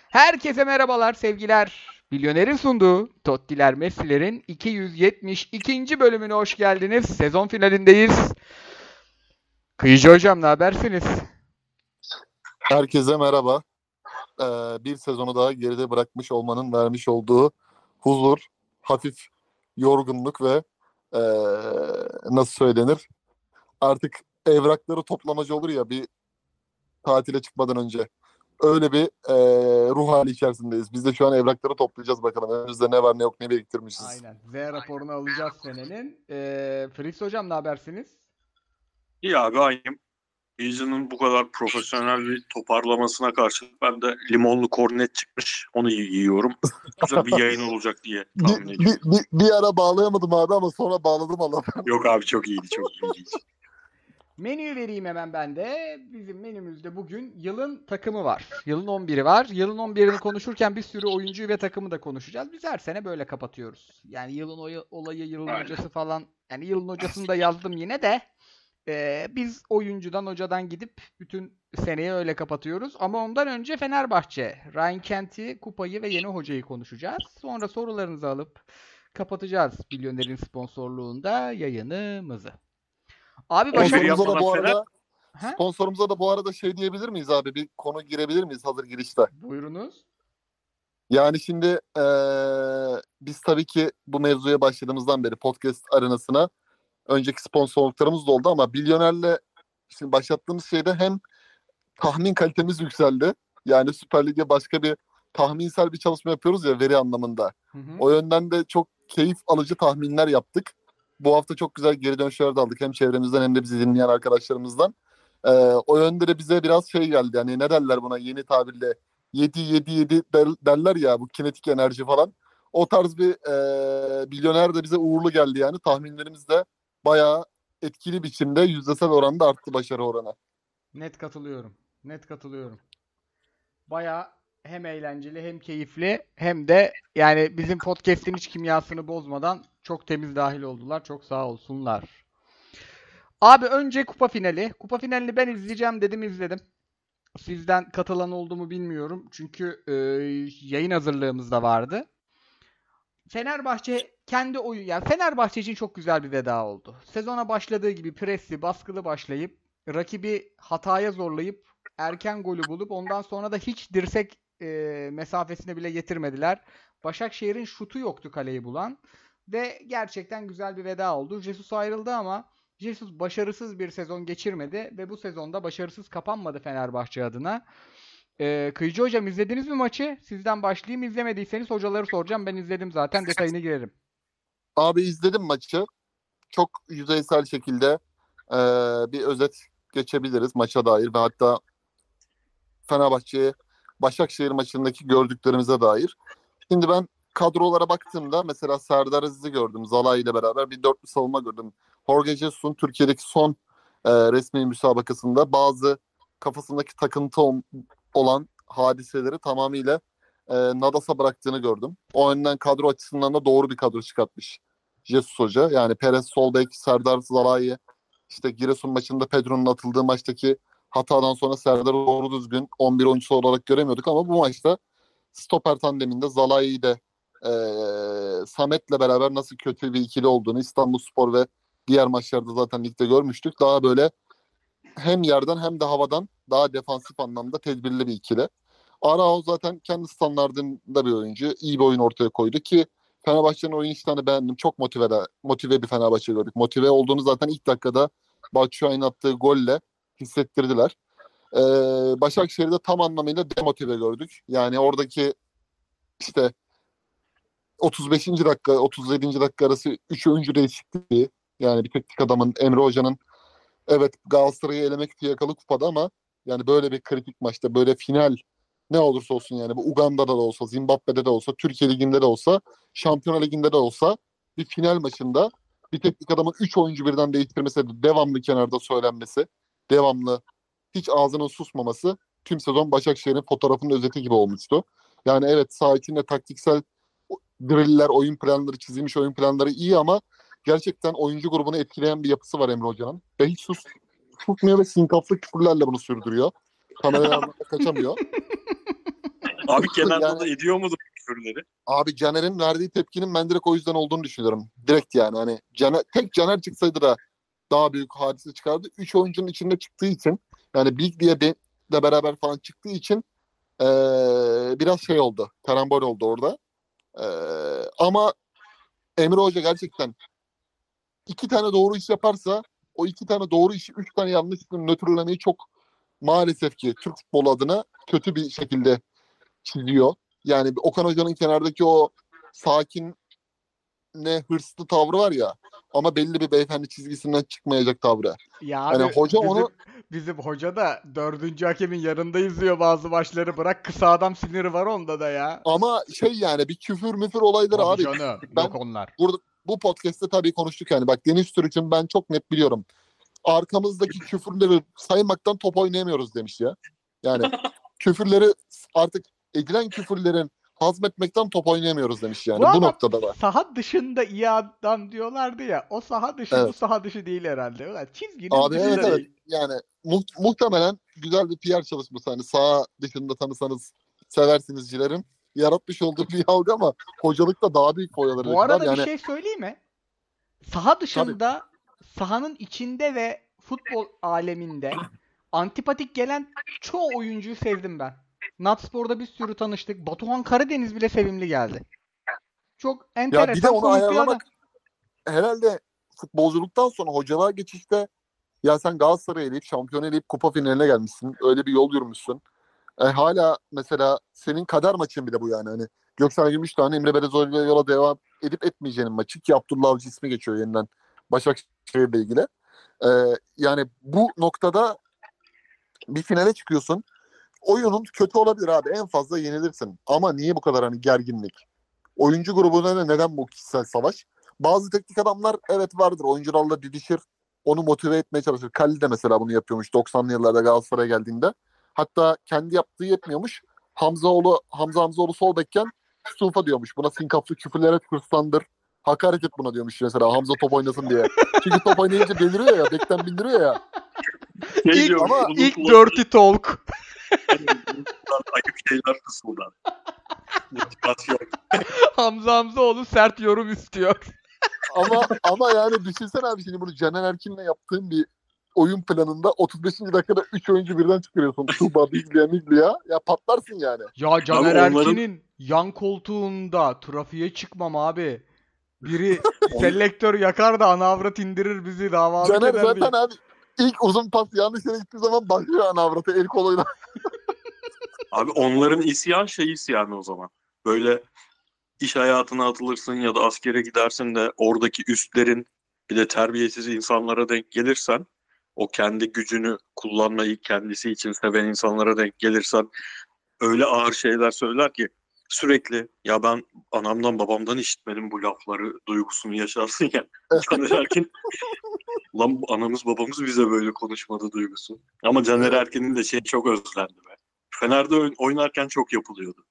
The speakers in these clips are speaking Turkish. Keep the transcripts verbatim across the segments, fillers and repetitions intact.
Herkese merhabalar, sevgiler. Milyoner'in sunduğu Tottiler Messi'lerin iki yüz yetmiş ikinci bölümüne hoş geldiniz. Sezon finalindeyiz. Kıyıcı hocam, ne habersiniz? Herkese merhaba. Ee, bir sezonu daha geride bırakmış olmanın vermiş olduğu huzur, hafif yorgunluk ve ee, nasıl söylenir? Artık evrakları toplamacı olur ya bir tatile çıkmadan önce. Öyle bir ee, ruh hali içerisindeyiz. Biz de şu an evrakları toplayacağız bakalım. Önümüzde ne var ne yok ne biriktirmişiz. Aynen. Z raporunu alacağız senenin. Ee, Fritz hocam, ne habersiniz? İyi abi aynıyım. Asia'nın bu kadar profesyonel bir toparlamasına karşı ben de limonlu kornet çıkmış. Onu yiyorum. Güzel bir yayın olacak diye tahmin Bir, ediyorum. bir, bir, bir ara bağlayamadım abi ama sonra bağladım Allah. Yok abi çok iyiydi, çok iyiydi. Menüyü vereyim hemen ben de. Bizim menümüzde bugün yılın takımı var. Yılın on biri var. Yılın on birini konuşurken bir sürü oyuncuyu ve takımı da konuşacağız. Biz her sene böyle kapatıyoruz. Yani yılın oy- olayı, yılın Aynen. hocası falan. Yani yılın hocasını da yazdım yine de. Ee, biz oyuncudan, hocadan gidip bütün seneyi öyle kapatıyoruz. Ama ondan önce Fenerbahçe, Ryan Kent'i, kupayı ve yeni hocayı konuşacağız. Sonra sorularınızı alıp kapatacağız Milyoner'in sponsorluğunda yayınımızı. Abi Başak... Sponsorumuza da bu yapmadan arada Ha? sponsorumuza da bu arada şey diyebilir miyiz abi? Bir konu girebilir miyiz hazır girişte? Buyurunuz. Yani şimdi eee, biz tabii ki bu mevzuya başladığımızdan beri podcast arenasına önceki sponsorluklarımız da oldu ama Milyoner'le şimdi başlattığımız şeyde hem tahmin kalitemiz yükseldi. Yani Süper Lig'e başka bir tahminsel bir çalışma yapıyoruz ya veri anlamında. Hı hı. O yönden de çok keyif alıcı tahminler yaptık. Bu hafta çok güzel geri dönüşler de aldık hem çevremizden hem de bizi dinleyen arkadaşlarımızdan. Ee, o yönde de bize biraz şey geldi. Yani ne derler buna yeni tabirle yedi yedi yedi derler ya bu kinetik enerji falan. O tarz bir e, milyoner de bize uğurlu geldi yani. Tahminlerimiz de bayağı etkili biçimde yüzdesel oranda arttı başarı oranı. Net katılıyorum. Net katılıyorum. Baya hem eğlenceli hem keyifli hem de yani bizim podcast'in hiç kimyasını bozmadan çok temiz dahil oldular. Çok sağ olsunlar. Abi önce kupa finali. Kupa finalini ben izleyeceğim dedim, izledim. Sizden katılan oldu mu bilmiyorum. Çünkü e, yayın hazırlığımız da vardı. Fenerbahçe kendi oyun, yani Fenerbahçe için çok güzel bir veda oldu. Sezona başladığı gibi presli, baskılı başlayıp rakibi hataya zorlayıp erken golü bulup ondan sonra da hiç dirsek e, mesafesine bile getirmediler. Başakşehir'in şutu yoktu kaleyi bulan ve gerçekten güzel bir veda oldu. Jesus ayrıldı ama Jesus başarısız bir sezon geçirmedi ve bu sezonda başarısız kapanmadı Fenerbahçe adına. Ee, Kıyıcı hocam, izlediniz mi maçı? Sizden başlayayım. İzlemediyseniz hocaları soracağım. Ben izledim zaten. Detayını girerim. Abi izledim maçı. Çok yüzeysel şekilde e, bir özet geçebiliriz maça dair ve hatta Fenerbahçe Başakşehir maçındaki gördüklerimize dair. Şimdi ben kadrolara baktığımda mesela Serdar Aziz'i gördüm. Zalai ile beraber bir dörtlü savunma gördüm. Jorge Jesus'un Türkiye'deki son e, resmi müsabakasında bazı kafasındaki takıntı ol- olan hadiseleri tamamıyla e, Nadas'a bıraktığını gördüm. O yönden kadro açısından da doğru bir kadro çıkartmış Jesus Hoca. Yani Perez sol bek, Serdar Zalai, işte Giresun maçında Pedro'nun atıldığı maçtaki hatadan sonra Serdar'ı doğru düzgün on bir oyuncusu olarak göremiyorduk ama bu maçta stoper tandeminde Zalai'yi de e, Samet'le beraber nasıl kötü bir ikili olduğunu İstanbulspor ve diğer maçlarda zaten ligde görmüştük. Daha böyle hem yerden hem de havadan daha defansif anlamda tedbirli bir ikili. Arao zaten kendi standartında bir oyuncu. İyi bir oyun ortaya koydu ki Fenerbahçe'nin oyun işlerini beğendim. Çok motive, motive bir Fenerbahçe gördük. Motive olduğunu zaten ilk dakikada Batshuayi'nin attığı golle hissettirdiler. Ee, Başakşehir'de tam anlamıyla demotive gördük. Yani oradaki işte otuz beşinci dakika, otuz yedinci dakika arası üç oyuncu değişikliği. Yani bir teknik adamın, Emre Hoca'nın evet Galatasaray'ı elemek diye yakalı kupada ama yani böyle bir kritik maçta, böyle final ne olursa olsun yani bu Uganda'da da olsa, Zimbabwe'de de olsa, Türkiye Ligi'nde de olsa, Şampiyonlar Ligi'nde de olsa bir final maçında bir teknik adamın üç oyuncu birden değiştirmesi, devamlı kenarda söylenmesi, devamlı hiç ağzının susmaması tüm sezon Başakşehir'in fotoğrafının özeti gibi olmuştu. Yani evet saha içinde taktiksel driller, oyun planları, çizilmiş oyun planları iyi ama gerçekten oyuncu grubunu etkileyen bir yapısı var Emre Hoca'nın. Ve hiç sus, susmuyor ve sinkaflı küfürlerle bunu sürdürüyor. Kameralardan kaçamıyor. Abi Kenan'da Yani- da ediyor mudur küfürleri? Abi Caner'in verdiği tepkinin ben direkt o yüzden olduğunu düşünüyorum. Direkt yani hani Caner, tek Caner çıksaydı da daha büyük hadise çıkardı. Üç oyuncunun içinde çıktığı için yani Big diye de beraber falan çıktığı için ee, biraz şey oldu. Karambol oldu orada. Ee, ama Emre Hoca gerçekten iki tane doğru iş yaparsa o iki tane doğru işi üç tane yanlış işi nötrlemeyi çok maalesef ki Türk futbolu adına kötü bir şekilde çiziyor. Yani Okan Hoca'nın kenardaki o sakin ne hırslı tavrı var ya ama belli bir beyefendi çizgisinden çıkmayacak tavrı. Ya Hani abi hoca bizim, onu- bizim hoca da dördüncü hakemin yanında izliyor bazı maçları. Bırak kısa adam siniri var onda da ya. Ama şey yani bir küfür müfür olayları Tabii abi. canım. Ben- Yok onlar. Burada bu podcast'te tabii konuştuk yani. Bak Deniz Türk'ün ben çok net biliyorum. Arkamızdaki küfürleri saymaktan top oynayamıyoruz demiş ya. Yani küfürleri artık edilen küfürlerin hazmetmekten top oynayamıyoruz demiş yani. Bu Bu, adam noktada var. saha dışında iyi adam diyorlardı ya. O saha dışı bu Evet. saha dışı değil herhalde. Ulan çizginin Abi dışında evet evet. değil. Yani mu- muhtemelen güzel bir P R çalışması. Hani sağ dışında tanısanız seversinizcilerin yaratmış olduğu bir algı ama hocalıkta daha büyük boyaları Bu arada yani bir şey söyleyeyim mi? Saha dışında, sahanın içinde ve futbol aleminde antipatik gelen çoğu oyuncuyu sevdim ben. Natspor'da bir sürü tanıştık. Batuhan Karadeniz bile sevimli geldi. Çok enteresan, bir de onu komik bir adam. ayarlamak herhalde futbolculuktan sonra hocalığa geçişte ya sen Galatasaray'ı eleyip şampiyon eleyip kupa finaline gelmişsin. Öyle bir yol yürümüşsün. E, hala mesela senin kader maçın bile bu yani. Hani Göksel Gümüştağ'ın Emre Belezoğlu'yla yola devam edip etmeyeceğinin maçı ki Abdullah Avcı ismi geçiyor yeniden Başakşehir'le ilgili. E, yani bu noktada bir finale çıkıyorsun. Oyunun kötü olabilir abi. En fazla yenilirsin. Ama niye bu kadar hani gerginlik? Oyuncu grubuna ne, neden bu kişisel savaş? Bazı teknik adamlar evet vardır. Oyuncularla didişir. Onu motive etmeye çalışır. Kalli de mesela bunu yapıyormuş doksanlı yıllarda Galatasaray'a geldiğinde. Hatta kendi yaptığı yetmiyormuş. Hamzaoğlu, Hamza Hamzaoğlu sol bekken Stufa diyormuş. Buna sinkaflı küfürlere hırslandır. Hakaret et buna diyormuş mesela Hamza top oynasın diye. Çünkü top oynayınca deliriyor ya. Bekten bindiriyor ya. Şey İlk- diyormuş, ama bunun İlk kulakları- dirty talk. ayıp şeyler fısıldar. Motivasyon. Hamza Hamzaoğlu sert yorum istiyor. Ama ama yani düşünsene abi şimdi bunu Caner Erkin'le yaptığın bir oyun planında otuz beşinci dakikada üç oyuncu birden çıkarıyorsun. Tuğba, Biglia, Miglia. Ya patlarsın yani. Ya Caner onların- Erkin'in yan koltuğunda trafiğe çıkmam abi. Biri selektör yakar da anavrat indirir bizi davalık Caner eder zaten diye. abi ilk uzun pas yanlış yere gittiği zaman başlıyor ana avratı el koluyla. Abi onların isyan şey isyanı o zaman. Böyle iş hayatına atılırsın ya da askere gidersin de oradaki üstlerin bir de terbiyesiz insanlara denk gelirsen, o kendi gücünü kullanmayı kendisi için seven insanlara denk gelirsen öyle ağır şeyler söyler ki sürekli ya ben anamdan babamdan işitmedim bu lafları duygusunu yaşarsın ya. Caner Erkin lan anamız babamız bize böyle konuşmadı duygusu. Ama Caner Evet. Erkin'in de şey çok özlendi be. Fener'de oyn- oynarken çok yapılıyordu.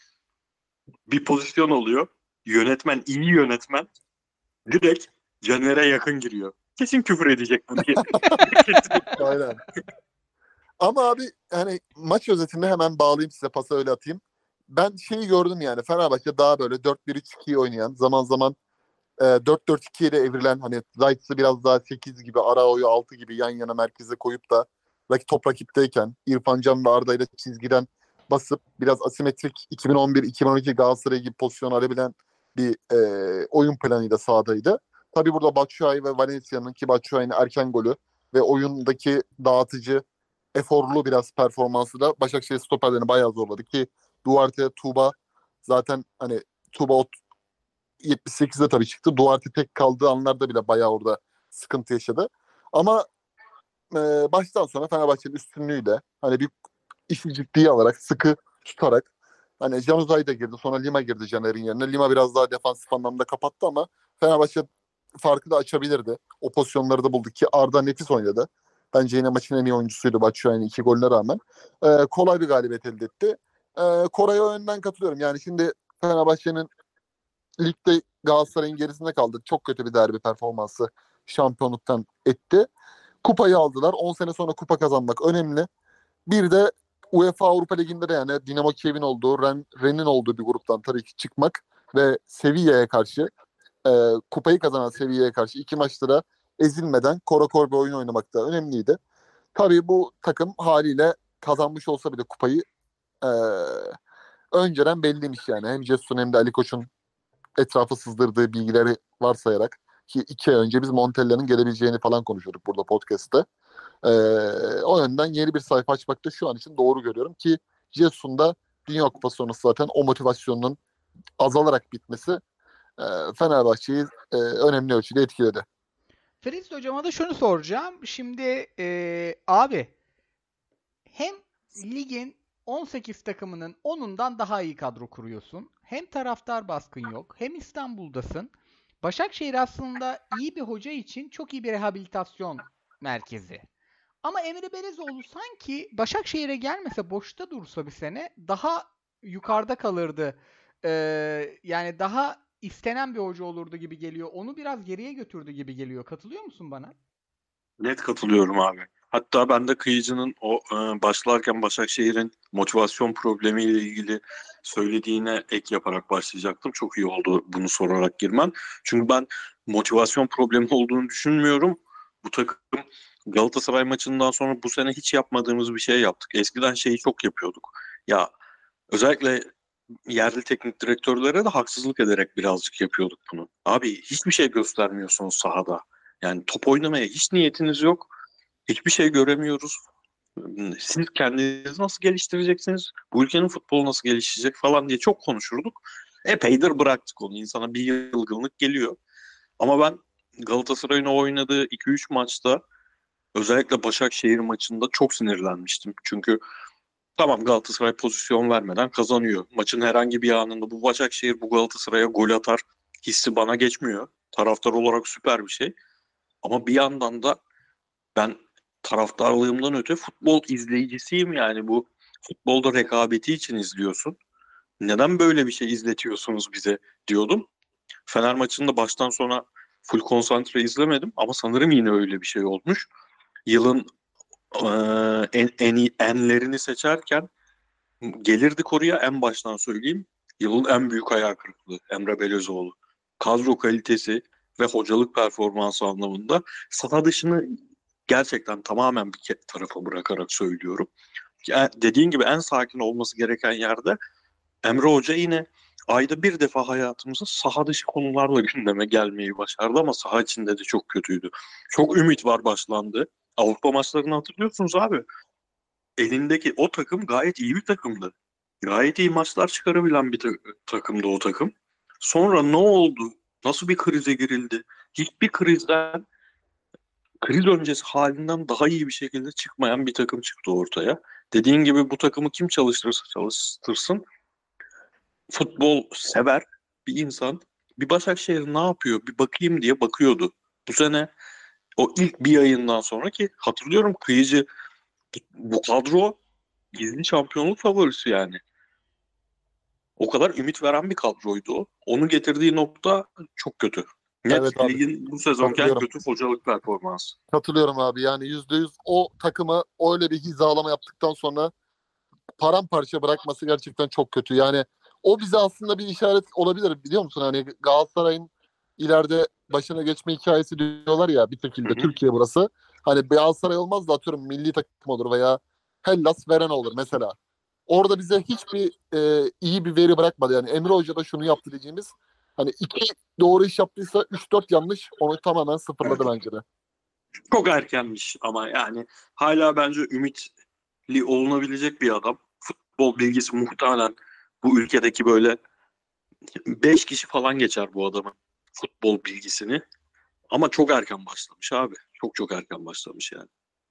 Bir pozisyon oluyor. Yönetmen, iyi yönetmen direkt Caner'e yakın giriyor. Kesin küfür edecek bu diye. Aynen. Ama abi hani maç özetinde hemen bağlayayım size pası öyle atayım. Ben şeyi gördüm yani Fenerbahçe daha böyle dört bir üç iki oynayan zaman zaman e, dört dört iki ile evrilen hani Zayt'sı biraz daha sekiz gibi Arao'yu altı gibi yan yana merkeze koyup da rakip top rakipteyken İrfan Can ve Arda ile çizgiden basıp biraz asimetrik iki bin on bir iki bin on iki Galatasaray gibi pozisyon alabilen bir e, oyun planıyla sahadaydı. Tabii burada Batshuayi ve Valencia'nın ki Batshuayi'nin erken golü ve oyundaki dağıtıcı eforlu biraz performansı da Başakşehir stoperlerini bayağı zorladı ki Duarte, Tuğba zaten hani Tuğba o yetmiş sekizde tabii çıktı. Duarte tek kaldığı anlarda bile bayağı orada sıkıntı yaşadı. Ama e, baştan sona Fenerbahçe'nin üstünlüğüyle hani bir işi ciddiye alarak sıkı tutarak hani Januzaj da girdi. Sonra Lima girdi Caner'in yerine. Lima biraz daha defansif anlamda kapattı ama Fenerbahçe farkı da açabilirdi. O pozisyonları da buldu ki Arda nefis oynadı. Bence yine maçın en iyi oyuncusuydu Batshuayi'nin iki golüne rağmen. Ee, kolay bir galibiyet elde etti. Ee, Koray'a önden katılıyorum. Yani şimdi Fenerbahçe'nin ligde Galatasaray'ın gerisinde kaldı. Çok kötü bir derbi performansı şampiyonluktan etti. Kupayı aldılar. on sene sonra kupa kazanmak önemli. Bir de UEFA Avrupa Ligi'nde de yani Dinamo Kiev'in olduğu, Ren, Rennes'in olduğu bir gruptan tabii ki çıkmak ve Sevilla'ya karşı, e, kupayı kazanan Sevilla'ya karşı iki maçta da ezilmeden korakor bir oyun oynamak da önemliydi. Tabii bu takım haliyle kazanmış olsa bile kupayı e, önceden belliymiş yani. Hem Jesus'un hem de Ali Koç'un etrafa sızdırdığı bilgileri varsayarak, ki iki ay önce biz Montella'nın gelebileceğini falan konuşuyorduk burada podcast'te. Ee, o yönden yeni bir sayfa açmakta şu an için doğru görüyorum ki Jesus'un da Dünya Kupası sonrası zaten o motivasyonun azalarak bitmesi e, Fenerbahçe'yi e, önemli ölçüde etkiledi. Fritz hocama da şunu soracağım. Şimdi e, abi hem ligin on sekiz takımının onundan daha iyi kadro kuruyorsun. Hem taraftar baskın yok. Hem İstanbul'dasın. Başakşehir aslında iyi bir hoca için çok iyi bir rehabilitasyon merkezi. Ama Emre Belezoğlu sanki Başakşehir'e gelmese, boşta dursa bir sene daha yukarıda kalırdı. Ee, yani daha istenen bir hoca olurdu gibi geliyor. Onu biraz geriye götürdü gibi geliyor. Katılıyor musun bana? Net katılıyorum abi. Hatta ben de Kıyıcı'nın o e, başlarken Başakşehir'in motivasyon problemiyle ilgili söylediğine ek yaparak başlayacaktım. Çok iyi oldu bunu sorarak girmen. Çünkü ben motivasyon problemi olduğunu düşünmüyorum. Bu takım Galatasaray maçından sonra bu sene hiç yapmadığımız bir şey yaptık. Eskiden şeyi çok yapıyorduk. Ya özellikle yerli teknik direktörlere de haksızlık ederek birazcık yapıyorduk bunu. Abi hiçbir şey göstermiyorsunuz sahada. Yani top oynamaya hiç niyetiniz yok. Hiçbir şey göremiyoruz. Siz kendinizi nasıl geliştireceksiniz? Bu ülkenin futbolu nasıl gelişecek falan diye çok konuşurduk. Epeydir bıraktık onu. İnsana bir yılgınlık geliyor. Ama ben Galatasaray'ın o oynadığı iki üç maçta, özellikle Başakşehir maçında çok sinirlenmiştim. Çünkü tamam, Galatasaray pozisyon vermeden kazanıyor. Maçın herhangi bir anında bu Başakşehir bu Galatasaray'a gol atar hissi bana geçmiyor. Taraftar olarak süper bir şey. Ama bir yandan da ben taraftarlığımdan öte futbol izleyicisiyim yani. Bu futbolda rekabeti için izliyorsun. Neden böyle bir şey izletiyorsunuz bize diyordum. Fener maçında baştan sona full konsantre izlemedim ama sanırım yine öyle bir şey olmuş. Yılın e, en, en iyi enlerini seçerken gelirdik oraya, en baştan söyleyeyim. Yılın en büyük hayal kırıklığı Emre Belözoğlu. Kadro kalitesi ve hocalık performansı anlamında saha dışını gerçekten tamamen bir tarafa bırakarak söylüyorum. Ya, dediğin gibi en sakin olması gereken yerde Emre Hoca yine ayda bir defa hayatımıza saha dışı konularla gündeme gelmeyi başardı ama saha içinde de çok kötüydü. Çok ümit var başlandı. Avrupa maçlarını hatırlıyorsunuz abi. Elindeki o takım gayet iyi bir takımdı. Gayet iyi maçlar çıkarabilen bir ta- takımdı o takım. Sonra ne oldu? Nasıl bir krize girildi? Hiçbir krizden, kriz öncesi halinden daha iyi bir şekilde çıkmayan bir takım çıktı ortaya. Dediğin gibi bu takımı kim çalıştırırsa çalıştırsın, futbol sever bir insan bir Başakşehir ne yapıyor bir bakayım diye bakıyordu. Bu sene o ilk bir ayından sonra, ki hatırlıyorum, Kıyıcı bu kadro gizli şampiyonluk favorisi yani. O kadar ümit veren bir kadroydu o. Onu getirdiği nokta çok kötü. Evet Net abi, ligin bu sezonki en katılıyorum. kötü hocalık performansı. Katılıyorum abi, yani yüzde yüz o takımı öyle bir hizalama yaptıktan sonra paramparça bırakması gerçekten çok kötü. Yani o bize aslında bir işaret olabilir, biliyor musun? Hani Galatasaray'ın ileride başına geçme hikayesi diyorlar ya bir şekilde, Hı hı. Türkiye burası. Hani Galatasaray olmaz da atıyorum milli takım olur veya Hellas Verona olur mesela. Orada bize hiçbir e, iyi bir veri bırakmadı. Yani Emre Hoca da şunu yaptı diyeceğimiz, hani iki doğru iş yaptıysa üç dört yanlış, onu tamamen sıfırladı Evet. bence de. Çok erkenmiş ama yani hala bence ümitli olunabilecek bir adam. Futbol bilgisi muhtemelen bu ülkedeki böyle beş kişi falan geçer bu adamın futbol bilgisini. Ama çok erken başlamış abi. Çok çok erken başlamış yani.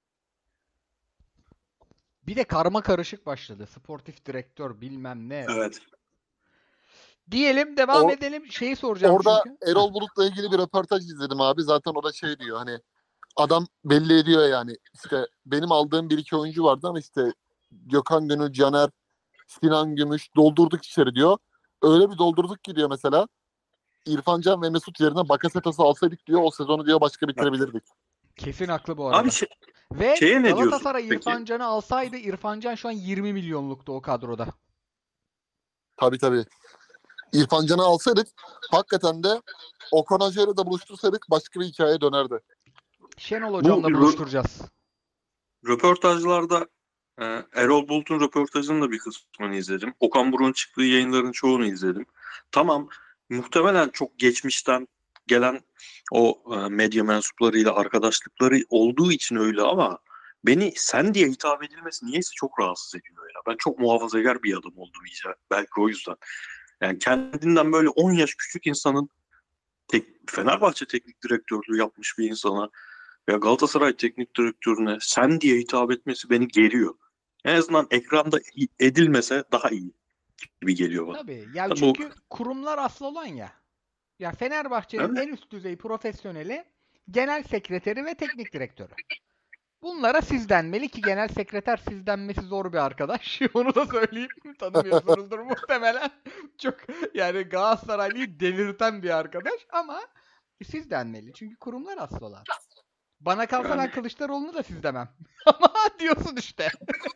Bir de karma karışık başladı. Sportif direktör bilmem ne. Evet. Diyelim devam O- edelim. Şeyi soracağım Orada çünkü. Erol Bulut'la ilgili bir röportaj izledim abi. Zaten o da şey diyor, hani adam belli ediyor yani. İşte benim aldığım bir iki oyuncu vardı ama işte Gökhan Gönül, Caner, Sinan Gümüş doldurduk içeri diyor. Öyle bir doldurduk ki diyor mesela, İrfan Can ve Mesut yerine Bakasetas'ı alsaydık diyor, o sezonu diyor başka bitirebilirdik. Kesin haklı bu arada. Abi şey, Ve şeye ne diyorsun Galatasaray peki? İrfan Can'ı alsaydı İrfan Can şu an yirmi milyonluktu o kadroda. Tabii tabii. İrfan Can'ı alsaydık hakikaten de Okan Hoca'yla da buluştursaydık başka bir hikaye dönerdi. Şenol Hocam'la Bu- buluşturacağız. Röportajlarda e, Erol Bulut'un röportajının da bir kısmını izledim. Okan Buruk'un çıktığı yayınların çoğunu izledim. Tamam, muhtemelen çok geçmişten gelen o e, medya mensuplarıyla arkadaşlıkları olduğu için öyle ama beni sen diye hitap edilmesi niyeyse çok rahatsız ediyor ya. Ben çok muhafazakar bir adam oldum iyice. Belki o yüzden. Yani kendinden böyle on yaş küçük insanın tek, Fenerbahçe teknik direktörlüğü yapmış bir insana ya Galatasaray teknik direktörüne sen diye hitap etmesi beni geriyor. En azından ekranda edilmese daha iyi gibi geliyor bana. Tabii. Ya Tabii çünkü kurumlar asıl olan ya. Ya Fenerbahçe'nin Evet. en üst düzey profesyoneli genel sekreteri ve teknik direktörü. Bunlara siz denmeli ki genel sekreter siz denmesi zor bir arkadaş. Onu da söyleyeyim. Tanımıyorsunuzdur muhtemelen. Çok yani Galatasaraylıyı delirten bir arkadaş ama siz denmeli. Çünkü kurumlar asıl olan. Bana kalsa ben Yani. Kılıçdaroğlu'nu da siz demem. Ama diyorsun işte.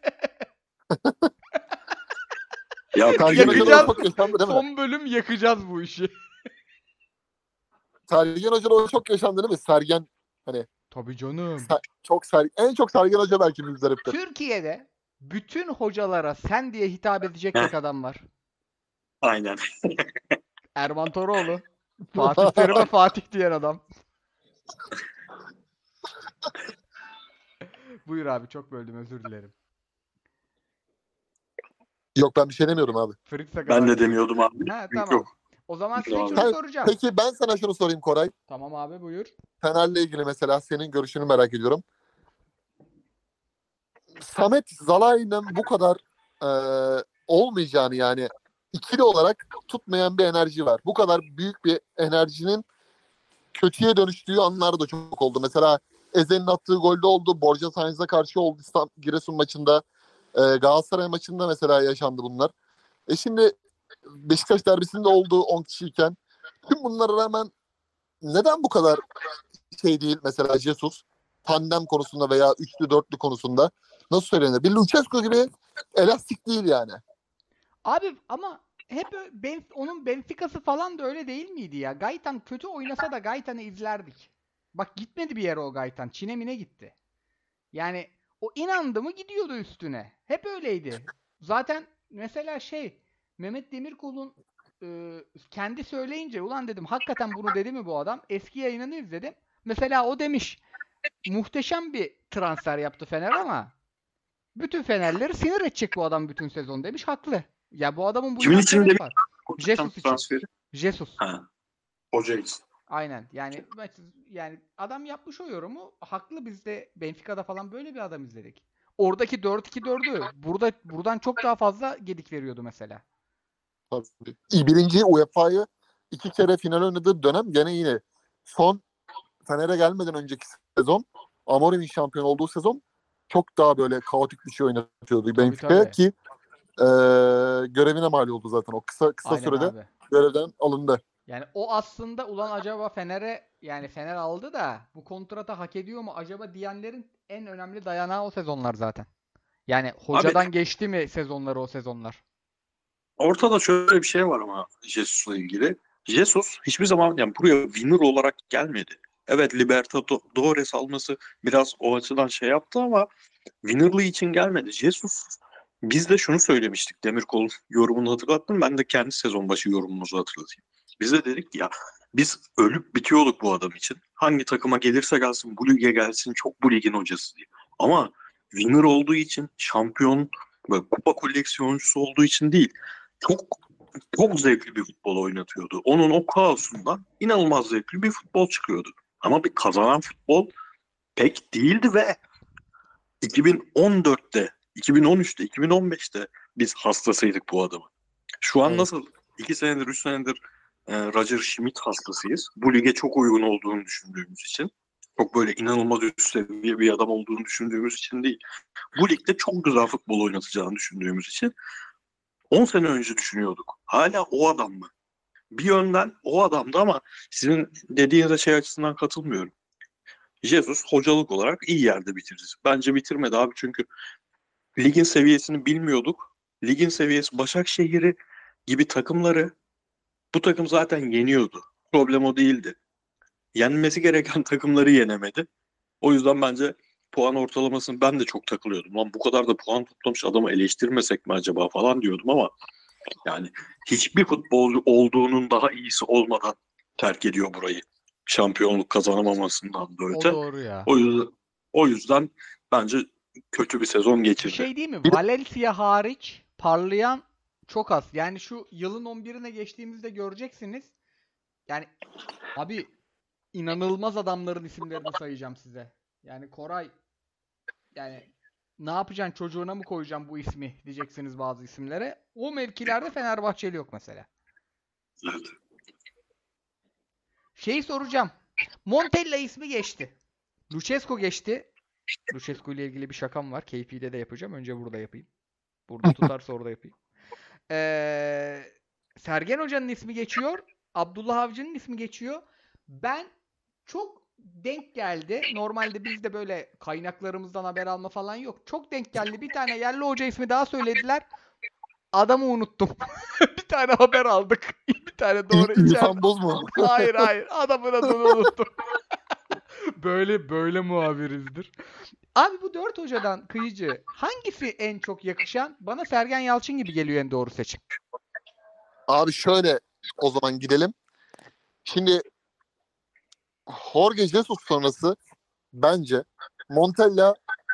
Ya Sergen Yakacağız. Hoca'da o çok yaşandı değil mi? Son bölüm yakacağız bu işi. Sergen Hoca'da o çok yaşandı değil mi? Sergen Tabii canım. Ser- çok ser en çok Sergen Hoca belki müzdariptir. Türkiye'de bütün hocalara sen diye hitap edecek tek adam var. aynen. Erman Toroğlu. Fatih Terim'e Fatih diyen adam. Buyur abi, çok böldüm, özür dilerim. Yok ben bir şey demiyorum abi. Fritz Ben de demiyordum abi. Ha, Yok, tamam. yok. O zaman size Tamam. şunu Sen- soracağım. Peki ben sana şunu sorayım Koray. Tamam abi, buyur. Fener'le ilgili mesela senin görüşünü merak ediyorum. Samet Zalai'nin bu kadar e, olmayacağını yani ikili olarak tutmayan bir enerji var. Bu kadar büyük bir enerjinin kötüye dönüştüğü anlar da çok oldu. Mesela Eze'nin attığı golde oldu. Borja Sainz'e karşı oldu İstanbul, Giresun maçında. E, Galatasaray maçında mesela yaşandı bunlar. E şimdi Beşiktaş derbisinde olduğu on kişiyken tüm bunlara rağmen neden bu kadar şey değil mesela Jesus tandem konusunda veya üçlü dörtlü konusunda nasıl söylenir? Bir Lucescu gibi elastik değil yani. Abi ama hep ö- ben, onun Benfica'sı falan da öyle değil miydi ya? Gaytan kötü oynasa da Gaytan'ı izlerdik. Bak gitmedi bir yere o Gaytan. Çin'e mine gitti. Yani o inandı mı gidiyordu üstüne. Hep öyleydi. Zaten mesela şey Mehmet Demirkol'un e, kendi söyleyince ulan dedim hakikaten bunu dedi mi bu adam? Eski yayınını izledim. Mesela o demiş muhteşem bir transfer yaptı Fener ama bütün Fenerleri sinir edecek bu adam bütün sezon demiş. Haklı. Ya bu adamın bu Kimin için inatları demiş? var. Jesus için. Transferi. Jesus. Ha. Hoca için. Aynen. Yani yani adam yapmış o yorumu. Haklı, biz de Benfica'da falan böyle bir adam izledik. Oradaki dört iki dördü burada buradan çok daha fazla gedik veriyordu mesela. Tabii. Birinci U E F A'yı iki kere final oynadığı dönem gene yine son Fener'e gelmeden önceki sezon Amorim'in şampiyon olduğu sezon çok daha böyle kaotik bir şey oynatıyordu Benfica'ya tabii. ki e, görevine mal oldu zaten. O kısa kısa Aynen sürede abi. görevden alındı. Yani o aslında ulan acaba Fener'e yani Fener aldı da bu kontrata hak ediyor mu acaba diyenlerin en önemli dayanağı o sezonlar zaten. Yani hocadan geçti mi sezonları o sezonlar? Ortada şöyle bir şey var ama Jesus'la ilgili. Jesus hiçbir zaman yani buraya winner olarak gelmedi. Evet, Libertadores alması biraz o açıdan şey yaptı ama winnerlığı için gelmedi. Jesus, biz de şunu söylemiştik, Demirkol'un yorumunu hatırlattım. Ben de kendi sezon başı yorumumuzu hatırlatayım. Biz de dedik ya biz ölüp bitiyorduk bu adam için. Hangi takıma gelirse gelsin, bu lige gelsin, çok bu ligin hocası diye. Ama winner olduğu için, şampiyon ve kupa koleksiyoncusu olduğu için değil. Çok çok zevkli bir futbol oynatıyordu. Onun o kaosundan inanılmaz zevkli bir futbol çıkıyordu. Ama bir kazanan futbol pek değildi ve iki bin on dörtte, iki bin on üçte, iki bin on beşte biz hastasıydık bu adamı. Şu an Evet. nasıl iki senedir, üç senedir e, Roger Schmidt hastasıyız. Bu lige çok uygun olduğunu düşündüğümüz için. Çok böyle inanılmaz üst seviye bir adam olduğunu düşündüğümüz için değil. Bu ligde çok güzel futbol oynatacağını düşündüğümüz için on sene önce düşünüyorduk. Hala o adam mı? Bir yönden o adamdı ama sizin dediğinize şey açısından katılmıyorum. Jesus hocalık olarak iyi yerde bitirdi. Bence bitirmedi abi, çünkü ligin seviyesini bilmiyorduk. Ligin seviyesi Başakşehir'i gibi takımları bu takım zaten yeniyordu. Problem o değildi. Yenmesi gereken takımları yenemedi. O yüzden bence puan ortalamasını ben de çok takılıyordum. Lan bu kadar da puan toplamış adamı eleştirmesek mi acaba falan diyordum ama yani hiçbir futbolcu olduğunun daha iyisi olmadan terk ediyor burayı. Şampiyonluk kazanamamasından da O öte. doğru ya. O yüzden, o yüzden bence kötü bir sezon Bir geçirdi. şey değil mi? Valencia hariç parlayan çok az. Yani şu yılın on birine geçtiğimizde göreceksiniz. Yani abi inanılmaz adamların isimlerini sayacağım size. Yani Koray, yani ne yapacaksın, çocuğuna mı koyacağım bu ismi diyeceksiniz bazı isimlere. O mevkilerde Fenerbahçeli yok mesela. Evet. Şeyi soracağım. Montella ismi geçti. Lucescu geçti. Lucescu ile ilgili bir şakam var. K P'de de yapacağım. Önce burada yapayım. Burada tutarsa orada yapayım. Ee, Sergen Hoca'nın ismi geçiyor. Abdullah Avcı'nın ismi geçiyor. Ben çok denk geldi. Normalde bizde böyle kaynaklarımızdan haber alma falan yok. Çok denk geldi. Bir tane yerli hoca ismi daha söylediler. Adamı unuttum. Bir tane haber aldık. Bir tane doğru içeride. İrfan Bozma. Hayır hayır. Adamın adını unuttum. Böyle böyle muhabirizdir. Abi bu dört hocadan Kıyıcı hangisi en çok yakışan? Bana Sergen Yalçın gibi geliyor en doğru seçim. Abi şöyle o zaman gidelim. Şimdi Jorge Jesus sonrası bence Montella,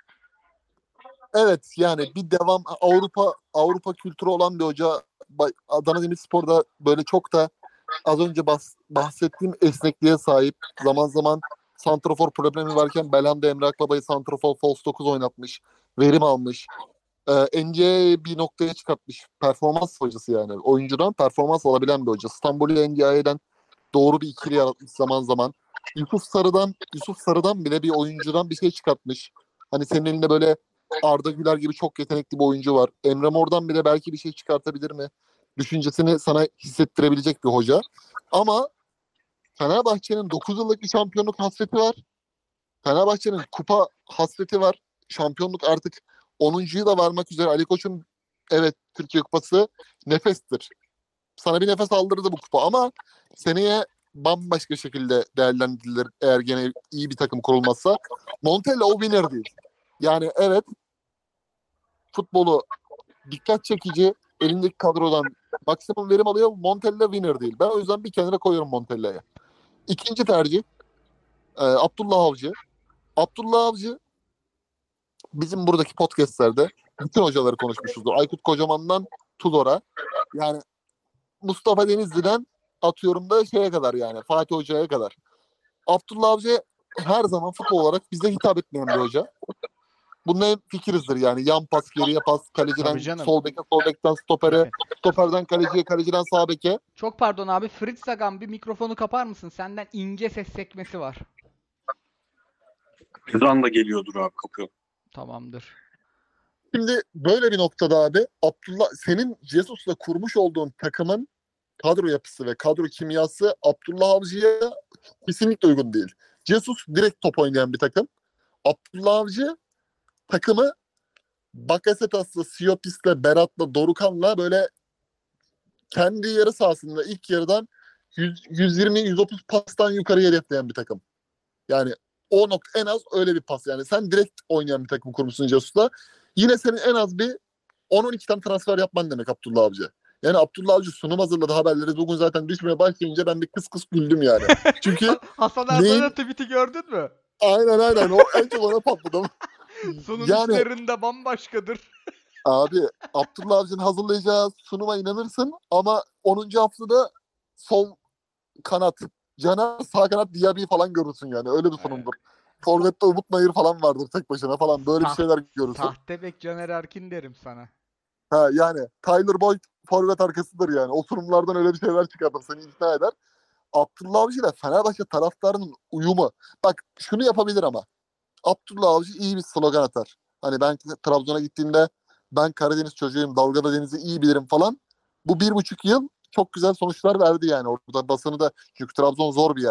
evet yani bir devam, Avrupa Avrupa kültürü olan bir hoca. Ba- Adana Demirspor'da böyle çok da az önce bahs- bahsettiğim esnekliğe sahip. Zaman zaman santrafor problemi varken Belhanda Emre Akbaba'yı santrafor false dokuz oynatmış. Verim almış. Ee, N C A'yı bir noktaya çıkartmış. Performans hocası yani. Oyuncudan performans alabilen bir hoca. İstanbul'u N C A'dan doğru bir ikili yaratmış zaman zaman. Yusuf Sarı'dan Yusuf Sarı'dan bile bir oyuncudan bir şey çıkartmış. Hani senin elinde böyle Arda Güler gibi çok yetenekli bir oyuncu var. Emre Mor'dan bile belki bir şey çıkartabilir mi? Düşüncesini sana hissettirebilecek bir hoca. Ama Fenerbahçe'nin dokuz yıllık bir şampiyonluk hasreti var. Fenerbahçe'nin kupa hasreti var. Şampiyonluk artık onuncuyu da varmak üzere. Ali Koç'un evet Türkiye Kupası nefestir. Sana bir nefes aldırdı bu kupa ama seneye bambaşka şekilde değerlendirilir eğer gene iyi bir takım kurulmazsa. Montella o winner değil. Yani evet futbolu dikkat çekici, elindeki kadrodan maksimum verim alıyor. Montella winner değil. Ben o yüzden bir kenara koyuyorum Montella'ya. İkinci tercih e, Abdullah Avcı. Abdullah Avcı bizim buradaki podcastlerde bütün hocaları konuşmuşuzdur. Aykut Kocaman'dan Tudor'a, yani Mustafa Denizli'den atıyorum da şeye kadar, yani Fatih Hoca'ya kadar. Abdullah Avcı her zaman futbol olarak bize hitap etmeyen bir hoca. Bununla en fikirizdir yani. Yan pas, geriye pas, Tabii kaleciden canım. sol beke, sol bekten stopere, stoperden kaleciye, kaleciden sağ beke. Çok pardon abi. Fritz Sagan bir mikrofonu kapar mısın? Senden ince ses sekmesi var. Ezan da geliyordur abi, kapıyor. Tamamdır. Şimdi böyle bir noktada abi Abdullah, senin Jesus'la kurmuş olduğun takımın kadro yapısı ve kadro kimyası Abdullah Avcı'ya kesinlikle uygun değil. Jesus direkt top oynayan bir takım. Abdullah Avcı takımı Bakasetas'la, Siopis'le, Berat'la, Dorukan'la böyle kendi yarı sahasında ilk yarıdan yüz, yüz yirmi yüz otuz pastan yukarı hedefleyen bir takım. Yani o nokta en az öyle bir pas. Yani sen direkt oynayan bir takım kurmuşsun Jesus'la. Yine senin en az bir on on iki tane transfer yapman demek Abdullah Avcı. Yani Abdullah Avcı sunum hazırladı haberleri. Bugün zaten düşmeye başlayınca ben bir kıs kıs güldüm yani. Çünkü Hasan neyin- Arda'nın tweet'i gördün mü? aynen aynen o en çok ona patladım. Sunum Yani- işlerinde bambaşkadır. Abi Abdullah Avcı'nın hazırlayacağı sunuma inanırsın ama onuncu haftada sol kanat Caner, sağ kanat Diaby falan görürsün yani. Öyle bir sunumdur. Forvet'te Umut Nayır falan vardır tek başına falan. Böyle bir Taht- şeyler görürsün. Tahtebek Caner Erkin derim sana. Ha yani Tyler Boyd forvet arkasıdır yani. O sunumlardan öyle bir şeyler çıkartır, seni ikna eder. Abdullah Avcı ile Fenerbahçe taraftarının uyumu. Bak şunu yapabilir ama. Abdullah Avcı iyi bir slogan atar. Hani ben Trabzon'a gittiğimde ben Karadeniz çocuğuyum, Dalgada Deniz'i iyi bilirim falan. Bu bir buçuk yıl çok güzel sonuçlar verdi yani. Orada basını da, çünkü Trabzon zor bir yer.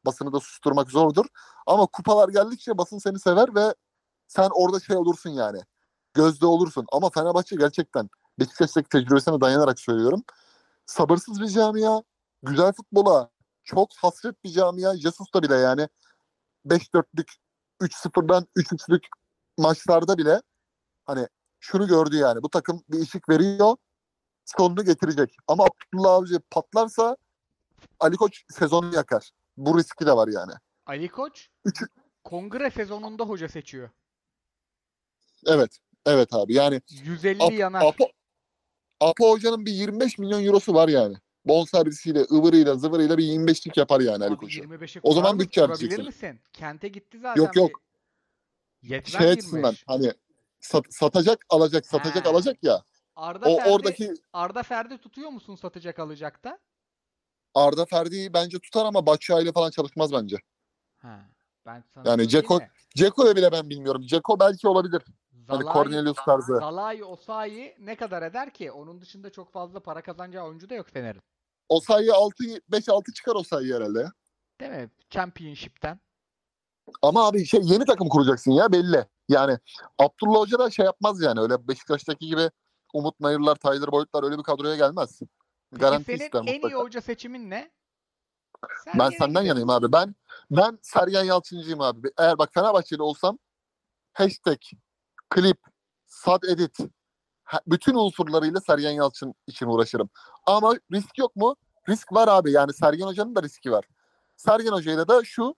basını da susturmak zordur. Ama kupalar geldikçe basın seni sever ve sen orada şey olursun yani. Gözde olursun. Ama Fenerbahçe gerçekten Beşiktaş'taki tecrübesine dayanarak söylüyorum. Sabırsız bir camia. Güzel futbola çok hasret bir camia. Jesus da bile yani beş dörtlük üç sıfırdan üç üçlük maçlarda bile hani şunu gördü yani. Bu takım bir ışık veriyor. Sonunu getirecek. Ama Abdullah Avcı patlarsa Ali Koç sezonu yakar. Bu riski de var yani. Ali Koç Üç, kongre sezonunda hoca seçiyor. evet. Evet abi. Yani yüz elli Ap, yanar. Apo, Apo Hoca'nın bir yirmi beş milyon eurosu var yani. Bonservisiyle, ıvırıyla, zıvırıyla bir yirmi beşlik yapar yani Ali Abi Koç'u. yirmi beşe O kurar zaman mı? bütçe Kurabilir harcayacaksın. misin? Kente gitti zaten. Yok yok. Bir... Yetmez Şey yirmi açısından beş. hani sat, satacak alacak, satacak He. alacak ya. Arda O Ferdi, oradaki Arda Ferdi tutuyor musun satacak alacakta? Arda Ferdi'yi bence tutar ama Batshuayi ile falan çalışmaz bence. Ha. Ben sana Yani söyleyeyim Ceko mi? Ceko'yu bile ben bilmiyorum. Ceko belki olabilir. Hani Zalai, Cornelius tarzı. Zalai Osayi ne kadar eder ki? Onun dışında çok fazla para kazanacağı oyuncu da yok Fener'in. O sayı altı beş altı çıkar o sayı herhalde ya. Değil mi? Championship'ten. Ama abi şey yeni takım kuracaksın ya belli. Yani Abdullah Hoca da şey yapmaz yani öyle Beşiktaş'taki gibi Umut Nayırlar, Tyler Boyd'lar öyle bir kadroya gelmez. Peki Garanti senin ister en iyi mutlaka. hoca seçimin ne? Ben Sergen'e senden gidelim. yanayım abi. Ben ben Sergen Yalçıncıyım abi. Eğer bak Fenerbahçeli olsam hashtag, klip, sad edit ha- bütün unsurlarıyla Sergen Yalçın için uğraşırım. Ama risk yok mu? Risk var abi. Yani Sergen Hoca'nın da riski var. Sergen Hoca'yla da şu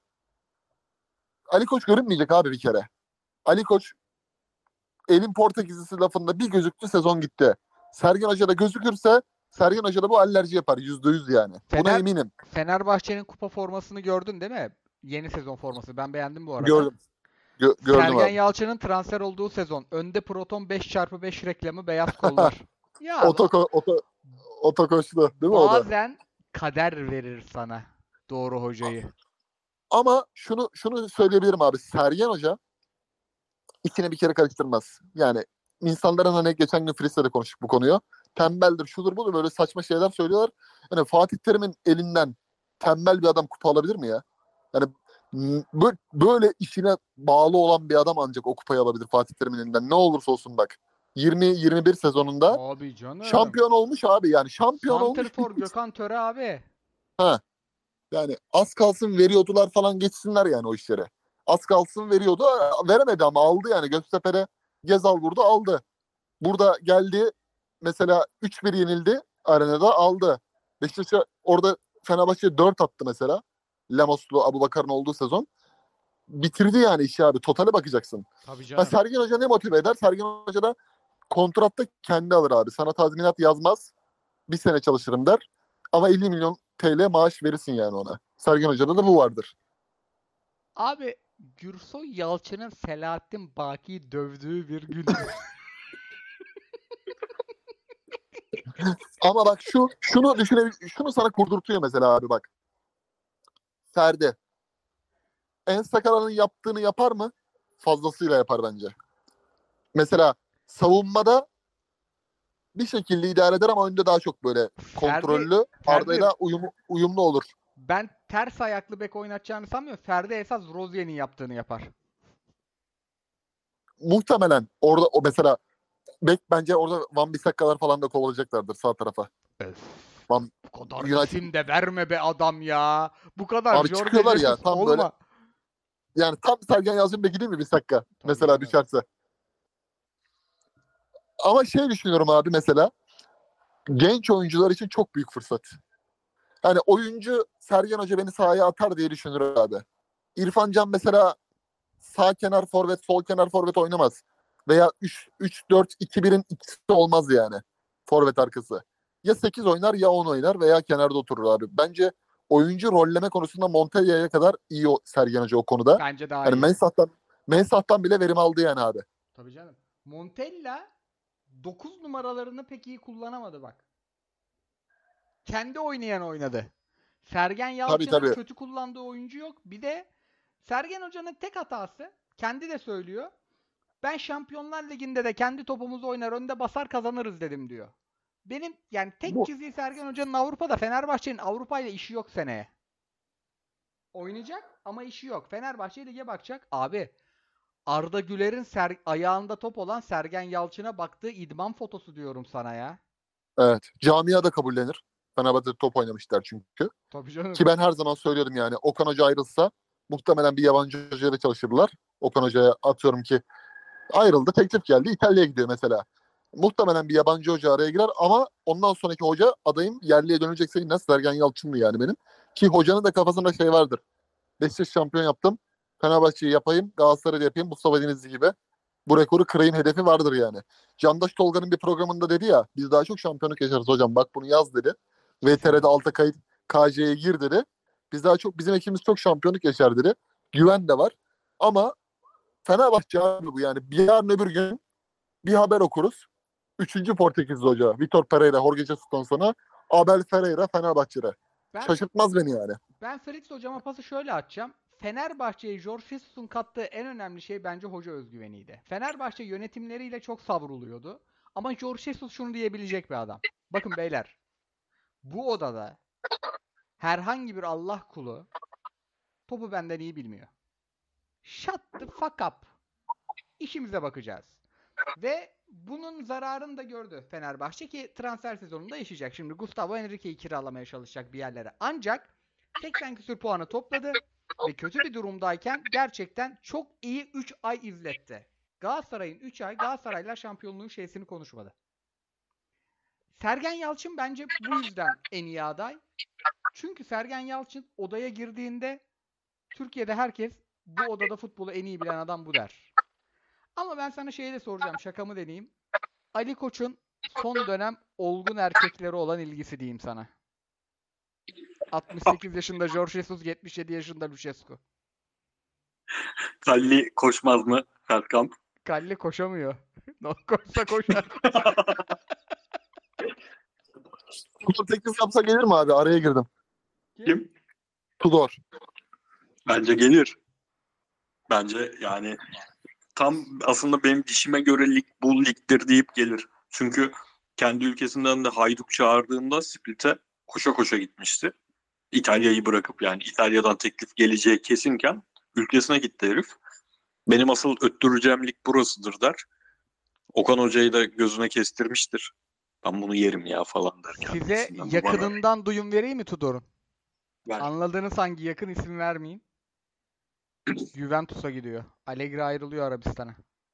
Ali Koç görünmeyecek abi bir kere. Ali Koç elin Portekizlisi lafında bir gözüktü sezon gitti. Sergen Hoca da gözükürse Sergen Hoca da bu alerji yapar yüzde yüz yani. Buna Fener, eminim. Fenerbahçe'nin kupa formasını gördün değil mi? Yeni sezon forması. Ben beğendim bu arada. Gördüm. Gö- gördüm Sergen abi. Yalçın'ın transfer olduğu sezon. Önde Proton beş çarpı beş reklamı beyaz kollar. Ya Otoko, oto, otokoşlu değil mi o da? bazen kader verir sana doğru hocayı. Ama şunu şunu söyleyebilirim abi. Sergen Hoca ikine bir kere karıştırmaz. Yani insanların hani geçen gün Frise'de konuştuk bu konuyu. Tembeldir, şudur budur böyle saçma şeyler söylüyorlar. Yani Fatih Terim'in elinden tembel bir adam kupa alabilir mi ya? Yani m- bö- böyle işine bağlı olan bir adam ancak o kupayı alabilir Fatih Terim'in elinden. Ne olursa olsun bak. yirmi yirmi bir sezonunda Abi canım. şampiyon olmuş abi. Yani şampiyon olmuş. Santrfor Gökhan Töre abi. Ha. Yani az kalsın veriyordular falan geçsinler yani o işlere. Az kalsın veriyordu. Veremedi ama aldı yani. Göztepe'de Gezal vurdu aldı. Burada geldi mesela üç bir yenildi. Arenada aldı. Beşiktaş'a orada Fenerbahçe dört attı mesela. Lemoslu, Abubakar'ın olduğu sezon. Bitirdi yani işi abi. Totale bakacaksın. Tabii Ha, canım. Sergen Hoca ne motive eder? Sergen Hoca da kontratta kendi alır abi. Sana tazminat yazmaz. Bir sene çalışırım der. Ama elli milyon T L maaş verirsin yani ona. Sergen Hoca'da da bu vardır. Abi Gürsoy Yalçın'ın Selahattin Baki'yi dövdüğü bir gün. Ama bak şu şunu düşünebil şunu sana kurdurtuyor mesela abi bak. Ferdi. En Sakara'nın yaptığını yapar mı? Fazlasıyla yapar bence. Mesela savunmada bir şekilde idare eder ama önde daha çok böyle kontrollü, Ferdi- Arda'yla uyumlu, uyumlu olur. Ben ters ayaklı bek oynatacağını sanmıyorum. Ferdi esas Rozier'in yaptığını yapar. Muhtemelen orada o mesela bek bence orada Van Bissaka'lar falan da kovalayacaklardır sağ tarafa. Öf. Van, Bu kadar United- isim de verme be adam ya. Bu kadar Abi Jorge çıkıyorlar ya, Jesus tam olma. böyle- yani tam Sergen Yalçın beki değil mi Bissaka? Mesela canım. düşerse. Ama şey düşünüyorum abi mesela genç oyuncular için çok büyük fırsat. Hani oyuncu Sergen Hoca beni sahaya atar diye düşünür abi. İrfan Can mesela sağ kenar forvet, sol kenar forvet oynamaz. Veya üç dört iki birin ikisi olmaz yani. Forvet arkası. Ya sekiz oynar ya on oynar veya kenarda oturur abi. Bence oyuncu rolleme konusunda Montella'ya kadar iyi o Sergen Hoca o konuda. Bence daha Yani iyi. Mensah'tan, Mensah'tan bile verim aldı yani abi. Tabii canım. Montella dokuz numaralarını pek iyi kullanamadı bak. Kendi oynayan oynadı. Sergen Yalçın'ın tabii. kötü kullandığı oyuncu yok. Bir de Sergen Hoca'nın tek hatası, kendi de söylüyor. Ben Şampiyonlar Ligi'nde de kendi topumuzu oynar, önde basar kazanırız dedim diyor. Benim yani tek Bu- çizdiği Sergen Hoca'nın Avrupa'da, Fenerbahçe'nin Avrupa ile işi yok seneye. Oynayacak ama işi yok. Fenerbahçe lige bakacak. Abi Arda Güler'in ser- ayağında top olan Sergen Yalçın'a baktığı idman fotosu diyorum sana ya. Evet. Camia da kabullenir. Fenerbahçe'de top oynamışlar çünkü. Tabii canım. Ki ben her zaman söylüyordum yani Okan Hoca ayrılsa muhtemelen bir yabancı hocayla çalışırlar. Okan Hoca'ya atıyorum ki ayrıldı, teklif geldi, İtalya'ya gidiyor mesela. Muhtemelen bir yabancı hoca araya girer ama ondan sonraki hoca adayım yerliye dönecekse nasıl Sergen Yalçın'dı yani benim. Ki hocanın da kafasında şey vardır. Beşiktaş şampiyon yaptım. Fenerbahçe'yi yapayım, Galatasaray'ı yapayım, Mustafa Denizli gibi. Bu rekoru kırayım hedefi vardır yani. Candaş Tolga'nın bir programında dedi ya, biz daha çok şampiyonluk yaşarız hocam, bak bunu yaz dedi. V T R'de alta kayıt K C'ye gir dedi. Biz daha çok, bizim ekibimiz çok şampiyonluk yaşar dedi. Güven de var. Ama Fenerbahçe abi bu yani. Bir yarın öbür gün bir haber okuruz. Üçüncü Portekizli hoca Vitor Pereira, Jorge Jesus'tan sonra Abel Ferreira Fenerbahçe'de. Ben, Şaşırtmaz beni yani. ben Fritz hocama pası şöyle atacağım. Fenerbahçe'ye Jorge Jesus'un kattığı en önemli şey bence hoca özgüveniydi. Fenerbahçe yönetimleriyle çok savruluyordu. Ama Jorge Jesus şunu diyebilecek bir adam. Bakın beyler, bu odada herhangi bir Allah kulu topu benden iyi bilmiyor. Shut the fuck up. İşimize bakacağız. Ve bunun zararını da gördü Fenerbahçe ki transfer sezonunda yaşayacak. Şimdi Gustavo Henrique'yi kiralamaya çalışacak bir yerlere. Ancak seksen küsur puanı topladı ve kötü bir durumdayken gerçekten çok iyi üç ay izletti. Galatasaray'ın üç ay Galatasaray'la şampiyonluğun şeysini konuşmadı. Sergen Yalçın bence bu yüzden en iyi aday. Çünkü Sergen Yalçın odaya girdiğinde Türkiye'de herkes bu odada futbolu en iyi bilen adam bu der. Ama ben sana şeyi de soracağım. Şakamı deneyeyim. Ali Koç'un son dönem olgun erkeklere olan ilgisi diyeyim sana. altmış sekiz yaşında Jorge Jesus, yetmiş yedi yaşında Lucescu. Kalli koşmaz mı Bergkamp? Kalli koşamıyor. Ne koşsa koşar. Tudor teklif yapsa gelir mi abi? Araya girdim. Kim? Tudor. Bence gelir. Bence yani tam aslında benim dişime göre lig bu ligdir deyip gelir. Çünkü kendi ülkesinden de Hajduk çağırdığında Split'e koşa koşa gitmişti. İtalya'yı bırakıp yani İtalya'dan teklif geleceği kesinken ülkesine gitti herif. Benim asıl öttüreceğim lig burasıdır der. Okan Hoca'yı da gözüne kestirmiştir. Ben bunu yerim ya falan der. Size kendisinden. Bu bana- yakınından duyum vereyim mi Tudor'un? Ver. Anladığınız hangi yakın isim vermeyin. Juventus'a gidiyor. Allegri ayrılıyor Arabistan'a.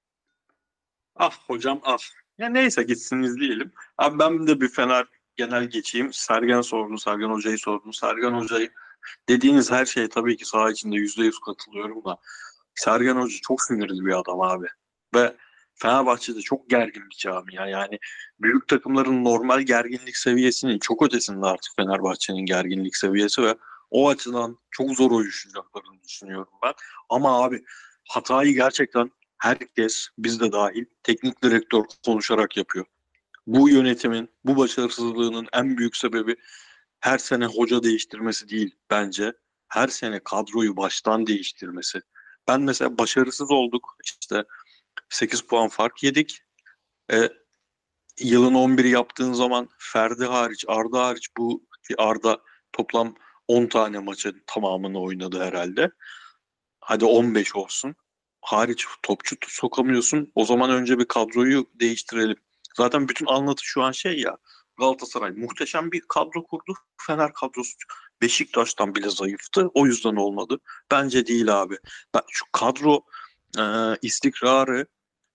Ah hocam ah. Ya neyse gitsin izleyelim. Abi ben de bir Fener genel geçeyim. Sergen sorunu, Sergen Hoca'yı sorunu. Sergen Hoca'yı dediğiniz her şey tabii ki saha içinde yüzde yüz katılıyorum da. Sergen Hoca çok sinirli bir adam abi. Ve Fenerbahçe'de çok gergin bir camia. Yani büyük takımların normal gerginlik seviyesinin çok ötesinde artık Fenerbahçe'nin gerginlik seviyesi ve o açıdan çok zor oyuncularını düşünüyorum ben. Ama abi hatayı gerçekten herkes, biz de dahil, teknik direktör konuşarak yapıyor. Bu yönetimin, bu başarısızlığının en büyük sebebi her sene hoca değiştirmesi değil bence. Her sene kadroyu baştan değiştirmesi. Ben mesela başarısız olduk. İşte sekiz puan fark yedik. E, yılın on biri yaptığın zaman Ferdi hariç, Arda hariç bu Arda toplam on tane maçın tamamını oynadı herhalde. Hadi on beş olsun. Hariç topçu sokamıyorsun. O zaman önce bir kadroyu değiştirelim. Zaten bütün anlatı şu an şey ya. Galatasaray muhteşem bir kadro kurdu. Fener kadrosu Beşiktaş'tan bile zayıftı. O yüzden olmadı. Bence değil abi. Ben, şu kadro e, istikrarı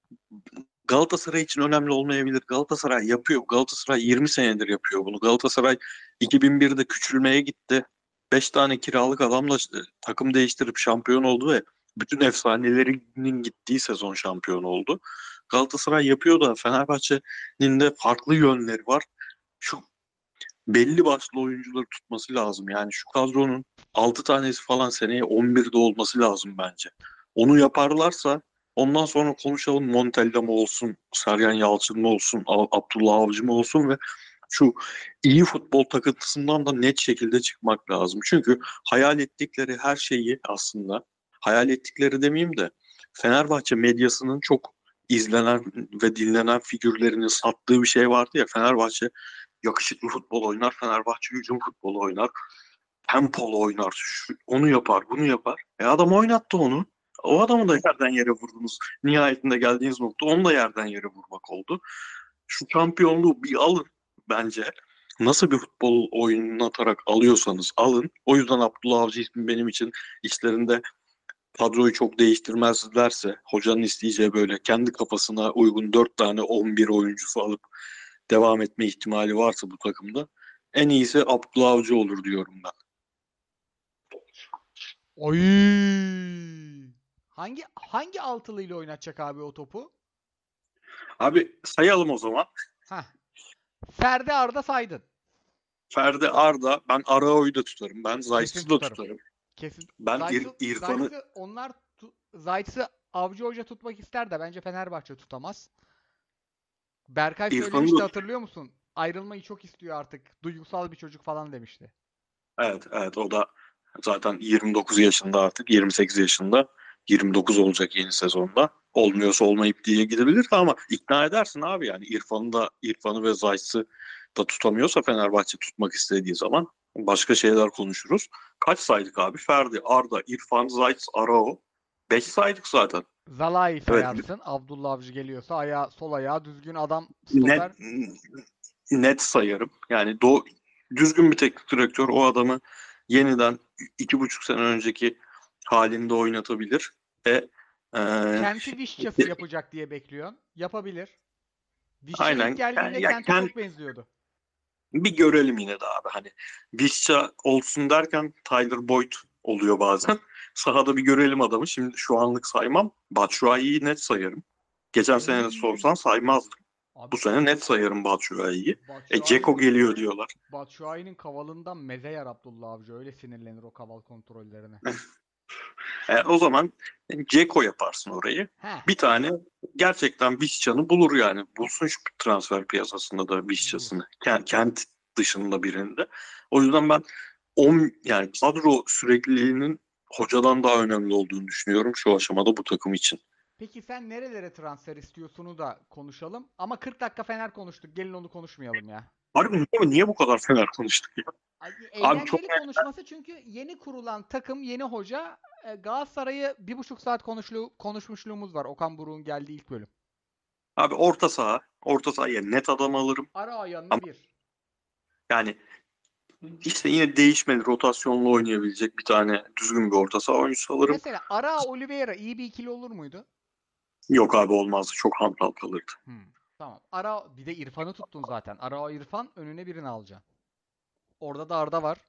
Galatasaray için önemli olmayabilir. Galatasaray yapıyor. Galatasaray yirmi senedir yapıyor bunu. Galatasaray iki bin birde küçülmeye gitti. beş tane kiralık adamla takım değiştirip şampiyon oldu ve bütün efsanelerinin gittiği sezon şampiyon oldu. Galatasaray yapıyor da Fenerbahçe'nin de farklı yönleri var. Şu belli başlı oyuncuları tutması lazım. Yani şu kadronun altı tanesi falan seneye on birde olması lazım bence. Onu yaparlarsa ondan sonra konuşalım, Montella mı olsun, Sergen Yalçın mı olsun, Abdullah Avcı mı olsun ve şu iyi futbol takıntısından da net şekilde çıkmak lazım. Çünkü hayal ettikleri her şeyi aslında, hayal ettikleri demeyeyim de Fenerbahçe medyasının çok izlenen ve dinlenen figürlerini sattığı bir şey vardı ya, Fenerbahçe yakışıklı futbol oynar, Fenerbahçe hücum futbolu oynar. tempolu oynar. Şu, onu yapar, bunu yapar. E adam oynattı onu. O adamı da yerden yere vurdunuz. Nihayetinde geldiğiniz nokta onu da yerden yere vurmak oldu. Şu şampiyonluğu bir alın bence. Nasıl bir futbol oynatarak alıyorsanız alın. O yüzden Abdullah Avcı ismi benim için içlerinde kadroyu çok değiştirmezlerse hocanın isteyeceği böyle kendi kafasına uygun dört tane on bir oyuncusu alıp devam etme ihtimali varsa bu takımda en iyisi Abdullah Avcı olur diyorum ben. Oy! Hangi hangi altılıyla oynatacak abi o topu? Abi sayalım o zaman. Heh. Ferdi Arda saydın. Ferdi Arda, ben Arao'yu da tutarım. Ben Zayt'sı da tutarım. tutarım. Kesin. Ben Zayt'sı- İr- İrfan'ı Zayt'sı onlar tu- Zayt'sı Avcı Hoca tutmak ister de bence Fenerbahçe tutamaz. Berkay İrfan'ı söylemişti, da- hatırlıyor musun? Ayrılmayı çok istiyor artık. Duygusal bir çocuk falan demişti. evet evet o da zaten yirmi dokuz yaşında artık yirmi sekiz yaşında yirmi dokuz olacak yeni sezonda. Olmuyorsa olmayıp diye gidebilir ama ikna edersin abi yani İrfan'ı da İrfan'ı ve Zayt'sı da tutamıyorsa Fenerbahçe tutmak istediği zaman başka şeyler konuşuruz. Kaç saydık abi? Ferdi, Arda, İrfan, Zayt, Arao. beş saydık zaten. Zalai Evet. sayarsın. Abdullah Avcı geliyorsa ayağı, sol ayağı düzgün adam Net, stoper. net sayarım. Yani do, düzgün bir teknik direktör o adamı yeniden iki buçuk sene önceki halinde oynatabilir ve e, Kent'i Vişçası yapacak diye bekliyorsun. Yapabilir. Vişça aynen ilk geldiğinde yani, ya Kent'e Kent- çok benziyordu. bir görelim yine de abi hani Visca olsun derken Tyler Boyd oluyor bazen. Sahada bir görelim adamı. Şimdi şu anlık saymam. Batshuayi'yi net sayarım. Geçen sene de Oy. sorsan saymazdım. Abi, Bu sene net sayarım Batshuayi'yi. E Batshuayi- Dzeko geliyor diyorlar. Batshuayi'nin kavalından meze yer Abdullah Avcı. Öyle sinirlenir o kaval kontrollerine. E, o zaman Dzeko yaparsın orayı. Heh. Bir tane gerçekten Visca'nı bulur yani. Bulsun şu transfer piyasasında da Visca'sını. Kent, kent dışında birinde. O yüzden ben on, yani kadro sürekliliğinin hocadan daha önemli olduğunu düşünüyorum şu aşamada bu takım için. Peki sen nerelere transfer istiyorsunu da konuşalım. Ama kırk dakika Fener konuştuk. Gelin onu konuşmayalım ya. Harbi niye, niye bu kadar Fener konuştuk ya? Ay, Abi çok- Eğlenceli konuşması çünkü yeni kurulan takım, yeni hoca. e, Galatasaray'ı bir buçuk saat konuşlu, konuşmuşluğumuz var. Okan Buruk'un geldiği ilk bölüm. Abi orta saha. Orta sahaya net adam alırım. Ara ayağında Ama- bir. Yani işte yine değişmeli rotasyonlu oynayabilecek bir tane düzgün bir orta saha oyuncusu alırım. Mesela Ara Oliveira iyi bir ikili olur muydu? Yok abi olmazdı. Çok hantal kalırdı. Hmm, tamam. Ara bir de İrfan'ı tuttun zaten. Ara İrfan, önüne birini alacaksın. Orada da Arda var.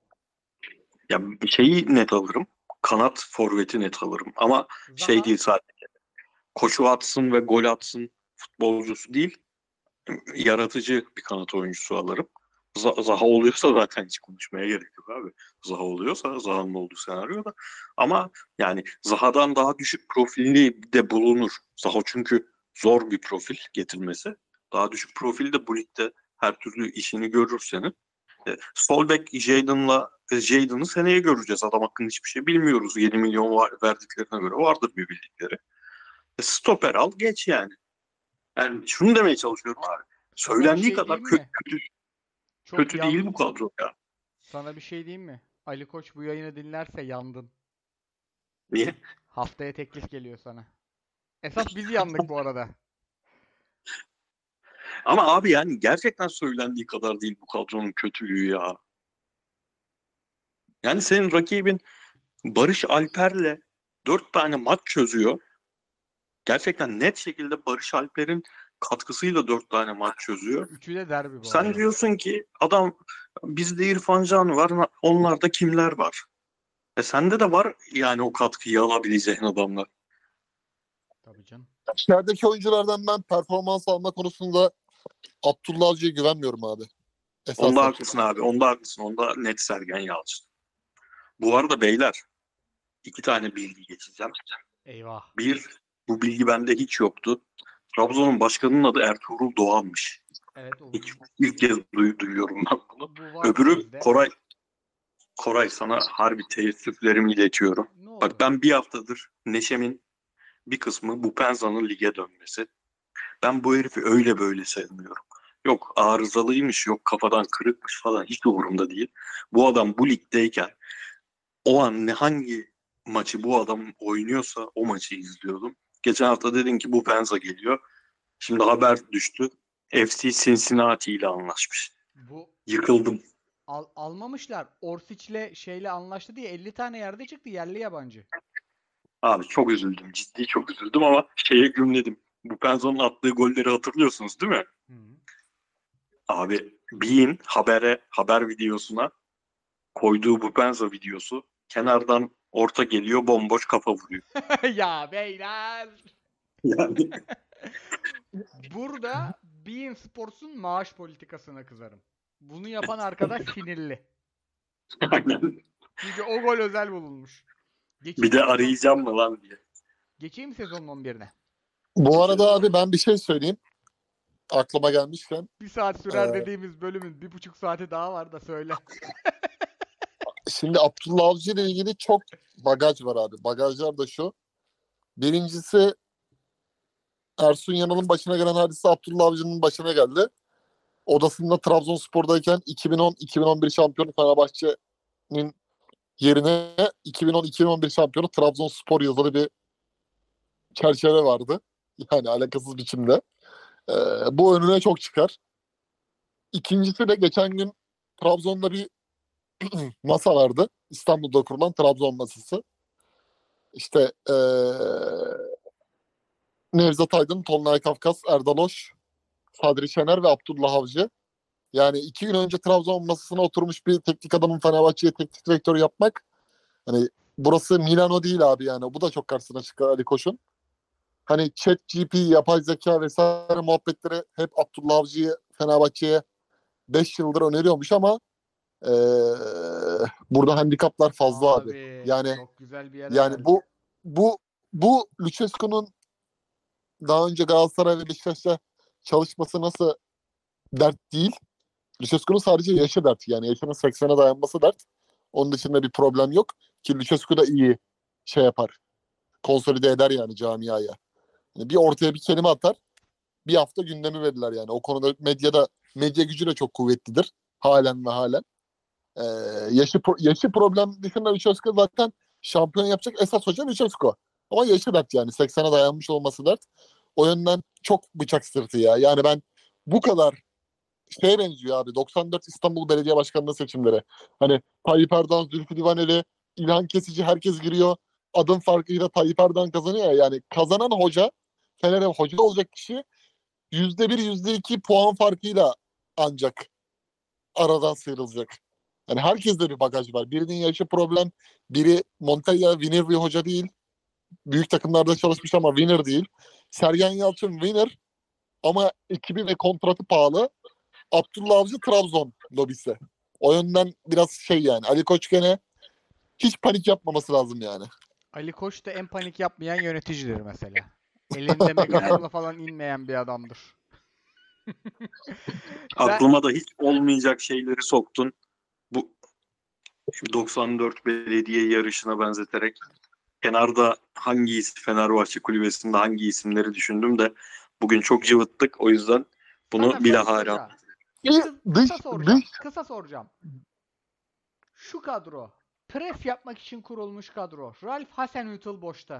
Ya bir şeyi net alırım. Kanat forveti net alırım. Ama Zaha, şey değil sadece. Koşu atsın ve gol atsın futbolcusu değil. Yaratıcı bir kanat oyuncusu alırım. Z- Zaha oluyorsa zaten hiç konuşmaya gerek yok abi. Zaha oluyorsa Zaha'nın olduğu senaryoda. Ama yani Zaha'dan daha düşük profilli de bulunur. Zaha çünkü zor bir profil getirmesi. Daha düşük profil de bu ligde her türlü işini görür senin. E, sol bek Jadon'la e, Jadon'ı seneye göreceğiz. Adam hakkında hiçbir şey bilmiyoruz. yedi milyon var, verdiklerine göre vardır bir bildikleri. E, stoper al geç yani. Yani şunu demeye çalışıyorum abi. Sana bir Söylendiği şey kadar diyeyim kötü, mi? kötü, Çok kötü değil yandın. bu kadro ya. Sana bir şey diyeyim mi? Ali Koç bu yayını dinlerse yandın. Niye? Haftaya teklif geliyor sana. Esas biz yandık bu arada. Ama abi yani gerçekten söylendiği kadar değil bu kadronun kötülüğü ya. Yani senin rakibin Barış Alper'le dört tane maç çözüyor. Gerçekten net şekilde Barış Alper'in katkısıyla dört tane maç çözüyor. Üçü de derbi bu Sen arada. diyorsun ki adam bizde İrfan Can var, onlarda kimler var? E sende de var yani o katkıyı alabileceğin adamlar. Tabii canım. İçerideki oyunculardan ben performans alma konusunda Abdullah Avcı'ya güvenmiyorum abi. Esasen. Onda haklısın abi. Onda haklısın. Onda net Sergen Yalçın. Bu arada beyler iki tane bilgi geçeceğim. Eyvah. Bir, bu bilgi bende hiç yoktu. Trabzon'un başkanının adı Ertuğrul Doğan'mış. Evet, o, İlk, ilk kez duy, duyuyorum ben bunu. bu var Öbürü bizde. Koray. Koray sana harbi teessüflerimi iletiyorum. Ne oldu? Bak ben bir haftadır Neşem'in bir kısmı bu Penza'nın lige dönmesi. Ben bu herifi öyle böyle sevmiyorum. yok arızalıymış, yok kafadan kırıkmış falan hiç umurumda değil. Bu adam bu ligdeyken o an ne hangi maçı bu adam oynuyorsa o maçı izliyordum. Geçen hafta dedin ki bu Penza geliyor. Şimdi haber düştü. F C Cincinnati ile anlaşmış. Bu Yıkıldım. al, almamışlar. Orsic'le şeyle anlaştı diye elli tane yerde çıktı yerli yabancı. Abi çok üzüldüm. Ciddi çok üzüldüm ama şeye gümledim. Bu Penza'nın attığı golleri hatırlıyorsunuz değil mi? Hı. Abi Bein habere, haber videosuna koyduğu bu Penza videosu kenardan orta geliyor bomboş kafa vuruyor. Ya beyler. Yani Burada Bein Sports'un maaş politikasına kızarım. Bunu yapan arkadaş sinirli. aynen. Çünkü o gol özel bulunmuş. Geçeyim Bir de sezon- arayacağım mı lan diye. Geçeyim sezonun on birine. Bu arada abi ben bir şey söyleyeyim. Aklıma gelmişken. Bir saat sürer Ee, dediğimiz bölümün bir buçuk saati daha var da söyle. Şimdi Abdullah Avcı ile ilgili çok bagaj var abi. Bagajlar da şu. Birincisi Ersun Yanal'ın başına gelen hadise Abdullah Avcı'nın başına geldi. Odasında Trabzonspor'dayken iki bin on iki bin on bir şampiyonu Fenerbahçe'nin yerine iki bin on iki bin on bir şampiyonu Trabzonspor yazılı bir çerçeve vardı. Yani alakasız biçimde. Ee, bu önüne çok çıkar. İkincisi de geçen gün Trabzon'da bir masa vardı. İstanbul'da kurulan Trabzon masası. İşte ee, Nevzat Aydın, Tolunay Kafkas, Erdal Hoş, Sadri Şener ve Abdullah Avcı. Yani iki gün önce Trabzon masasına oturmuş bir teknik adamın Fenerbahçe'ye teknik direktör yapmak. Hani burası Milano değil abi yani. Bu da çok karşısına çıkar Ali Koç'un. Hani Chat G P, yapay zeka vesaire muhabbetleri hep Abdullah Avcı'yı Fenerbahçe'ye beş yıldır öneriyormuş ama ee, burada handikaplar fazla abi. Abi, Yani çok güzel bir yere yani geldin. bu bu bu Lucescu'nun daha önce Galatasaray ve Beşiktaş'ta çalışması nasıl dert değil. Lucescu'nun sadece yaşı dert. Yani yaşının seksene dayanması dert. Onun dışında bir problem yok. Ki Lucescu da iyi şey yapar. Konsolide eder yani camiaya. Yani bir ortaya bir kelime atar. Bir hafta gündemi verirler yani. O konuda medyada medya gücü de çok kuvvetlidir. Halen ve halen. Ee, yaşı, yaşı problem dışında Lucescu zaten şampiyon yapacak esas hoca Lucescu. Ama yaşı dert yani. seksene dayanmış olması dert. O yönden çok bıçak sırtı ya. Yani ben bu kadar şeye benziyor abi. doksan dört İstanbul Belediye Başkanlığı seçimleri. Hani Tayyip Erdoğan, Zülfü Livaneli, İlhan Kesici herkes giriyor. Adım farkıyla Tayyip Erdoğan kazanıyor ya. Yani kazanan hoca, Fener'e hoca olacak kişi yüzde bir, yüzde iki puan farkıyla ancak aradan sıyrılacak. Yani herkeste bir bagaj var. Birinin yaşı problem, biri Montella winner bir hoca değil. Büyük takımlarda çalışmış ama winner değil. Sergen Yalçın winner ama ekibi ve kontratı pahalı. Abdullah Avcı Trabzon lobisi. O yönden biraz şey yani. Ali Koç gene hiç panik yapmaması lazım yani. Ali Koç da en panik yapmayan yöneticidir mesela. Elinde megafonla falan inmeyen bir adamdır. Ben Aklıma da hiç olmayacak şeyleri soktun. Bu doksan dört belediye yarışına benzeterek kenarda hangi isim Fenerbahçe kulübesinde hangi isimleri düşündüm de bugün çok cıvıttık. O yüzden bunu sana soru bilahare soracağım. Bir Kısa, dış, kısa soracağım. dış Kısa soracağım. Şu kadro. Pres yapmak için kurulmuş kadro. Ralf Hasenhüttl boşta.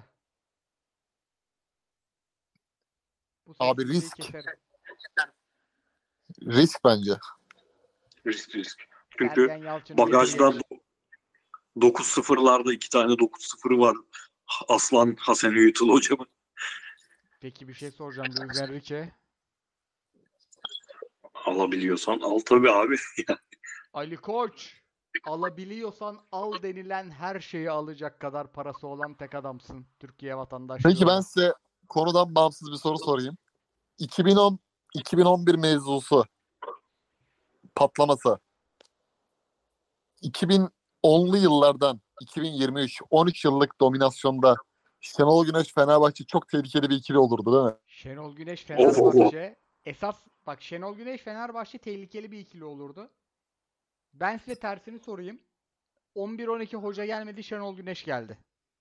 Bu Abi sessizliği risk. keserim. Risk bence. risk risk. Çünkü Sergen Yalçın'ı bagajda getirir. dokuz sıfırlarda iki tane dokuz sıfırı var. Aslan Hasenhüttl hocamın. Peki bir şey soracağım Luis Enrique. Alabiliyorsan al tabii abi. Ali Koç. Alabiliyorsan al denilen her şeyi alacak kadar parası olan tek adamsın Türkiye vatandaşlığı Peki ben olan. size konudan bağımsız bir soru sorayım. iki bin on iki bin on bir mevzusu patlaması. iki bin onlu yıllardan iki bin yirmi üç on üç yıllık dominasyonda Şenol Güneş Fenerbahçe çok tehlikeli bir ikili olurdu değil mi? Şenol Güneş Of, of, of. Fenerbahçe. Esas bak Şenol Güneş Fenerbahçe tehlikeli bir ikili olurdu. Ben size tersini sorayım. on bir on iki hoca gelmedi, Şenol Güneş geldi.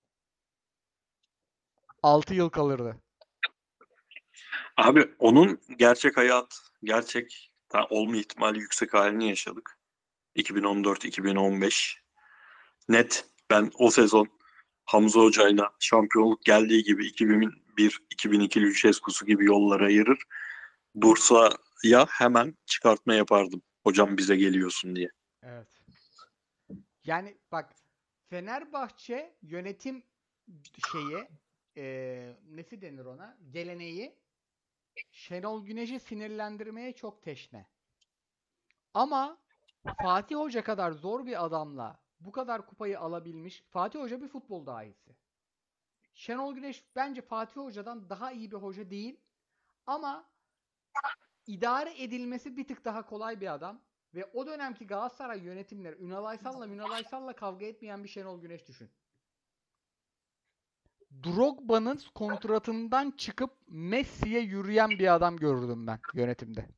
altı yıl kalırdı. Abi onun gerçek hayat, gerçek ta- olma ihtimali yüksek halini yaşadık. iki bin on dört iki bin on beş. Net ben o sezon Hamza Hoca'yla şampiyonluk geldiği gibi iki bin bir iki bin iki Lucescu'su gibi yollara ayırır. Bursa'ya hemen çıkartma yapardım. Hocam bize geliyorsun diye. Evet. Yani bak, Fenerbahçe yönetim şeyi eee nesi denir ona? Geleneği Şenol Güneş'i sinirlendirmeye çok teşne. Ama Fatih Hoca kadar zor bir adamla bu kadar kupayı alabilmiş. Fatih Hoca bir futbol dahisi. Şenol Güneş bence Fatih Hoca'dan daha iyi bir hoca değil. Ama idare edilmesi bir tık daha kolay bir adam. Ve o dönemki Galatasaray yönetimleri Ünal Aysal'la Ünal Aysal'la kavga etmeyen bir Şenol Güneş düşün. Drogba'nın kontratından çıkıp Messi'ye yürüyen bir adam gördüm ben yönetimde.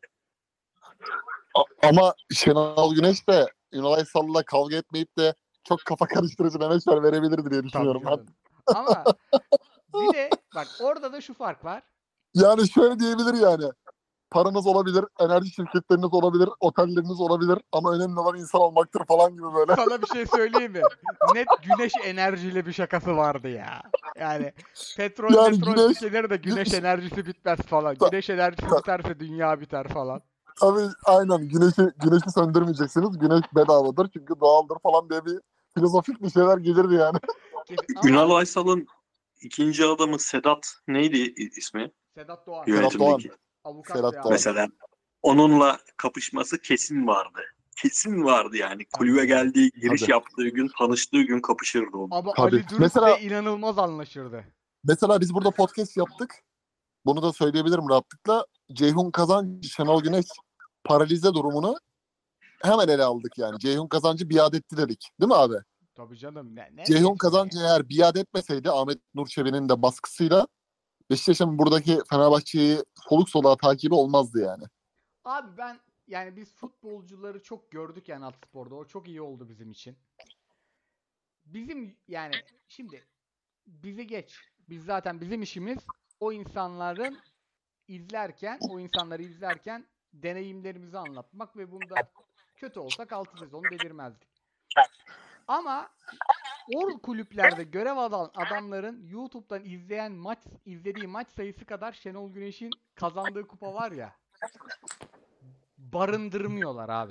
A- ama Şenol Güneş de Ünal Aysal'la kavga etmeyip de çok kafa karıştırıcı demeçler verebilirdi diye düşünüyorum ben. canım. Ama bir de bak, orada da şu fark var. Yani şöyle diyebilir yani. Paranız olabilir, enerji şirketleriniz olabilir, otelleriniz olabilir ama önemli olan insan olmaktır falan gibi böyle. Sana bir şey söyleyeyim mi? Net güneş enerjiyle bir şakası vardı ya. Yani petrol Yani petrol güneş- tükenir de güneş enerjisi bitmez falan. Ta- Güneş enerjisi ta- biterse dünya biter falan. Tabii aynen güneşi güneşi söndürmeyeceksiniz. Güneş bedavadır çünkü doğaldır falan diye bir filozofik bir şeyler gelirdi yani. Kesin. Ama Ünal Aysal'ın ikinci adamı Sedat neydi ismi? Sedat Doğan Yönetimdeki. avukat Sedat bir Doğan. abi. Mesela onunla kapışması kesin vardı. Kesin vardı yani. Kulübe Tabii. geldiği, giriş Tabii. yaptığı gün, tanıştığı gün kapışırdı onu. Ama Tabii. Ali Dürüst Mesela- de inanılmaz anlaşırdı. Mesela biz burada podcast yaptık. Bunu da söyleyebilirim rahatlıkla. Ceyhun Kazancı, Şenol Güneş paralize durumunu hemen ele aldık yani. Ceyhun Kazancı biat etti dedik. Değil mi abi? Tabii canım. Ne, ne Ceyhun diyeyim Kazancı ya? eğer biat etmeseydi Ahmet Nur Çebi'nin de baskısıyla Beşiktaş'ın buradaki Fenerbahçe'yi soluk soluğa takibi olmazdı yani. Abi ben yani biz futbolcuları çok gördük yani Atspor'da. O çok iyi oldu bizim için. Bizim yani şimdi bizi geç. Biz zaten bizim işimiz o insanların izlerken, o insanları izlerken deneyimlerimizi anlatmak ve bunda kötü olsak altı sezon dedirmezdik. Ama o kulüplerde görev alan adamların YouTube'dan izleyen maç izlediği maç sayısı kadar Şenol Güneş'in kazandığı kupa var ya, barındırmıyorlar abi.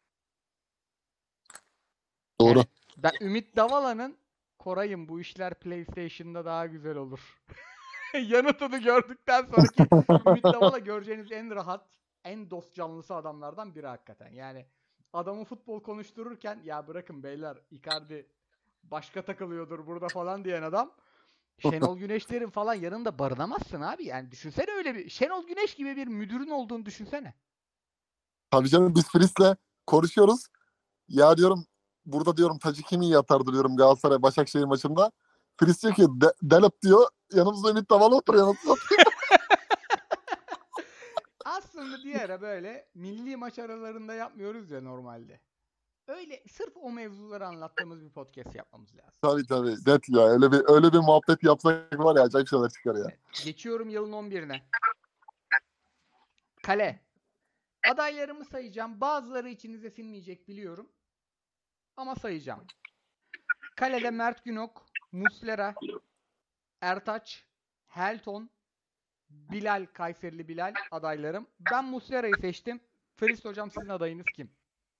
Doğru. Yani ben Ümit Davala'nın Koray'ım bu işler PlayStation'da daha güzel olur. Yanıtını gördükten sonraki Ümit Davala göreceğiniz en rahat, en dost canlısı adamlardan biri hakikaten. Yani adamı futbol konuştururken ya bırakın beyler Icardi başka takılıyordur burada falan diyen adam Şenol Güneşlerin falan yanında barınamazsın abi. Yani düşünsene öyle bir Şenol Güneş gibi bir müdürün olduğunu düşünsene. Tabii canım biz Fritz'le konuşuyoruz. Ya diyorum burada diyorum Taci kim iyi atardı diyorum Galatasaray Başakşehir maçında. Fritz diyor ki "De- Delap diyor. Yanımızda Ümit Davala oturuyor. Nasıl oturuyor?" Aslında bir ara böyle milli maç aralarında yapmıyoruz ya normalde. Öyle sırf o mevzuları anlattığımız bir podcast yapmamız lazım. Tabii tabii. Net ya. Öyle bir öyle bir muhabbet yapsak var ya acayip şeyler çıkar ya. Evet. Geçiyorum yılın on birine. Kale. Adaylarımı sayacağım. Bazıları içinize sinmeyecek biliyorum. Ama sayacağım. Kalede Mert Günok, Muslera, Ertaç, Helton, Bilal, Kayserili Bilal adaylarım. Ben Muslera'yı seçtim. Feris hocam sizin adayınız kim?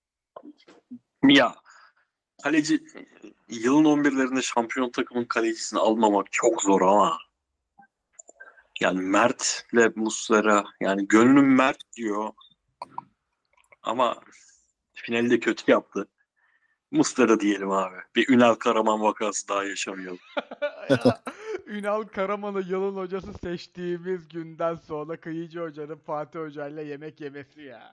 Ya kaleci yılın on birlerinde şampiyon takımın kalecisini almamak çok zor ama yani Mert'le Muslera yani gönlüm Mert diyor ama finali de kötü yaptı. Muslera diyelim abi. Bir Ünal Karaman vakası daha yaşamayalım. Ya, Ünal Karaman'ı yılın hocası seçtiğimiz günden sonra Kıyıcı Hoca'nın Fatih Hoca'yla yemek yemesi ya.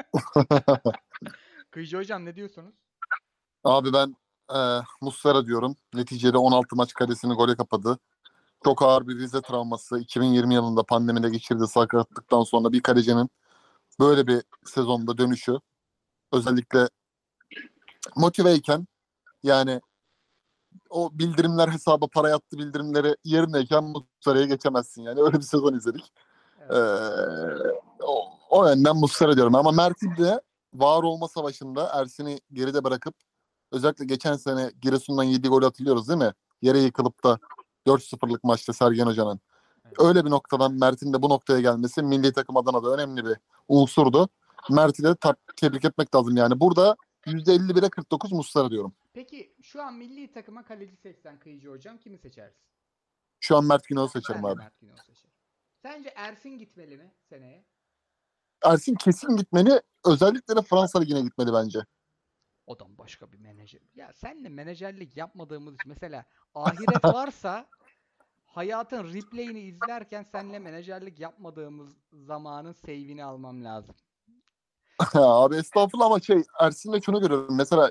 Kıyıcı Hocam ne diyorsunuz? Abi ben e, Muslera diyorum. Neticede on altı maç kalesini gole kapadı. Çok ağır bir Rize travması. iki bin yirmi yılında pandemide geçirdiği sakatlıktan sonra bir kalecinin böyle bir sezonda dönüşü. Özellikle motiveyken yani o bildirimler hesaba para yattı bildirimleri yerindeyken Muslera'ya geçemezsin yani. Öyle bir sezon izledik. Evet. Ee, o, O yönden Muslera diyorum. Ama Mert'in de var olma savaşında Ersin'i geride bırakıp özellikle geçen sene Giresun'dan yediği gol hatırlıyoruz değil mi? Yere yıkılıp da dört sıfırlık maçta Sergen Hoca'nın. Evet. Öyle bir noktadan Mert'in de bu noktaya gelmesi milli takım adına da önemli bir unsurdu. Mert'i de tab- tebrik etmek lazım yani. Burada yüzde elli bire kırk dokuz Muslera diyorum. Peki şu an milli takıma kaleci seçsen Kıyıcı hocam kimi seçersin? Şu an Mert Günok'u seçerim Ben de abi. Mert Günok'u seçerim. Sence Ersin gitmeli mi seneye? Ersin kesin gitmeli. Özellikle de Fransa Ligi'ne gitmeli bence. Odan başka bir menajer. Ya senle menajerlik yapmadığımız için mesela ahiret varsa hayatın replay'ini izlerken senle menajerlik yapmadığımız zamanın save'ini almam lazım. Abi estağfurullah ama şey Ersin'le şunu görüyorum. Mesela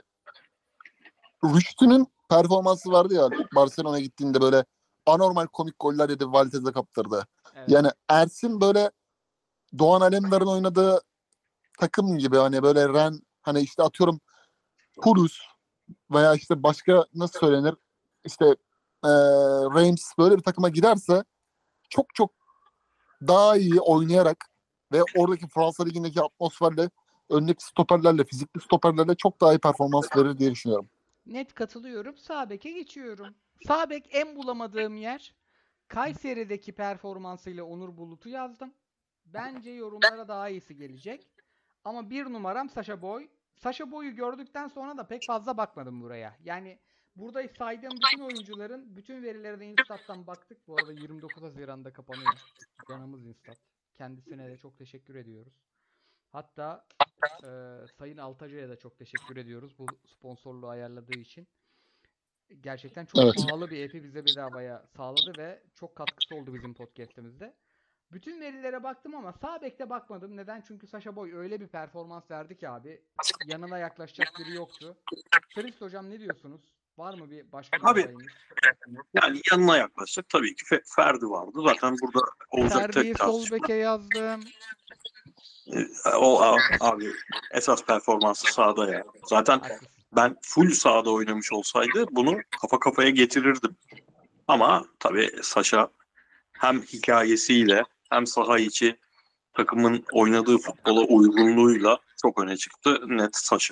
Rüştü'nün performansı vardı ya Barcelona'ya gittiğinde böyle anormal komik goller yedi Valtez'e kaptırdı. Evet. Yani Ersin böyle Doğan Alemdar'ın oynadığı takım gibi hani böyle Ren hani işte atıyorum Purus veya işte başka nasıl söylenir işte e, Reims böyle bir takıma giderse çok çok daha iyi oynayarak ve oradaki Fransa Ligi'ndeki atmosferle öndeki stoperlerle, fizikli stoperlerle çok daha iyi performans verir diye düşünüyorum. Net katılıyorum. Sağ beke geçiyorum. Sağ bek en bulamadığım yer. Kayseri'deki performansıyla Onur Bulut'u yazdım. Bence yorumlara daha iyisi gelecek. Ama bir numaram Sasha Boy. Sasha Boy'u gördükten sonra da pek fazla bakmadım buraya. Yani burada saydığım bütün oyuncuların bütün verilerine Instat'tan baktık. Bu arada yirmi dokuz Haziran'da kapanıyor. Canımız Instat. Kendisine de çok teşekkür ediyoruz. Hatta e, Sayın Altacı'ya da çok teşekkür ediyoruz bu sponsorluğu ayarladığı için. Gerçekten çok Evet. pahalı bir app'i bize bedavaya sağladı ve çok katkısı oldu bizim podcast'imizde. Bütün verilere baktım ama sağ bekte bakmadım. Neden? Çünkü Sasha Boy öyle bir performans verdi ki abi. Yanına yaklaşacak biri yoktu. Fritz hocam ne diyorsunuz? Var mı bir başka bir Abi adayınız? yani yanına yaklaşacak tabii ki Fe- Ferdi vardı. Zaten burada olacak Ferdi'yi tek sol tartışma. beke yazdım. Ee, O a- abi esas performansı sahada ya. Zaten Haklısın. ben full sahada oynamış olsaydı bunu kafa kafaya getirirdim. Ama tabii Saşa hem hikayesiyle hem saha içi takımın oynadığı futbola uygunluğuyla çok öne çıktı. Net Saşa.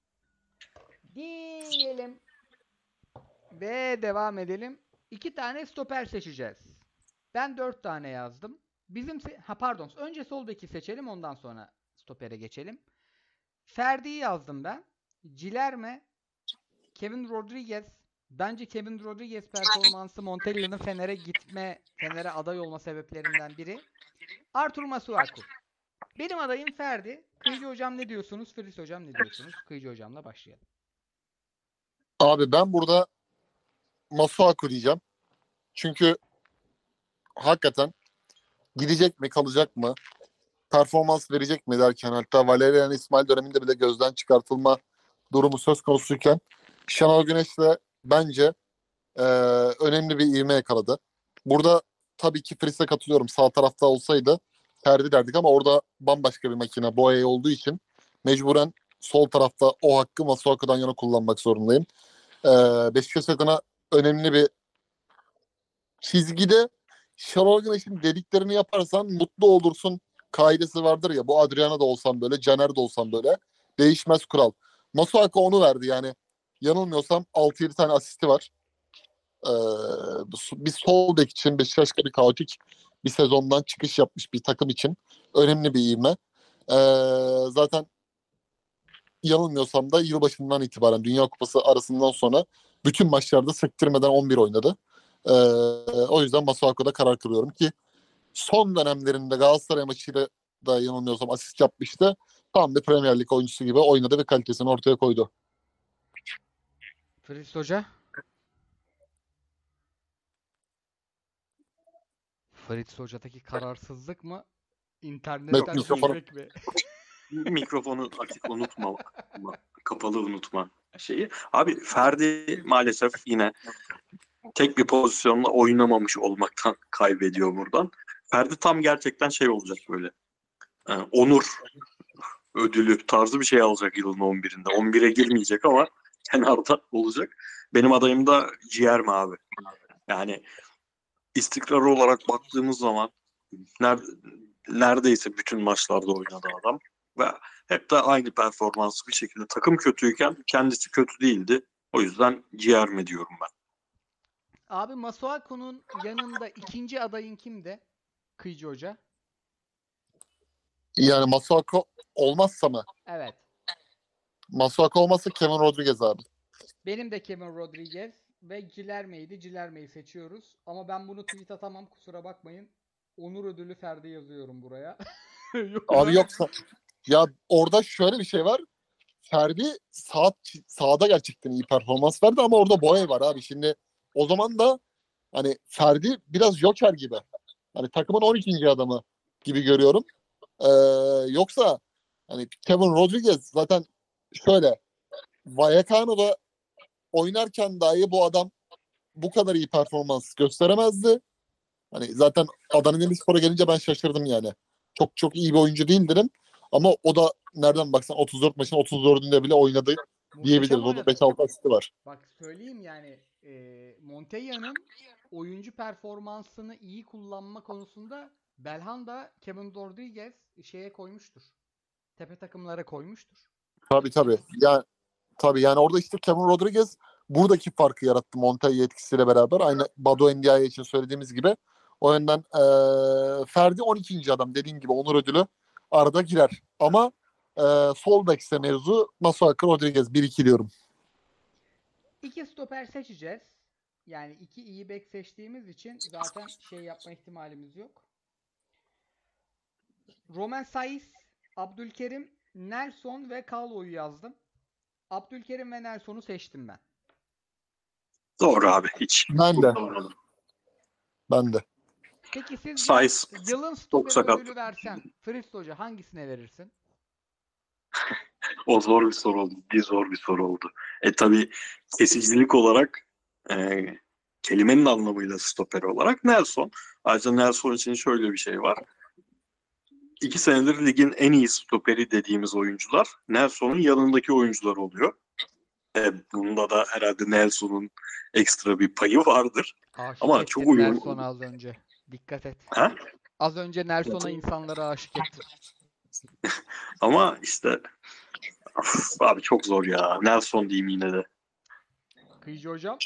Diyelim. Ve devam edelim. İki tane stoper seçeceğiz. Ben dört tane yazdım. Bizim se- ha pardon. Önce sol beki seçelim ondan sonra stopere geçelim. Ferdi'yi yazdım ben. Cilerme, Kevin Rodriguez. Bence Kevin Rodriguez performansı Montella'nın Fener'e gitme, Fener'e aday olma sebeplerinden biri. Artur Masuaku. Benim adayım Ferdi. Kıyıcı hocam ne diyorsunuz? Filiz hocam ne diyorsunuz? Kıyıcı hocamla başlayalım. Abi ben burada Masuaku diyeceğim. Çünkü hakikaten gidecek mi kalacak mı? Performans verecek mi derken hatta Valerian İsmail döneminde bile gözden çıkartılma durumu söz konusuyken Şenol Güneş de bence e, önemli bir ivme yakaladı. Burada tabii ki Fritz'e katılıyorum. Sağ tarafta olsaydı Ferdi derdik ama orada bambaşka bir makine Boye olduğu için mecburen sol tarafta o hakkı Masuaku'dan yana kullanmak zorundayım. E, Beşiktaş adına önemli bir çizgide Şenol Güneş'in dediklerini yaparsan mutlu olursun kaidesi vardır ya. Bu Adriana da olsam böyle, Caner de olsam böyle. Değişmez kural. Masuaku onu verdi yani. Yanılmıyorsam altı yedi tane asisti var. Ee, bir sol bek için Beşiktaş gibi kaotik bir sezondan çıkış yapmış bir takım için önemli bir ivme. Ee, zaten yanılmıyorsam da yılbaşından itibaren Dünya Kupası arasından sonra bütün maçlarda sektirmeden on bir oynadı. Ee, o yüzden Masuaku'da karar kılıyorum ki son dönemlerinde Galatasaray maçıyla da yanılmıyorsam asist yapmıştı. Tam bir Premier Lig oyuncusu gibi oynadı ve kalitesini ortaya koydu. Filiz hoca. Fritz Hoca'daki kararsızlık mı? İnternetten Mikrofonu- feedback mi? Mikrofonu açık unutma. Kapalı unutma şeyi. Abi Ferdi maalesef yine tek bir pozisyonla oynamamış olmaktan kaybediyor buradan. Ferdi tam gerçekten şey olacak böyle. Ee, onur ödülü tarzı bir şey alacak yılın on birinde. on bire girmeyecek ama kenarda olacak. Benim adayım da Ciğerme abi. Yani istikrarı olarak baktığımız zaman nerede, neredeyse bütün maçlarda oynadı adam. Ve hep de aynı performansı bir şekilde. Takım kötüyken kendisi kötü değildi. O yüzden ciğerme diyorum ben. Abi Masuaku'nun yanında ikinci adayın kimdi? Kıyıcı Hoca. Yani Masuaku olmazsa mı? Evet. Masuaku olmazsa Kevin Rodriguez abi. Benim de Kevin Rodriguez ve Cilerme'ydi. Cilerme'yi seçiyoruz. Ama ben bunu tweet atamam, kusura bakmayın. Onur ödülü Ferdi yazıyorum buraya. Yoksa... Abi yoksa ya orada şöyle bir şey var. Ferdi sağ, sağda gerçekten iyi performans verdi ama orada Boye var abi. Şimdi o zaman da hani Ferdi biraz Joker gibi. Hani takımın on ikinci adamı gibi görüyorum. Ee, yoksa hani Kevin Rodriguez zaten şöyle Vallecano'da oynarken dahi bu adam bu kadar iyi performans gösteremezdi. Hani zaten Adana Demirspor'a gelince ben şaşırdım yani. Çok çok iyi bir oyuncu değildirim. Ama o da nereden baksan otuz dört maçın otuz dördünde bile oynadı diyebiliriz. O da beş altı asisti var. Bak söyleyeyim yani e, Montella'nın oyuncu performansını iyi kullanma konusunda Belhanda Kevin Rodriguez şeye koymuştur. Tepe takımlara koymuştur. Tabii tabii. Yani tabii yani orada işte Kevin Rodriguez buradaki farkı yarattı Montella etkisiyle beraber. Aynı Badu Ndiaye için söylediğimiz gibi. O yönden ee, Ferdi on ikinci adam dediğin gibi onur ödülü arada girer. Ama ee, sol bekse mevzu Masuaku Rodriguez bir iki diyorum. İki stoper seçeceğiz. Yani iki iyi bek seçtiğimiz için zaten şey yapma ihtimalimiz yok. Romain Saiz, Abdülkerim, Nelson ve Calvo'yu yazdım. Abdülkerim ve Nelson'u seçtim ben. Doğru abi hiç. Ben de. Doğru. Ben de. Peki siz Saiz yılın çok stoper sakat. ödülü versen Fritz Hoca hangisine verirsin? O zor bir soru oldu. Bir zor bir soru oldu. E tabii kesicilik olarak e, kelimenin anlamıyla stoper olarak Nelson. Ayrıca Nelson için şöyle bir şey var. İki senedir ligin en iyi stoperi dediğimiz oyuncular Nelson'un yanındaki oyuncular oluyor. E, bunda da herhalde Nelson'un ekstra bir payı vardır. Aşık Ama ettin çok uyumlu. Nelson'a az önce. Dikkat et. Ha? Az önce Nelson'a insanları aşık ettin. Ama işte of, abi çok zor ya. Nelson diyeyim yine de. Kıyıcı Hocam?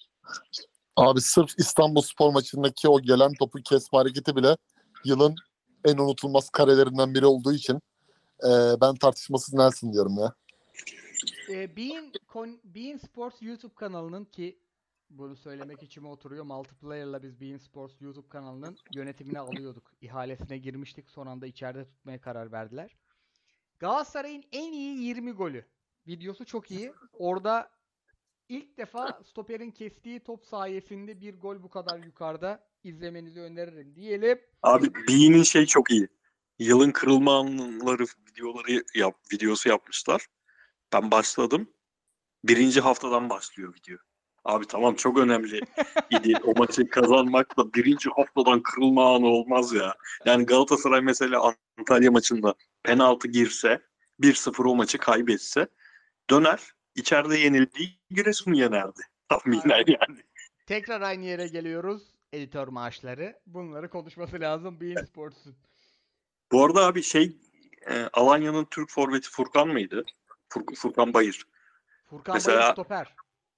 Abi sırf İstanbulspor maçındaki o gelen topu kesme hareketi bile yılın en unutulmaz karelerinden biri olduğu için e, ben tartışmasız Nelson diyorum ya. E, Bein, Con, Bein Sports YouTube kanalının ki bunu söylemek içime oturuyor. Multiplayer'la biz Bein Sports YouTube kanalının yönetimine alıyorduk. İhalesine girmiştik. Son anda içeride tutmaya karar verdiler. Galatasaray'ın en iyi yirmi golü. Videosu çok iyi. Orada ilk defa stoperin kestiği top sayesinde bir gol bu kadar yukarıda izlemenizi öneririm diyelim. Abi Bean'in şey çok iyi. Yılın kırılma anları videoları yap, videosu yapmışlar. Ben başladım. Birinci haftadan başlıyor video. Abi tamam çok önemli idi. O maçı kazanmak da birinci haftadan kırılma anı olmaz ya. Yani Galatasaray mesela Antalya maçında penaltı girse bir sıfır o maçı kaybetse döner içeride yenildiği Giresun'u yenerdi. Tahminen yani. Tekrar aynı yere geliyoruz. Editör maaşları. Bunları konuşması lazım Bein Sports'un. Bu arada abi şey e, Alanya'nın Türk forveti Furkan mıydı? Fur- Furkan Bayır. Furkan Mesela- Bayır stoper.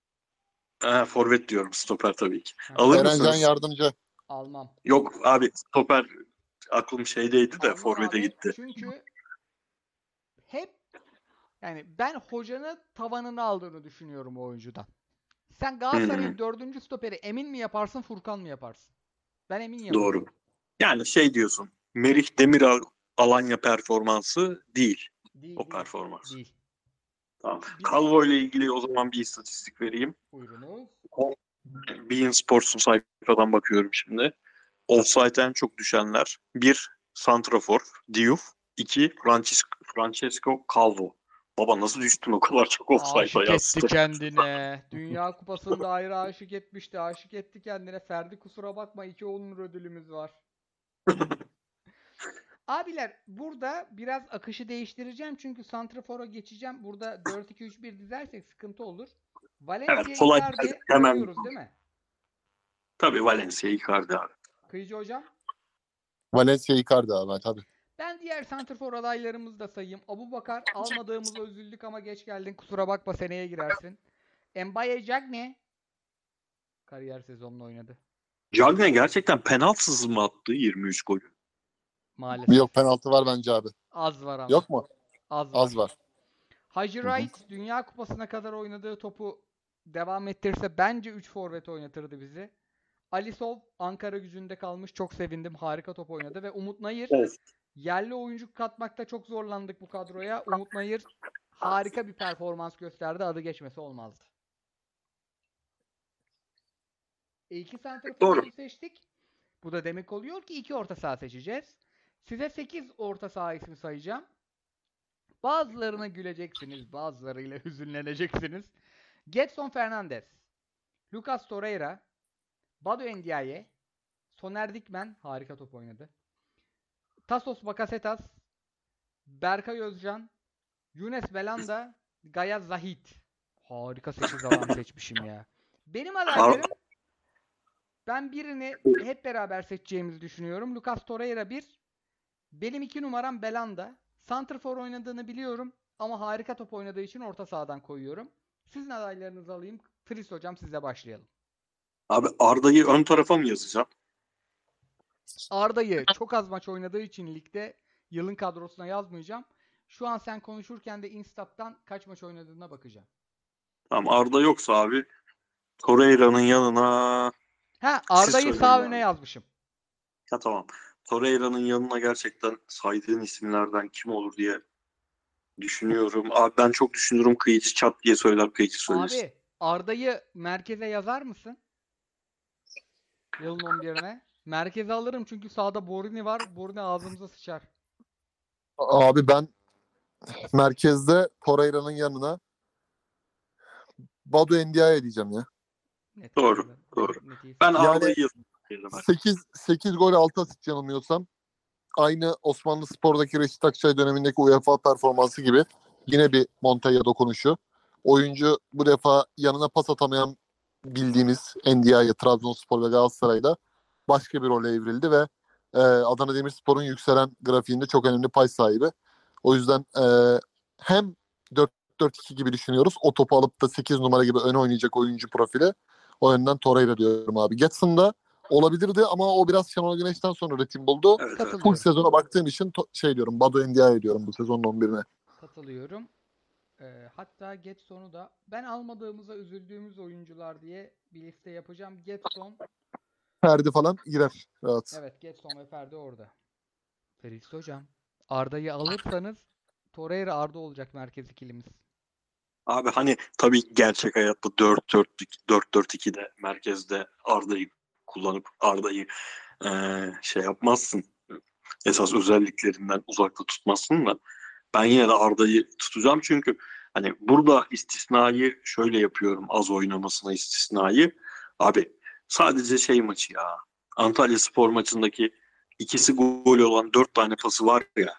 E, forvet diyorum stoper tabii ki. Alır Erencan mısınız? yardımcı. Almam. Yok abi stoper aklım şeydeydi de Almam forvete abi. gitti. Çünkü hep yani ben hocanın tavanını aldığını düşünüyorum o oyuncudan. Sen Galatasaray'ın Hmm. dördüncü stoperi Emin mi yaparsın, Furkan mı yaparsın? Ben Emin yaparım. Doğru. Yani şey diyorsun. Merih Demiral Alanya performansı değil. Değil, O değil, performans. değil. Tamam. Bir de- Calvo ile ilgili o zaman bir istatistik vereyim. Buyurunuz. Bein Sports'un sayfadan bakıyorum şimdi. Offside'den en çok düşenler. Bir Santrafor, Diouf. İki Francisco, Francesco Calvo. Baba nasıl düştün o kadar çok offside'a Aşık yazdı. etti kendine. Dünya Kupası'nda ayrı aşık etmişti. Aşık etti kendine. Ferdi kusura bakma, iki onur ödülümüz var. Abiler burada biraz akışı değiştireceğim. Çünkü Santrafor'a geçeceğim. Burada dört iki üç bir dizersek sıkıntı olur. Valencia, Evet, kolay. Icardi Hemen. koyuyoruz değil mi? Tabii Valencia, Icardi abi. Kıyıcı Hocam. Valencia Icardi abi tabii. Ben diğer santrfor adaylarımızı da sayayım. Abubakar almadığımıza üzüldük ama geç geldin. Kusura bakma seneye girersin. Mbaye Diagne kariyer sezonunu oynadı. Cagne gerçekten penaltısız mı attı yirmi üç golü? Maalesef. Yok penaltı var bence abi. Az var ama. Yok mu? Az var. Az var. Hacı Hı hı. Wright Dünya Kupası'na kadar oynadığı topu devam ettirirse bence üç forvet oynatırdı bizi. Alisov Ankara Gücü'nde kalmış. Çok sevindim. Harika top oynadı ve Umut Nayır Evet. yerli oyuncu katmakta çok zorlandık bu kadroya. Umut Nayır harika bir performans gösterdi. Adı geçmesi olmazdı. E iki Doğru. santraforumuzu seçtik. Bu da demek oluyor ki iki orta saha seçeceğiz. Size sekiz orta saha ismi sayacağım. Bazılarına güleceksiniz, bazılarıyla hüzünleneceksiniz. Gedson Fernandes, Lucas Torreira, Badu Ndiaye, Soner Dikmen harika top oynadı. Tasos Bakasetas, Berkay Özcan, Younes Belanda, Gayaz Zahit. Harika sekiz adam seçmişim ya. Benim adaylarım, ben birini hep beraber seçeceğimizi düşünüyorum. Lucas Torreira bir. Benim iki numaram Belanda. Santrfor oynadığını biliyorum ama harika top oynadığı için orta sahadan koyuyorum. Sizin adaylarınızı alayım. Fris hocam sizle başlayalım. Abi Arda'yı ön tarafa mı yazacağım? Arda'yı çok az maç oynadığı için ligde yılın kadrosuna yazmayacağım. Şu an sen konuşurken de Instap'tan kaç maç oynadığına bakacağım. Tamam, Arda yoksa abi Torreira'nın yanına Ha, siz Arda'yı söyleyin sağ abi. öne yazmışım. Ya tamam. Torreira'nın yanına gerçekten saydığın isimlerden kim olur diye düşünüyorum. Abi ben çok düşünürüm, Kıyıcı çat diye söyler, Kıyıcı söylesin. Abi Arda'yı merkeze yazar mısın? Yılın on birine. Merkeze alırım çünkü sağda Borini var. Borini ağzımıza sıçar. Abi ben merkezde Torreira'nın yanına Badu Ndiaye diyeceğim ya. Net Doğru, net- doğru. net iyi. Ben Yani- Arda'yı yazayım. sekiz sekiz gol altı asist yanılmıyorsam aynı Osmanlı Spor'daki Reşit Akçay dönemindeki U E F A performansı gibi yine bir Montella dokunuşu. Oyuncu bu defa yanına pas atamayan bildiğimiz Ndiaye, Trabzonspor ve Galatasaray'da başka bir role evrildi ve e, Adana Demirspor'un yükselen grafiğinde çok önemli pay sahibi. O yüzden e, hem dört dört iki gibi düşünüyoruz. O topu alıp da sekiz numara gibi öne oynayacak oyuncu profili. O yönden Torreira diyorum abi. Getson da olabilirdi ama o biraz Şenol Güneş'ten sonra ritim buldu. Evet, evet. Full Katılıyorum. sezona baktığım için to- şey diyorum, Badu Ndiaye diyorum bu sezonun on birine. Katılıyorum. Ee, hatta Getson'u da ben almadığımıza üzüldüğümüz oyuncular diye bir liste yapacağım. Getson, Ferdi falan girer rahat. evet Getson ve Ferdi orada. Ferit hocam, Arda'yı alırsanız Torreira Arda olacak merkez ikilimiz. Abi hani tabii gerçek hayatta dört dört dört ikide merkezde Arda'yı kullanıp Arda'yı eee, şey yapmazsın. Esas özelliklerinden uzakta tutmazsın da ben yine de Arda'yı tutacağım çünkü hani burada istisnayı şöyle yapıyorum, az oynamasına istisnayı. Abi sadece şey maçı ya, Antalyaspor maçındaki ikisi gol olan dört tane pası var ya,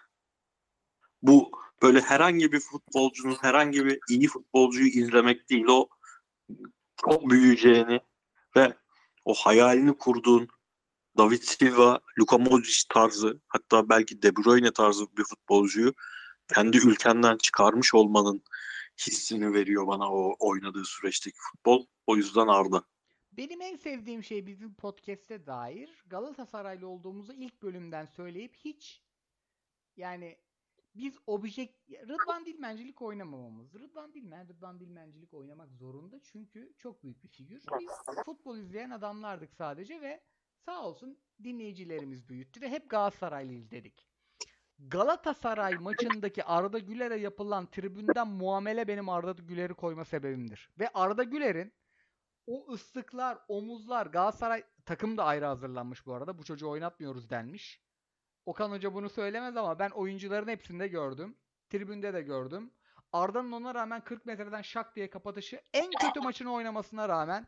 bu böyle herhangi bir futbolcunun herhangi bir iyi futbolcuyu izlemek değil, o çok büyüyeceğini ve o hayalini kurduğun David Silva, Luka Modric tarzı, hatta belki De Bruyne tarzı bir futbolcuyu kendi ülkenden çıkarmış olmanın hissini veriyor bana o oynadığı süreçteki futbol. O yüzden Arda. Benim en sevdiğim şey bizim podcast'e dair Galatasaraylı olduğumuzu ilk bölümden söyleyip hiç yani biz objek Rıdvan Dilmencilik oynamamamız. Rıdvan Dilmen, Rıdvan Dilmencilik oynamak zorunda çünkü çok büyük bir figür. Biz futbol izleyen adamlardık sadece ve sağ olsun dinleyicilerimiz büyüttü ve hep Galatasaraylıyız dedik. Galatasaray maçındaki Arda Güler'e yapılan tribünden muamele benim Arda Güler'i koyma sebebimdir. Ve Arda Güler'in o ıslıklar, omuzlar, Galatasaray takım da ayrı hazırlanmış bu arada. Bu çocuğu oynatmıyoruz denmiş. Okan Hoca bunu söylemez ama ben oyuncuların hepsinde gördüm. Tribünde de gördüm. Arda'nın ona rağmen kırk metreden şak diye kapatışı, en kötü maçını oynamasına rağmen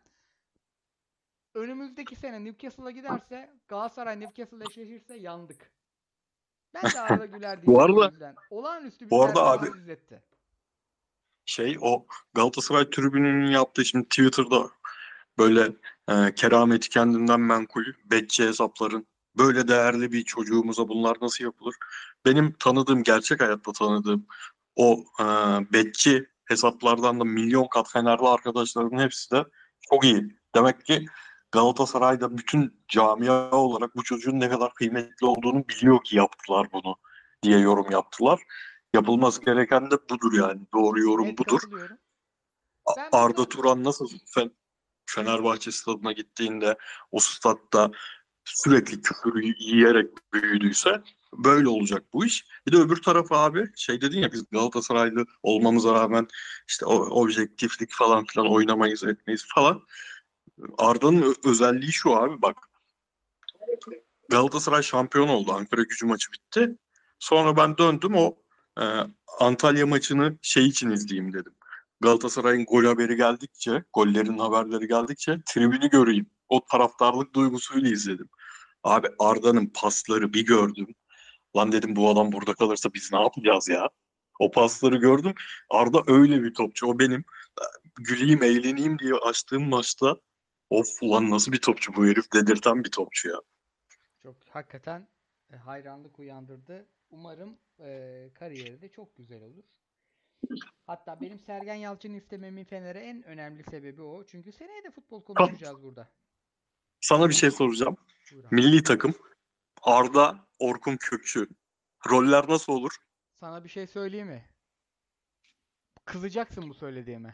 önümüzdeki sene Newcastle'a giderse, Galatasaray Newcastle'la eşleşirse yandık. Ben de Arda Güler Bu diyeceğim o arada- yüzden. Olağanüstü bir bu arada performans abi- izletti. Şey, o Galatasaray tribününün yaptığı, şimdi Twitter'da böyle e, kerameti kendinden menkul betçi hesapların böyle değerli bir çocuğumuza bunlar nasıl yapılır? Benim tanıdığım, gerçek hayatta tanıdığım o e, betçi hesaplardan da milyon kat Fenerli arkadaşlarımın hepsi de çok iyi. Demek ki Galatasaray'da bütün camia olarak bu çocuğun ne kadar kıymetli olduğunu biliyor ki yaptılar bunu diye yorum yaptılar. Yapılması gereken de budur yani. Doğru yorum Net budur. katılıyorum. Ben A- Arda burada Turan nasıl Fen- Fenerbahçe stadına gittiğinde o statta sürekli küfür yiyerek büyüdüyse böyle olacak bu iş. Bir de öbür tarafı abi şey dedin ya, biz Galatasaraylı olmamıza rağmen işte o objektiflik falan filan oynamayız etmeyiz falan. Arda'nın ö- özelliği şu abi, bak, Galatasaray şampiyon oldu. Ankara Gücü maçı bitti. Sonra ben döndüm, o e, Antalya maçını şey için izleyeyim dedim. Galatasaray'ın gol haberi geldikçe, gollerin haberleri geldikçe tribünü göreyim. O taraftarlık duygusuyla izledim. Abi Arda'nın pasları bir gördüm. Lan dedim, bu adam burada kalırsa biz ne yapacağız ya? O pasları gördüm. Arda öyle bir topçu. O benim güleyim, eğleneyim diye açtığım maçta of ulan nasıl bir topçu bu herif dedirten bir topçu ya. çok hakikaten e, hayranlık uyandırdı. Umarım e, kariyeri de çok güzel olur. Hatta benim Sergen Yalçın'ı istememin Fener'e en önemli sebebi o. Çünkü seneye de futbol konuşacağız burada. Sana bir şey soracağım. Buyur abi. Milli takım Arda, Orkun Kökçü. Roller nasıl olur? Sana bir şey söyleyeyim mi? Kızacaksın bu söylediğime.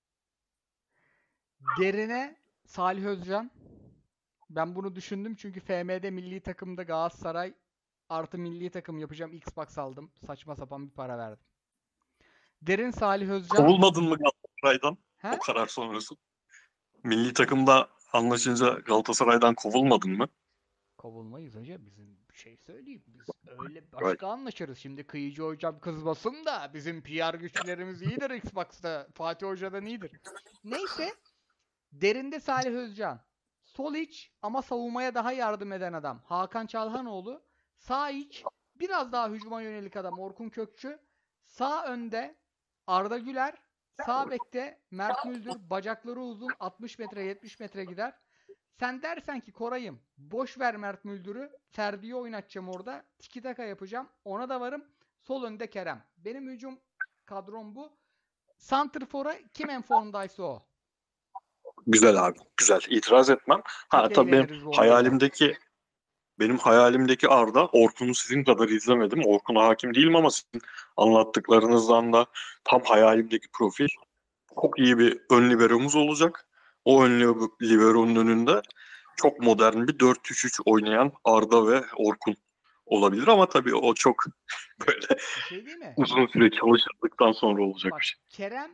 Derine Salih Özcan. Ben bunu düşündüm çünkü F M'de milli takımda Galatasaray artı milli takım yapacağım. Xbox aldım. Saçma sapan bir para verdim. Derin Salih Özcan. Kovulmadın mı Galatasaray'dan He? o karar sonrası? Milli takımda anlaşınca Galatasaray'dan kovulmadın mı? Kovulmayız hoca. Bizim bir şey söyleyeyim. Biz öyle Evet. başka anlaşırız. Şimdi Kıyıcı hocam kızmasın da bizim P R güçlerimiz iyidir Xbox'ta. Fatih Hoca'dan iyidir. Neyse. Derinde Salih Özcan. Sol iç ama savunmaya daha yardım eden adam. Hakan Çalhanoğlu. Sağ iç biraz daha hücuma yönelik adam. Orkun Kökçü. Sağ önde Arda Güler. Sağ bekte Mert Müldür. Bacakları uzun altmış metre yetmiş metre gider. Sen dersen ki Koray'ım boş ver Mert Müldür'ü. Ferdi'yi oynatacağım orada. Tiki taka yapacağım. Ona da varım. Sol önde Kerem. Benim hücum kadrom bu. Santrfor'a kim en formdaysa o. Güzel abi. Güzel. İtiraz etmem. Ha Çok tabii benim eğleniriz bu oyunda. hayalimdeki benim hayalimdeki Arda, Orkun'u sizin kadar izlemedim. Orkun'a hakim değilim ama sizin anlattıklarınızdan da tam hayalimdeki profil. Çok iyi bir ön liberomuz olacak. O ön liberonun önünde çok modern bir dört üç üç oynayan Arda ve Orkun olabilir ama tabii o çok böyle Bir şey değil mi? uzun süre çalışıldıktan sonra olacak Bak bir şey. Kerem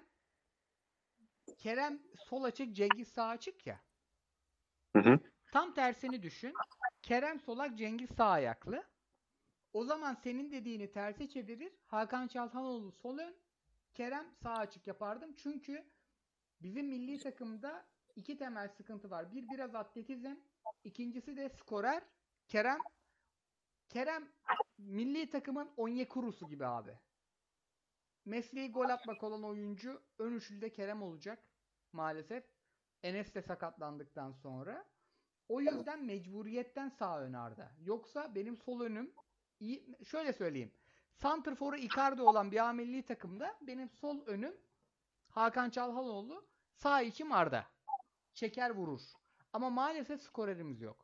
Kerem sol açık, Cengiz sağ açık ya. Hı hı. Tam tersini düşün. Kerem solak, Cengiz sağ ayaklı. O zaman senin dediğini terse çevirir. Hakan Çalhanoğlu sol ön, Kerem sağ açık yapardım. Çünkü bizim milli takımda iki temel sıkıntı var. Bir biraz atletizm, ikincisi de skorer. Kerem Kerem milli takımın Onyekuru'su gibi abi. Mesleği gol atmak olan oyuncu ön üçlüde Kerem olacak maalesef. Enes de sakatlandıktan sonra. O yüzden mecburiyetten sağ ön Arda. Yoksa benim sol önüm iyi, şöyle söyleyeyim. Santrfor'u Icardi olan bir A milli takımda benim sol önüm Hakan Çalhanoğlu, sağ içim Arda. Çeker vurur. Ama maalesef skorerimiz yok.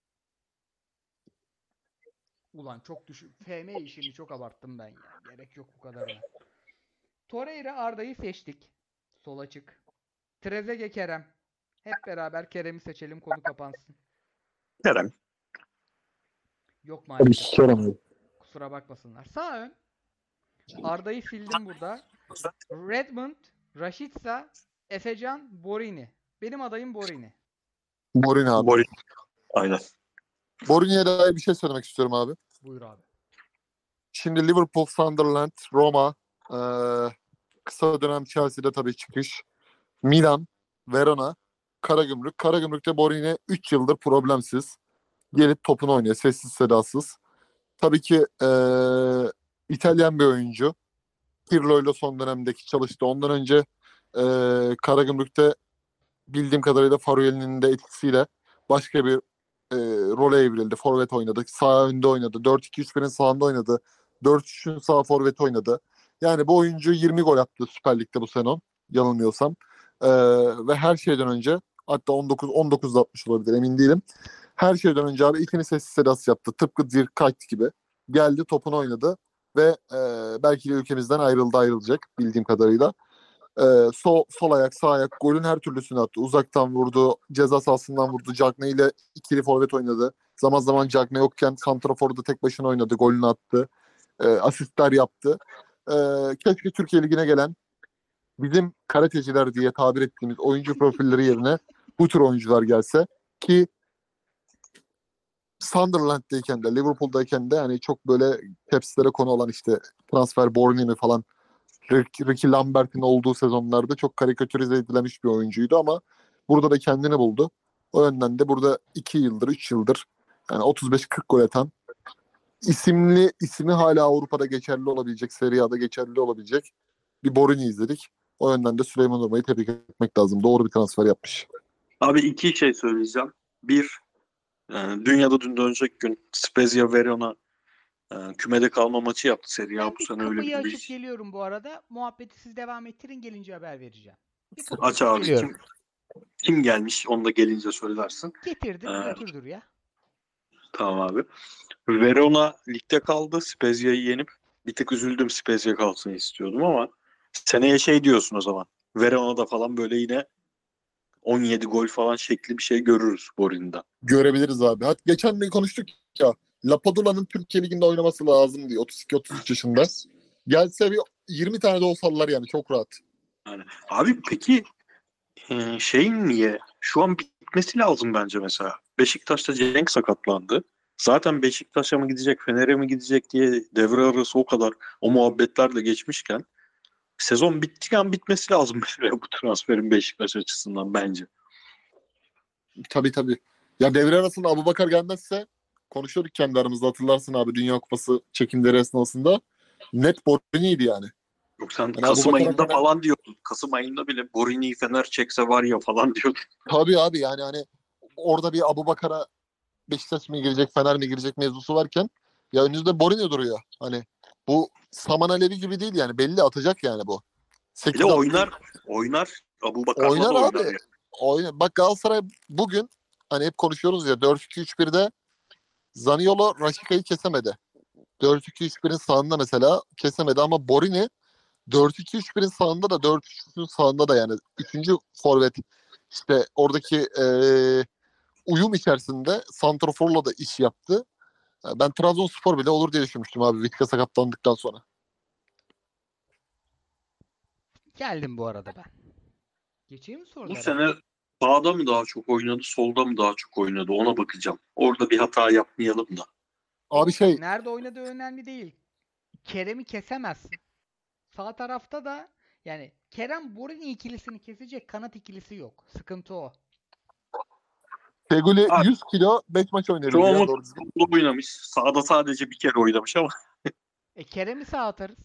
Ulan çok düşük. F M işini çok abarttım ben ya. Gerek yok bu kadarına. Torreira Arda'yı seçtik. Sol açık. Trezeguet Kerem. Hep beraber Kerem'i seçelim, konu kapansın. Kerem. Yok Tabii maalesef. sikerim. Kusura bakmasınlar. Sağ ön. Arda'yı sildim burada. Redmond, Rashica, Efecan, Borini. Benim adayım Borini. Borini abi. Boris. Aynen. Borini'ye dair bir şey söylemek istiyorum abi. Buyur abi. Şimdi Liverpool, Sunderland, Roma, eee, kısa dönem Chelsea'de tabii çıkış. Milan, Verona, Karagümrük. Karagümrük'te Borini üç yıldır problemsiz. Gelip topunu oynuyor. Sessiz sedasız. Tabii ki eee, İtalyan bir oyuncu. Pirlo ile son dönemdeki çalıştı. Ondan önce eee Karagümrük'te bildiğim kadarıyla Farueli'nin de etkisiyle başka bir eee, role evrildi. Forvet oynadı. Sağ önde oynadı. dört iki üç birin sağında oynadı. dört üçün sağ forvet oynadı. Yani bu oyuncu yirmi gol attı Süper Lig'de bu sezon. Yanılmıyorsam. Ee, ve her şeyden önce hatta on dokuz on dokuz da atmış olabilir emin değilim. Her şeyden önce abi ikini sessiz sedasız yaptı. Tıpkı Dirk Kuyt gibi. Geldi topunu oynadı ve e, belki de ülkemizden ayrıldı ayrılacak bildiğim kadarıyla. E, sol, sol ayak sağ ayak golün her türlüsünü attı. Uzaktan vurdu, ceza sahasından vurdu. Cagney ile ikili forvet oynadı. Zaman zaman Cagney yokken santraforda tek başına oynadı. Golünü attı. E, asistler yaptı. E, keşke Türkiye Ligi'ne gelen bizim karateciler diye tabir ettiğimiz oyuncu profilleri yerine bu tür oyuncular gelse ki Sunderland'dayken de Liverpool'dayken de hani çok böyle tepsilere konu olan işte transfer Borneo falan Ricky Lambert'in olduğu sezonlarda çok karikatürize edilemiş bir oyuncuydu ama burada da kendini buldu. O yönden de burada iki yıldır, üç yıldır yani otuz beş kırk gol atan isimli ismi hala Avrupa'da geçerli olabilecek, Serie A'da geçerli olabilecek bir Borini izledik. O yönden de Süleyman Urma'yı tebrik etmek lazım. Doğru bir transfer yapmış. Abi iki şey söyleyeceğim. Bir, yani dünyada dün dönecek gün Spezia Verona e, kümede kalma maçı yaptı Serie A Ben bu bir sene öyle kapıyı bir açıp bir geliyorum bu arada. Muhabbeti siz devam ettirin, gelince haber vereceğim. Bir kapıyı aç açıp abi. geliyorum. Kim, kim gelmiş onu da gelince söylersin. Getirdim Ee, götürdür ya. Tamam abi. Verona ligde kaldı. Spezia'yı yenip bir tık üzüldüm, Spezia kalsın istiyordum ama seneye şey diyorsun o zaman. Verona'da falan böyle yine on yedi gol falan şekli bir şey görürüz Borini'den. Görebiliriz abi. Hatta geçen de konuştuk ya Lapadula'nın Türkiye Ligi'nde oynaması lazım diye otuz iki otuz üç yaşında. Gelse bir yirmi tane de olsalar yani çok rahat. Yani, abi peki e, şeyin niye? Şu an bitmesi lazım bence mesela. Beşiktaş'ta Cenk sakatlandı. Zaten Beşiktaş'a mı gidecek, Fener'e mi gidecek diye devre arası o kadar o muhabbetlerle geçmişken sezon bittiği bitmesi lazım mesela bu transferin Beşiktaş açısından bence. Tabii tabii. Ya devre arasında Abubakar gelmezse konuşuyorduk kendi aramızda hatırlarsın abi Dünya Kupası çekimleri esnasında. Net Borini'ydi yani. Yok sen Yani Kasım Abubakar ayında Fener... falan diyordun. Kasım ayında bile Borini'yi Fener çekse var ya falan diyordun. Tabii abi yani hani orada bir Abubakar'a Beşiktaş mı girecek Fener mi girecek mevzusu varken ya önünüzde Borini duruyor. Hani bu Saman Alevi gibi değil yani belli atacak yani bu. Bir de oynar. Oynar. Abubakar'la Oynar da oynar. abi. Yani. Oynar. Bak Galatasaray bugün hani hep konuşuyoruz ya dört iki üç birde Zaniolo Raşika'yı kesemedi. dört iki üç birin sağında mesela kesemedi ama Borini dört iki üç birin sağında da dört üç üçün sağında da yani üçüncü forvet işte oradaki e, uyum içerisinde santraforla da iş yaptı. Ben Trabzonspor bile olur diye düşünmüştüm abi Vitka sakatlandıktan sonra. Geldim bu arada ben. Geçeyim mi Bu sorulara? sene sağda mı daha çok oynadı, solda mı daha çok oynadı ona bakacağım. Orada bir hata yapmayalım da. Abi şey Nerede oynadığı önemli değil. Kerem'i kesemezsin. Sağ tarafta da yani Kerem Borini ikilisini kesecek kanat ikilisi yok. Sıkıntı o. Feguli Abi, yüz kilo beş maç oynayabildi ya çoğunluk doğru düzgün. solda oynamış. Sağda sadece bir kere oynamış ama. E Kerem'i sağ atarız.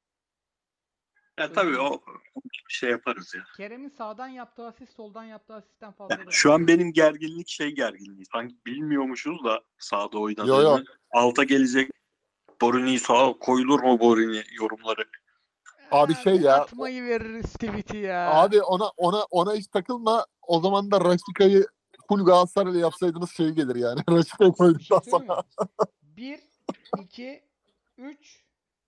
Ya tabii o bir şey yaparız ya. Kerem'in sağdan yaptığı asist soldan yaptığı asistten Ya, fazladır. şu an benim gerginlik şey gerginliği. Sanki bilmiyormuşuz da sağda Yo oynadığını. yo. Alta gelecek Borini'yi sağa koyulur mu Borini yorumları. Abi şey ya. Atmayı veririz tweet'i ya. Abi ona ona ona hiç takılma. O zaman da Raşika'yı full Galatasaray'la yapsaydınız şey gelir yani. Raşika'yı Bir şey koyduktan söyleyeyim sonra. mi? bir, iki, üç,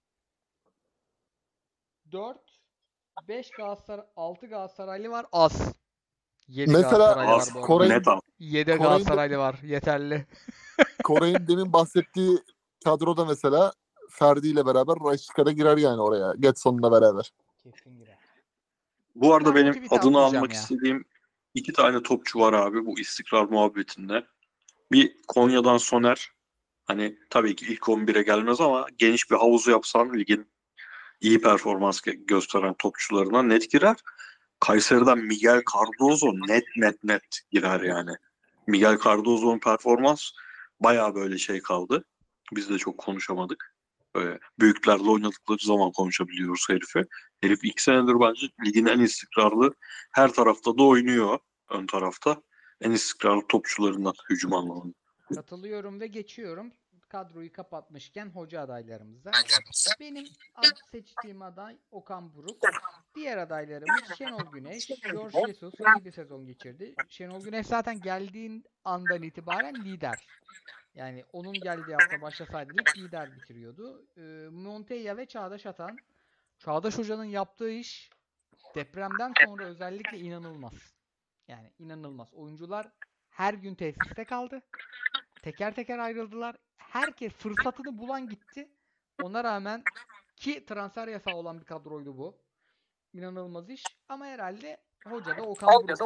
dört, beş Galatasaray, altı Galatasaraylı var az. yedi Mesela Galatasaraylı Az, var bu arada. Kore'nin net al. yedi Kore'nin Galatasaraylı var. Yeterli. Kore'nin demin bahsettiği kadroda mesela Ferdi ile beraber Raşika'da girer yani oraya. Getson'la beraber. Kesin girer. Bu arada Ben bu benim tweet'i adını atmayacağım almak ya. istediğim iki tane topçu var abi bu istikrar muhabbetinde. Bir Konya'dan Soner. Hani tabii ki ilk on bire gelmez ama geniş bir havuzu yapsan ligin iyi performans gö- gösteren topçularına net girer. Kayseri'den Miguel Cardozo net net net girer yani. Miguel Cardozo'nun performans bayağı böyle şey kaldı. Biz de çok konuşamadık. Böyle büyüklerle oynadıkları zaman konuşabiliyoruz herifi. Herif iki senedir bence ligin en istikrarlı, her tarafta da oynuyor ön tarafta. En istikrarlı topçularından hücum anlamında. Katılıyorum ve geçiyorum. Kadroyu kapatmışken hoca adaylarımıza. Benim ad seçtiğim aday Okan Buruk. Diğer adaylarımız Şenol Güneş, Jorge Jesus iyi bir sezon geçirdi. Şenol Güneş zaten geldiğin andan itibaren lider. Yani onun geldiği hafta başlasaydı lig lider bitiriyordu. Ee, Montella ve Çağdaş Atan. Çağdaş Hoca'nın yaptığı iş depremden sonra özellikle inanılmaz. Yani inanılmaz. Oyuncular her gün tesiste kaldı. Teker teker ayrıldılar. Herkes fırsatını bulan gitti. Ona rağmen ki transfer yasağı olan bir kadroydu bu. İnanılmaz iş. Ama herhalde hoca da Okan Buruk'tur.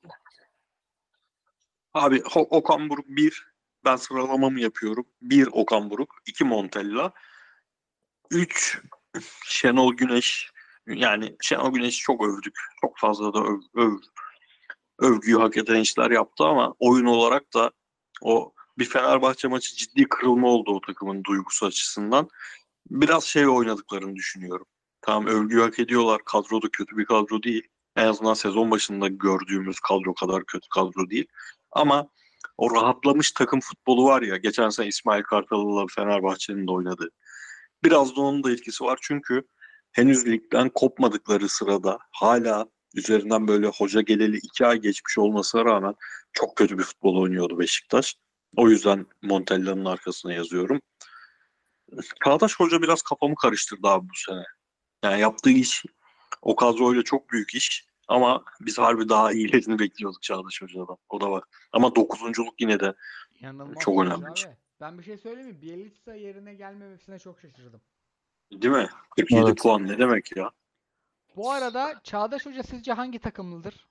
Abi Ho- Okan Buruk bir. Ben sıralamamı yapıyorum. bir Okan Buruk. iki Montella. üç Şenol Güneş. Yani Şenol Güneş'i çok övdük. Çok fazla da öv, öv, övgüyü hak eden işler yaptı ama oyun olarak da o bir Fenerbahçe maçı ciddi kırılma oldu o takımın duygusu açısından. Biraz şey oynadıklarını düşünüyorum. Tamam, övgüyü hak ediyorlar. Kadro da kötü bir kadro değil. En azından sezon başında gördüğümüz kadro kadar kötü kadro değil. Ama o rahatlamış takım futbolu var ya. Geçen sene İsmail Kartal'la Fenerbahçe'nin de oynadığı. Biraz da onun da etkisi var. Çünkü henüz ligden kopmadıkları sırada hala üzerinden böyle hoca geleli iki ay geçmiş olmasına rağmen çok kötü bir futbol oynuyordu Beşiktaş. O yüzden Montella'nın arkasına yazıyorum. Çağdaş Hoca biraz kafamı karıştırdı abi bu sene. Yani yaptığı iş o kadroyla çok büyük iş. Ama biz harbi daha iyilerini bekliyorduk Çağdaş Hoca'dan. O da var. Ama dokuzunculuk yine de İnanılmaz çok sonuç önemli. abi. Ben bir şey söyleyeyim mi? Bielitsa yerine gelmemesine çok şaşırdım. Değil mi? kırk yedi Evet. puan ne demek ya? Bu arada Çağdaş Hoca sizce hangi takımlıdır?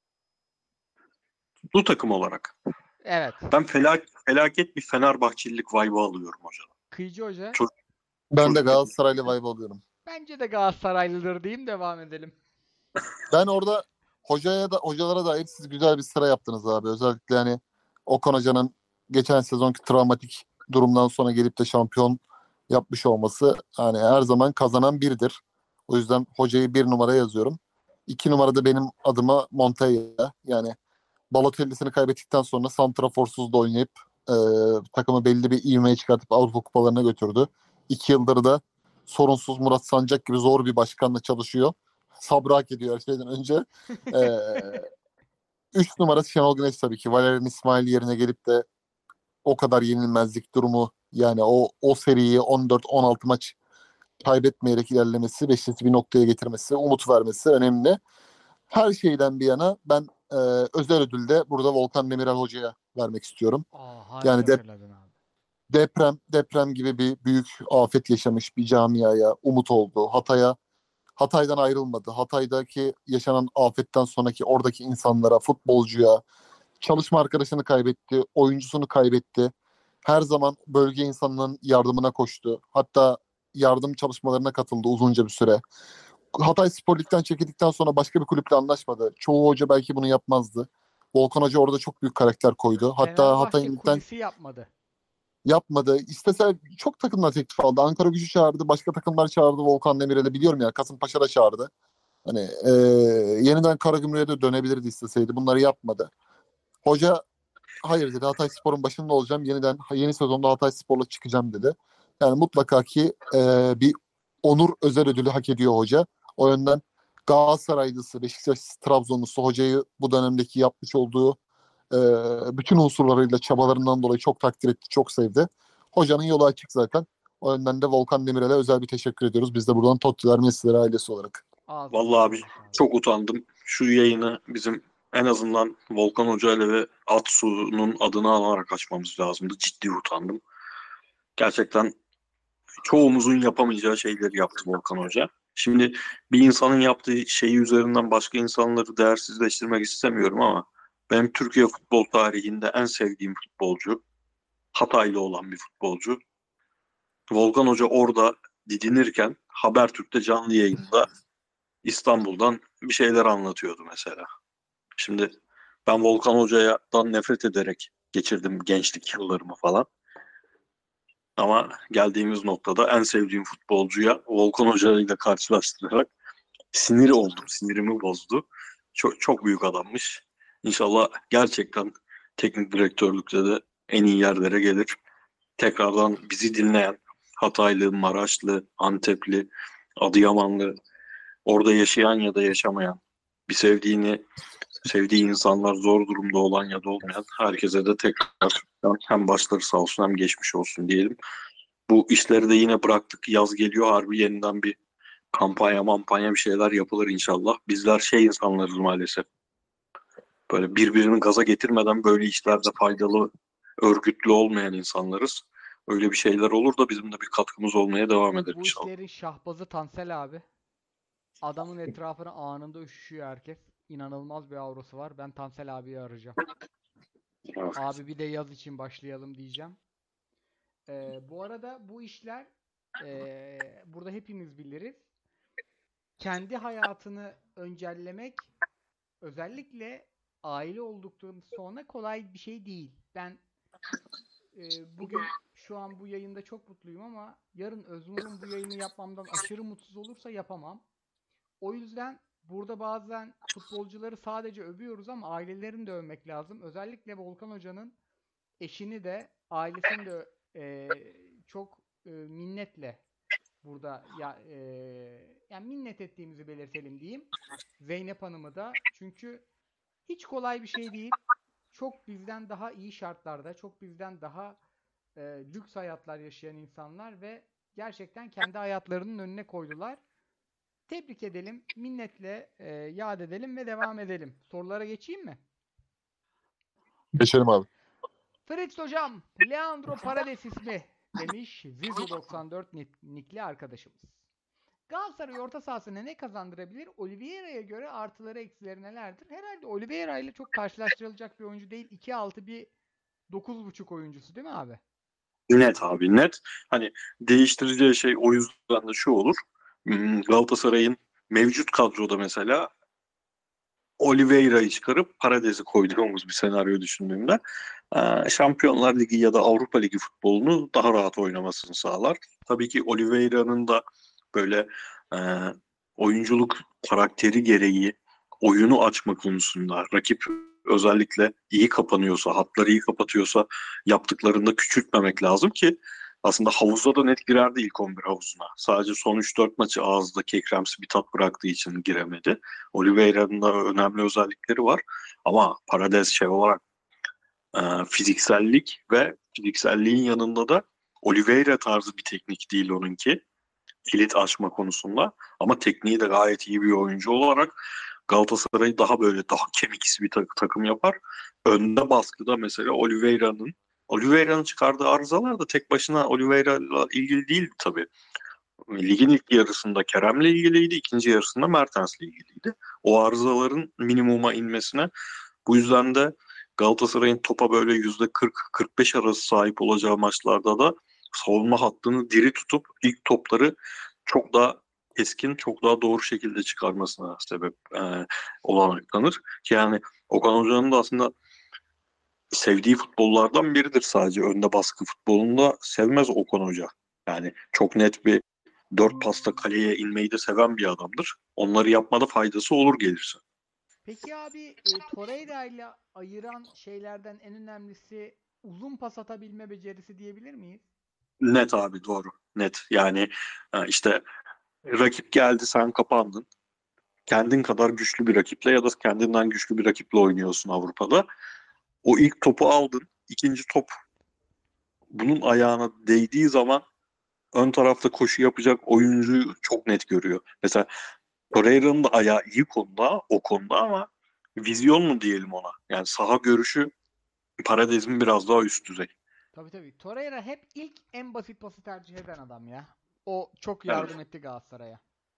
Bu takım olarak. Evet. Ben felak, felaket bir Fenerbahçelilik vibe'ı alıyorum hocadan. Kıyıcı Hoca. Çok- Ben de Çocuk- Galatasaraylı vibe alıyorum. Bence de Galatasaraylıdır diyeyim, devam edelim. Ben orada hocaya da hocalara dair siz güzel bir sıra yaptınız abi. Özellikle hani Okan Hoca'nın geçen sezonki travmatik durumdan sonra gelip de şampiyon yapmış olması hani her zaman kazanan biridir. O yüzden hocayı bir numara yazıyorum. İki numarada benim adıma Montella. Yani Balotelli'sini kaybettikten sonra santraforsuz da oynayıp e, takımı belli bir ivmeye çıkartıp Avrupa kupalarına götürdü. İki yıldır da sorunsuz Murat Sancak gibi zor bir başkanla çalışıyor. Sabrı hak ediyor her şeyden önce. E, üç numarası Şenol Güneş tabii ki. Valerian İsmail yerine gelip de o kadar yenilmezlik durumu, yani o o seriyi on dört on altı maç kaybetmeyerek ilerlemesi, Beşiktaş'ı bir noktaya getirmesi, umut vermesi önemli. Her şeyden bir yana ben e, özel ödül de burada Volkan Demirel Hoca'ya vermek istiyorum. Aa, harika Yani de, söyledin abi. deprem deprem gibi bir büyük afet yaşamış bir camiaya umut oldu. Hatay'a Hatay'dan ayrılmadı. Hatay'daki yaşanan afetten sonraki oradaki insanlara, futbolcuya, çalışma arkadaşını kaybetti, oyuncusunu kaybetti. Her zaman bölge insanının yardımına koştu. Hatta yardım çalışmalarına katıldı uzunca bir süre. Hatay Spor Lig'den çekildikten sonra başka bir kulüple anlaşmadı. Çoğu hoca belki bunu yapmazdı. Volkan Hoca orada çok büyük karakter koydu. Hatta Fenerbahçe Hatay'ın ligden kulisi yapmadı. yapmadı. İstese çok takımlar teklif aldı. Ankara Gücü çağırdı, başka takımlar çağırdı. Volkan Demirel'i biliyorum ya. Kasımpaşa da çağırdı. Hani e, yeniden Karagümrük'e de dönebilirdi isteseydi. Bunları yapmadı. Hoca hayır dedi. Hatay Spor'un başında olacağım. Yeniden yeni sezonda Hatay Spor'la çıkacağım dedi. Yani mutlaka ki e, bir onur özel ödülü hak ediyor hoca. O yönden Galatasaraylısı, Beşiktaş, Trabzonlusu hocayı bu dönemdeki yapmış olduğu e, bütün unsurlarıyla çabalarından dolayı çok takdir etti, çok sevdi. Hocanın yolu açık zaten. O yönden de Volkan Demirel'e özel bir teşekkür ediyoruz. Biz de buradan Tottiler Messi'ler ailesi olarak. Ağzına Vallahi abi sağlık abi. çok utandım. Şu yayını bizim en azından Volkan Hoca ile ve Atsu'nun adını alarak açmamız lazımdı. Ciddi utandım. Gerçekten çoğumuzun yapamayacağı şeyleri yaptı Volkan Hoca. Şimdi bir insanın yaptığı şeyi üzerinden başka insanları değersizleştirmek istemiyorum ama benim Türkiye futbol tarihinde en sevdiğim futbolcu, Hataylı olan bir futbolcu. Volkan Hoca orada didinirken Habertürk'te canlı yayında İstanbul'dan bir şeyler anlatıyordu mesela. Şimdi ben Volkan Hoca'dan nefret ederek geçirdim gençlik yıllarımı falan. Ama geldiğimiz noktada en sevdiğim futbolcuya Volkan Hoca ile karşılaştırarak sinir oldum. Sinirimi bozdu. Çok, çok büyük adammış. İnşallah gerçekten teknik direktörlükte de en iyi yerlere gelir. Tekrardan bizi dinleyen Hataylı, Maraşlı, Antepli, Adıyamanlı, orada yaşayan ya da yaşamayan, bir sevdiğini, sevdiği insanlar zor durumda olan ya da olmayan herkese de tekrar hem başları sağ olsun hem geçmiş olsun diyelim. Bu işleri de yine bıraktık. Yaz geliyor, harbi yeniden bir kampanya mampanya bir şeyler yapılır inşallah. Bizler şey insanlarız maalesef. Böyle birbirini gaza getirmeden böyle işlerde faydalı, örgütlü olmayan insanlarız. Öyle bir şeyler olur da bizim de bir katkımız olmaya devam eder Bu inşallah. işlerin şahbazı Tansel abi. Adamın etrafına anında üşüşüyor herkes. İnanılmaz bir aurası var. Ben Tansel abiyi arayacağım. Evet. Abi bir de yaz için başlayalım diyeceğim. Ee, bu arada bu işler ee, burada hepimiz biliriz. Kendi hayatını öncellemek özellikle aile olduktan sonra kolay bir şey değil. Ben ee, bugün şu an bu yayında çok mutluyum ama yarın Öznur'un bu yayını yapmamdan aşırı mutsuz olursa yapamam. O yüzden burada bazen futbolcuları sadece övüyoruz ama ailelerini de övmek lazım. Özellikle Volkan Hoca'nın eşini de ailesini de e, çok e, minnetle burada ya e, yani minnet ettiğimizi belirtelim diyeyim. Zeynep Hanım'ı da çünkü hiç kolay bir şey değil. Çok bizden daha iyi şartlarda, çok bizden daha e, lüks hayatlar yaşayan insanlar ve gerçekten kendi hayatlarının önüne koydular. Tebrik edelim, minnetle e, yad edelim ve devam edelim. Sorulara geçeyim mi? Geçelim abi. Fritz hocam, Leandro Paredes ismi demiş Zizu doksan dört nickli arkadaşımız. Galatasaray orta sahasına ne kazandırabilir? Oliveira'ya göre artıları eksileri nelerdir? Herhalde Oliveira ile çok karşılaştırılacak bir oyuncu değil. iki altı bir dokuz buçuk oyuncusu değil mi abi? Net abi net. Hani değiştireceği şey o yüzden de şu olur. Hmm, Galatasaray'ın mevcut kadroda mesela Oliveira'yı çıkarıp Parades'i koyduğumuz bir senaryo düşündüğümde e, Şampiyonlar Ligi ya da Avrupa Ligi futbolunu daha rahat oynamasını sağlar. Tabii ki Oliveira'nın da böyle e, oyunculuk karakteri gereği oyunu açma konusunda rakip özellikle iyi kapanıyorsa, hatları iyi kapatıyorsa yaptıklarında küçültmemek lazım ki aslında havuza da net girerdi ilk on bir havuzuna. Sadece son üç dört maçı ağızda kekremsi bir tat bıraktığı için giremedi. Oliveira'nın da önemli özellikleri var. Ama Paredes şey olarak e, fiziksellik ve fizikselliğin yanında da Oliveira tarzı bir teknik değil onunki. Kilit açma konusunda. Ama tekniği de gayet iyi bir oyuncu olarak Galatasaray'ı daha böyle daha kemiksiz bir tak- takım yapar. Önde baskıda mesela Oliveira'nın Oliveira'nın çıkardığı arızalar da tek başına Oliveira'la ilgili değil tabii. Ligin ilk yarısında Kerem'le ilgiliydi, ikinci yarısında Mertens'le ilgiliydi. O arızaların minimuma inmesine bu yüzden de Galatasaray'ın topa böyle yüzde kırk kırk beş arası sahip olacağı maçlarda da savunma hattını diri tutup ilk topları çok daha keskin, çok daha doğru şekilde çıkarmasına sebep e, olanaklanır. Ki yani Okan Hoca'nın da aslında sevdiği futbollardan biridir sadece. Önde baskı futbolunda sevmez Okan Hoca. Yani çok net bir dört pasta kaleye inmeyi de seven bir adamdır. Onları yapmada faydası olur gelirse. Peki abi e, Torreira ile ayıran şeylerden en önemlisi uzun pas atabilme becerisi diyebilir miyiz? Net abi doğru. Net. Yani e, işte rakip geldi sen kapandın. Kendin kadar güçlü bir rakiple ya da kendinden güçlü bir rakiple oynuyorsun Avrupa'da. O ilk topu aldın. İkinci top bunun ayağına değdiği zaman ön tarafta koşu yapacak oyuncuyu çok net görüyor. Mesela Torreira'nın da ayağı iyi konuda, o konuda ama vizyon mu diyelim ona? Yani saha görüşü Parades'in biraz daha üst düzey. Tabii tabii. Torreira hep ilk en basit pası tercih eden adam ya. O çok Evet. yardım etti Galatasaray'a.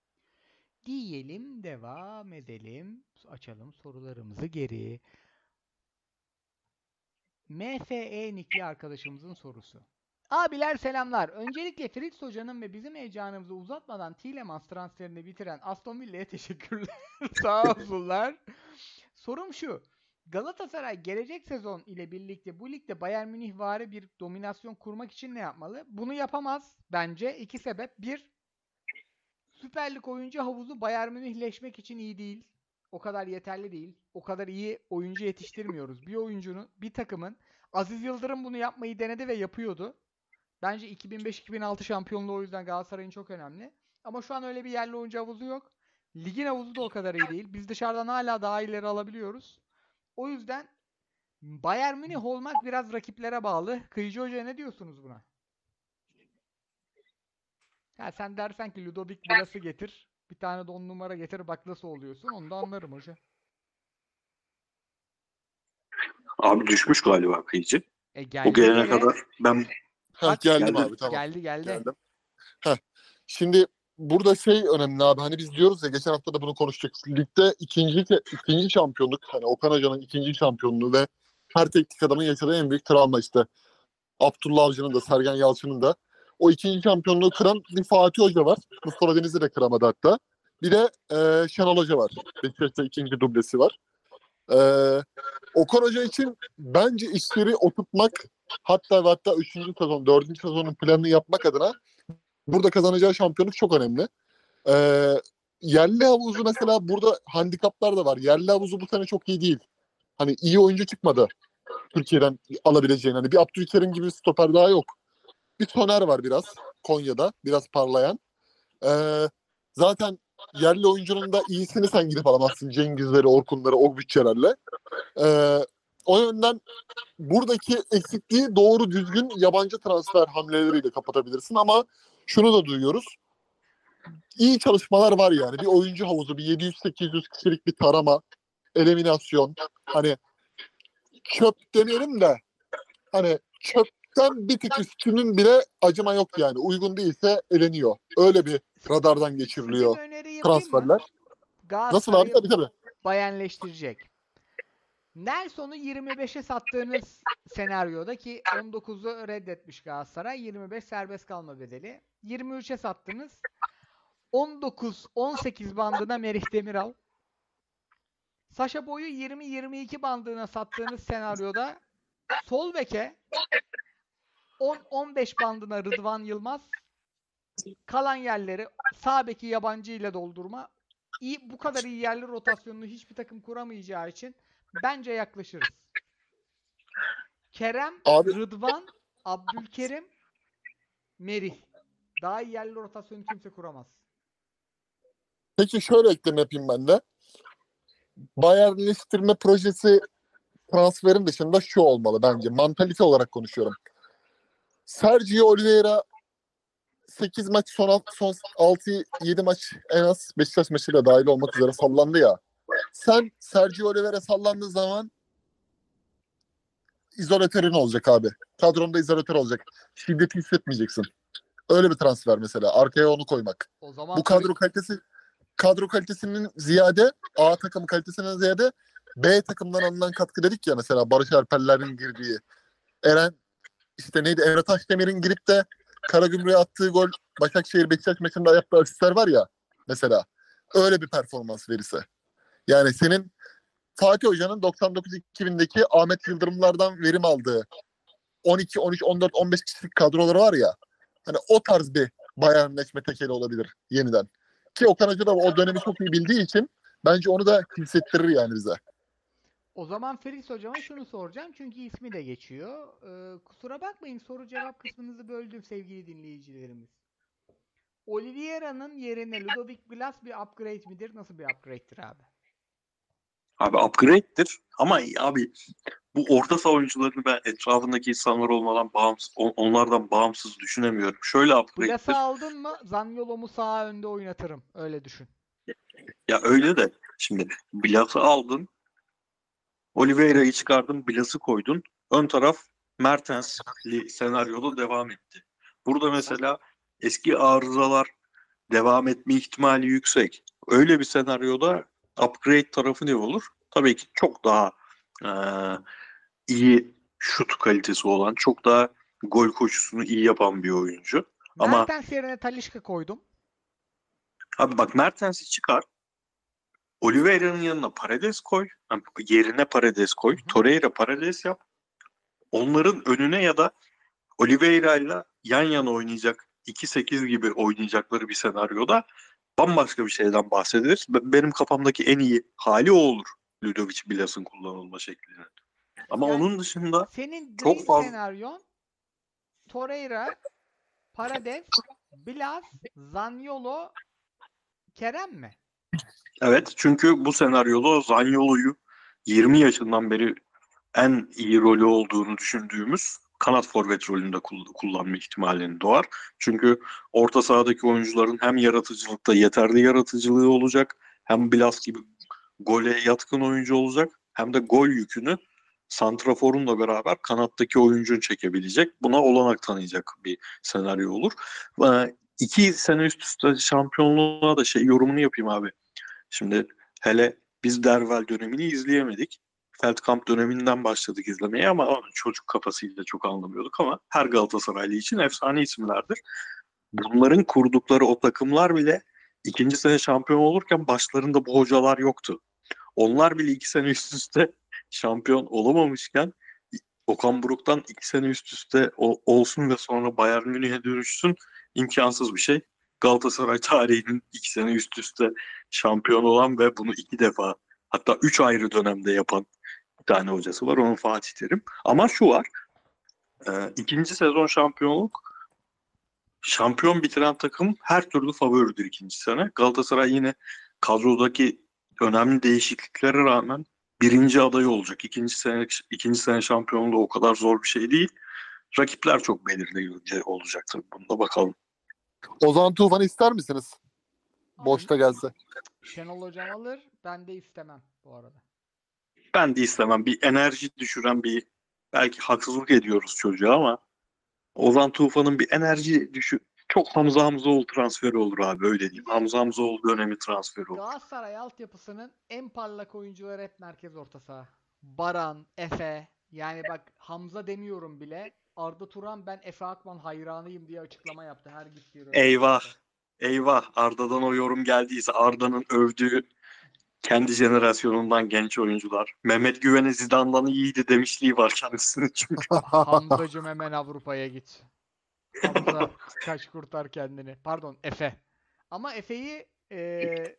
Diyelim, devam edelim. Açalım sorularımızı geri. M F E nickli arkadaşımızın sorusu. Abiler selamlar. Öncelikle Fritz Hoca'nın ve bizim heyecanımızı uzatmadan Tielemans transferini bitiren Aston Villa'ya teşekkürler. Sağ olsunlar. Sorum şu. Galatasaray gelecek sezon ile birlikte bu ligde Bayern Münih vari bir dominasyon kurmak için ne yapmalı? Bunu yapamaz bence. İki sebep. Bir, Süper Lig oyuncu havuzu Bayern Münihleşmek için iyi değil. o kadar yeterli değil. O kadar iyi oyuncu yetiştirmiyoruz. Bir oyuncunun, bir takımın Aziz Yıldırım bunu yapmayı denedi ve yapıyordu. Bence iki bin beş iki bin altı şampiyonluğu o yüzden Galatasaray'ın çok önemli. Ama şu an öyle bir yerli oyuncu havuzu yok. Ligin havuzu da o kadar iyi değil. Biz dışarıdan hala daha ileri alabiliyoruz. O yüzden Bayern Münih olmak biraz rakiplere bağlı. Kıyıcı Hoca ne diyorsunuz buna? Ha, sen dersen ki Ludovic Blas'ı getir. Bir tane de on numara getir bak nasıl oluyorsun. Onu da anlarım hoca. Abi düşmüş galiba Kıyıcı. E geldi O gelene bir kere. kadar ben Heh, Bak, geldim geldi. abi tamam. Geldi geldi. Geldim. Heh. Şimdi burada şey önemli abi. Hani biz diyoruz ya geçen hafta da bunu konuştuk. Ligde ikinci ikinci şampiyonluk. Hani Okan Hoca'nın ikinci şampiyonluğu ve her teknik adamın yaşadığı en büyük travma işte. Abdullah Avcı'nın da Sergen Yalçın'ın da. O ikinci şampiyonluğu kıran bir Fatih Hoca var. Mustafa Denizli de kıramadı hatta. Bir de e, Şenol Hoca var. Beşiktaş'ta ikinci dublesi var. E, Okan Hoca için bence işleri oturtmak hatta ve hatta üçüncü sezon, dördüncü sezonun planını yapmak adına burada kazanacağı şampiyonluk çok önemli. E, yerli havuzu mesela burada handikaplar da var. Yerli havuzu bu sene çok iyi değil. Hani iyi oyuncu çıkmadı. Türkiye'den alabileceğin. Hani bir Abdülkerim gibi bir stoper daha yok. Bir Soner var biraz Konya'da. Biraz parlayan. Ee, zaten yerli oyuncunun da iyisini sen gidip alamazsın. Cengizleri, Orkunları, o bütçelerle. Ee, o yönden buradaki eksikliği doğru düzgün yabancı transfer hamleleriyle kapatabilirsin ama şunu da duyuyoruz. İyi çalışmalar var yani. Bir oyuncu havuzu, bir yedi yüz sekiz yüz kişilik bir tarama, eliminasyon. Hani çöp demeyelim de hani çöpten bir tık üstünün bile acıma yok yani. Uygun değilse eleniyor. Öyle bir radardan geçiriliyor Size bir öneri yapayım mı? transferler. Nasıl abi? Galatasaray'ı Tabii tabii. Bayernleştirecek. Nelson'u yirmi beşe sattığınız senaryoda ki on dokuzu reddetmiş Galatasaray. yirmi beş serbest kalma bedeli. yirmi üçe sattınız. on dokuz on sekiz bandına Merih Demiral. Saşa Boy'u yirmi yirmi iki bandına sattığınız senaryoda sol beke on on beş bandına Rıdvan Yılmaz. Kalan yerleri sağ beki yabancı ile doldurma. İyi, bu kadar iyi yerli rotasyonunu hiçbir takım kuramayacağı için bence yaklaşırız. Kerem, Abi- Rıdvan, Abdülkerim, Merih. Daha iyi yerli rotasyonu kimse kuramaz. Peki şöyle ekleme yapayım ben de. Bayernleştirme projesi transferin dışında şu olmalı bence. Mantalite olarak konuşuyorum. Sergio Oliveira sekiz maç son, son altı yedi maç en az Beşiktaş maçıyla dahil olmak üzere sallandı ya. Sen Sergio Oliveira sallandığı zaman izolatörün olacak abi. Kadronda izolatör olacak. Şiddeti hissetmeyeceksin. Öyle bir transfer mesela. Arkaya onu koymak. O zaman Bu kadro kalitesi kadro kalitesinin ziyade A takım kalitesinden ziyade B takımdan alınan katkı dedik ya mesela Barış Alperler'in girdiği. Eren işte neydi Emre Taşdemir'in girip de Karagümrük'e attığı gol Başakşehir Beşiktaş maçında yaptığı asistler var ya mesela. Öyle bir performans verirse. Yani senin Fatih Hoca'nın doksan dokuz iki bindeki Ahmet Yıldırımlardan verim aldığı on iki, on üç, on dört, on beş kişilik kadroları var ya hani o tarz bir Bayernleşme tekeli olabilir yeniden. Ki Okan Hoca da o dönemi çok iyi bildiği için bence onu da hissettirir yani bize. O zaman Feris hocama şunu soracağım çünkü ismi de geçiyor. Ee, kusura bakmayın soru cevap kısmınızı böldüm sevgili dinleyicilerimiz. Oliveira'nın yerine Ludovic Blas bir upgrade midir? Nasıl bir upgrade'tir abi? Abi upgrade'dir ama abi bu orta saha oyuncularını ben etrafındaki insanlar olmadan bağımsız, on- onlardan bağımsız düşünemiyorum. Şöyle upgrade'dir. Blas'ı aldın mı Zaniolo'mu sağa önde oynatırım. Öyle düşün. Ya öyle de şimdi Blas'ı aldın, Oliveira'yı çıkardın, Blas'ı koydun. Ön taraf Mertens'li senaryoda devam etti. Burada mesela eski arızalar devam etme ihtimali yüksek. Öyle bir senaryoda upgrade tarafı ne olur? Tabii ki çok daha e, iyi şut kalitesi olan, çok daha gol koşusunu iyi yapan bir oyuncu. Ama Mertens yerine Talisca koydum. abi bak Mertens'i çıkar. Oliveira'nın yanına Paredes koy. Yani yerine Paredes koy. Torreira Paredes yap. Onların önüne ya da Oliveira ile yan yana oynayacak iki sekiz gibi oynayacakları bir senaryoda bambaşka bir şeyden bahsederiz. Be- Benim kafamdaki en iyi hali o olur. Ludovic Blas'ın kullanılma şeklinin. Ama Yani onun dışında senin dream çok fazla. senaryon Torreira, Paredes, Blas, Zaniolo, Kerem mi? Evet, çünkü bu senaryoda Zaniolo'yu yirmi yaşından beri en iyi rolü olduğunu düşündüğümüz kanat forvet rolünde kull- kullanma ihtimalini doğar. Çünkü orta sahadaki oyuncuların hem yaratıcılıkta yeterli yaratıcılığı olacak, hem Blas gibi gole yatkın oyuncu olacak, hem de gol yükünü santraforunla beraber kanattaki oyuncun çekebilecek. Buna olanak tanıyacak bir senaryo olur. Ee, iki sene üst üste şampiyonluğa da şey yorumunu yapayım abi. Şimdi hele biz Dervel dönemini izleyemedik. Feldkamp döneminden başladık izlemeye ama onun çocuk kafasıyla çok anlamıyorduk ama her Galatasaraylı için efsane isimlerdir. Bunların kurdukları o takımlar bile ikinci sene şampiyon olurken başlarında bu hocalar yoktu. Onlar bile iki sene üst üste şampiyon olamamışken Okan Buruk'tan iki sene üst üste o- olsun ve sonra Bayern Münih'e dönüşsün imkansız bir şey. Galatasaray tarihinin iki sene üst üste şampiyon olan ve bunu iki defa hatta üç ayrı dönemde yapan bir tane hocası var. Onun Fatih Terim. Ama şu var. E, ikinci sezon şampiyonluk şampiyon bitiren takım her türlü favoridir ikinci sene. Galatasaray yine kadrodaki önemli değişikliklere rağmen birinci adayı olacak. İkinci sene ikinci sene şampiyonluğu o kadar zor bir şey değil. Rakipler çok belirleyici olacaktır. Bunda bakalım. Ozan Tufan'ı ister misiniz? Alın. Boşta gelse. Şenol Hocam alır. Ben de istemem bu arada. Ben de istemem. Bir enerji düşüren bir belki haksızlık ediyoruz çocuğa ama Ozan Tufan'ın bir enerji düşü çok Hamza Hamzoğlu transferi olur abi öyle diyeyim. Bir de Hamza Hamzoğlu dönemi transferi olur. Galatasaray altyapısının en parlak oyuncuları hep merkez orta saha. Baran, Efe. Yani bak Hamza demiyorum bile. Arda Turan ben Efe Akman hayranıyım diye açıklama yaptı her gittiği Eyvah. röportajda. Eyvah. Arda'dan o yorum geldiyse Arda'nın övdüğü kendi jenerasyonundan genç oyuncular. Mehmet Güven'e Zidane'dan iyiydi demişliği var kendisinin çünkü. Hamzacım hemen Avrupa'ya git. Hamza kaç kurtar kendini. Pardon Efe. Ama Efe'yi eee,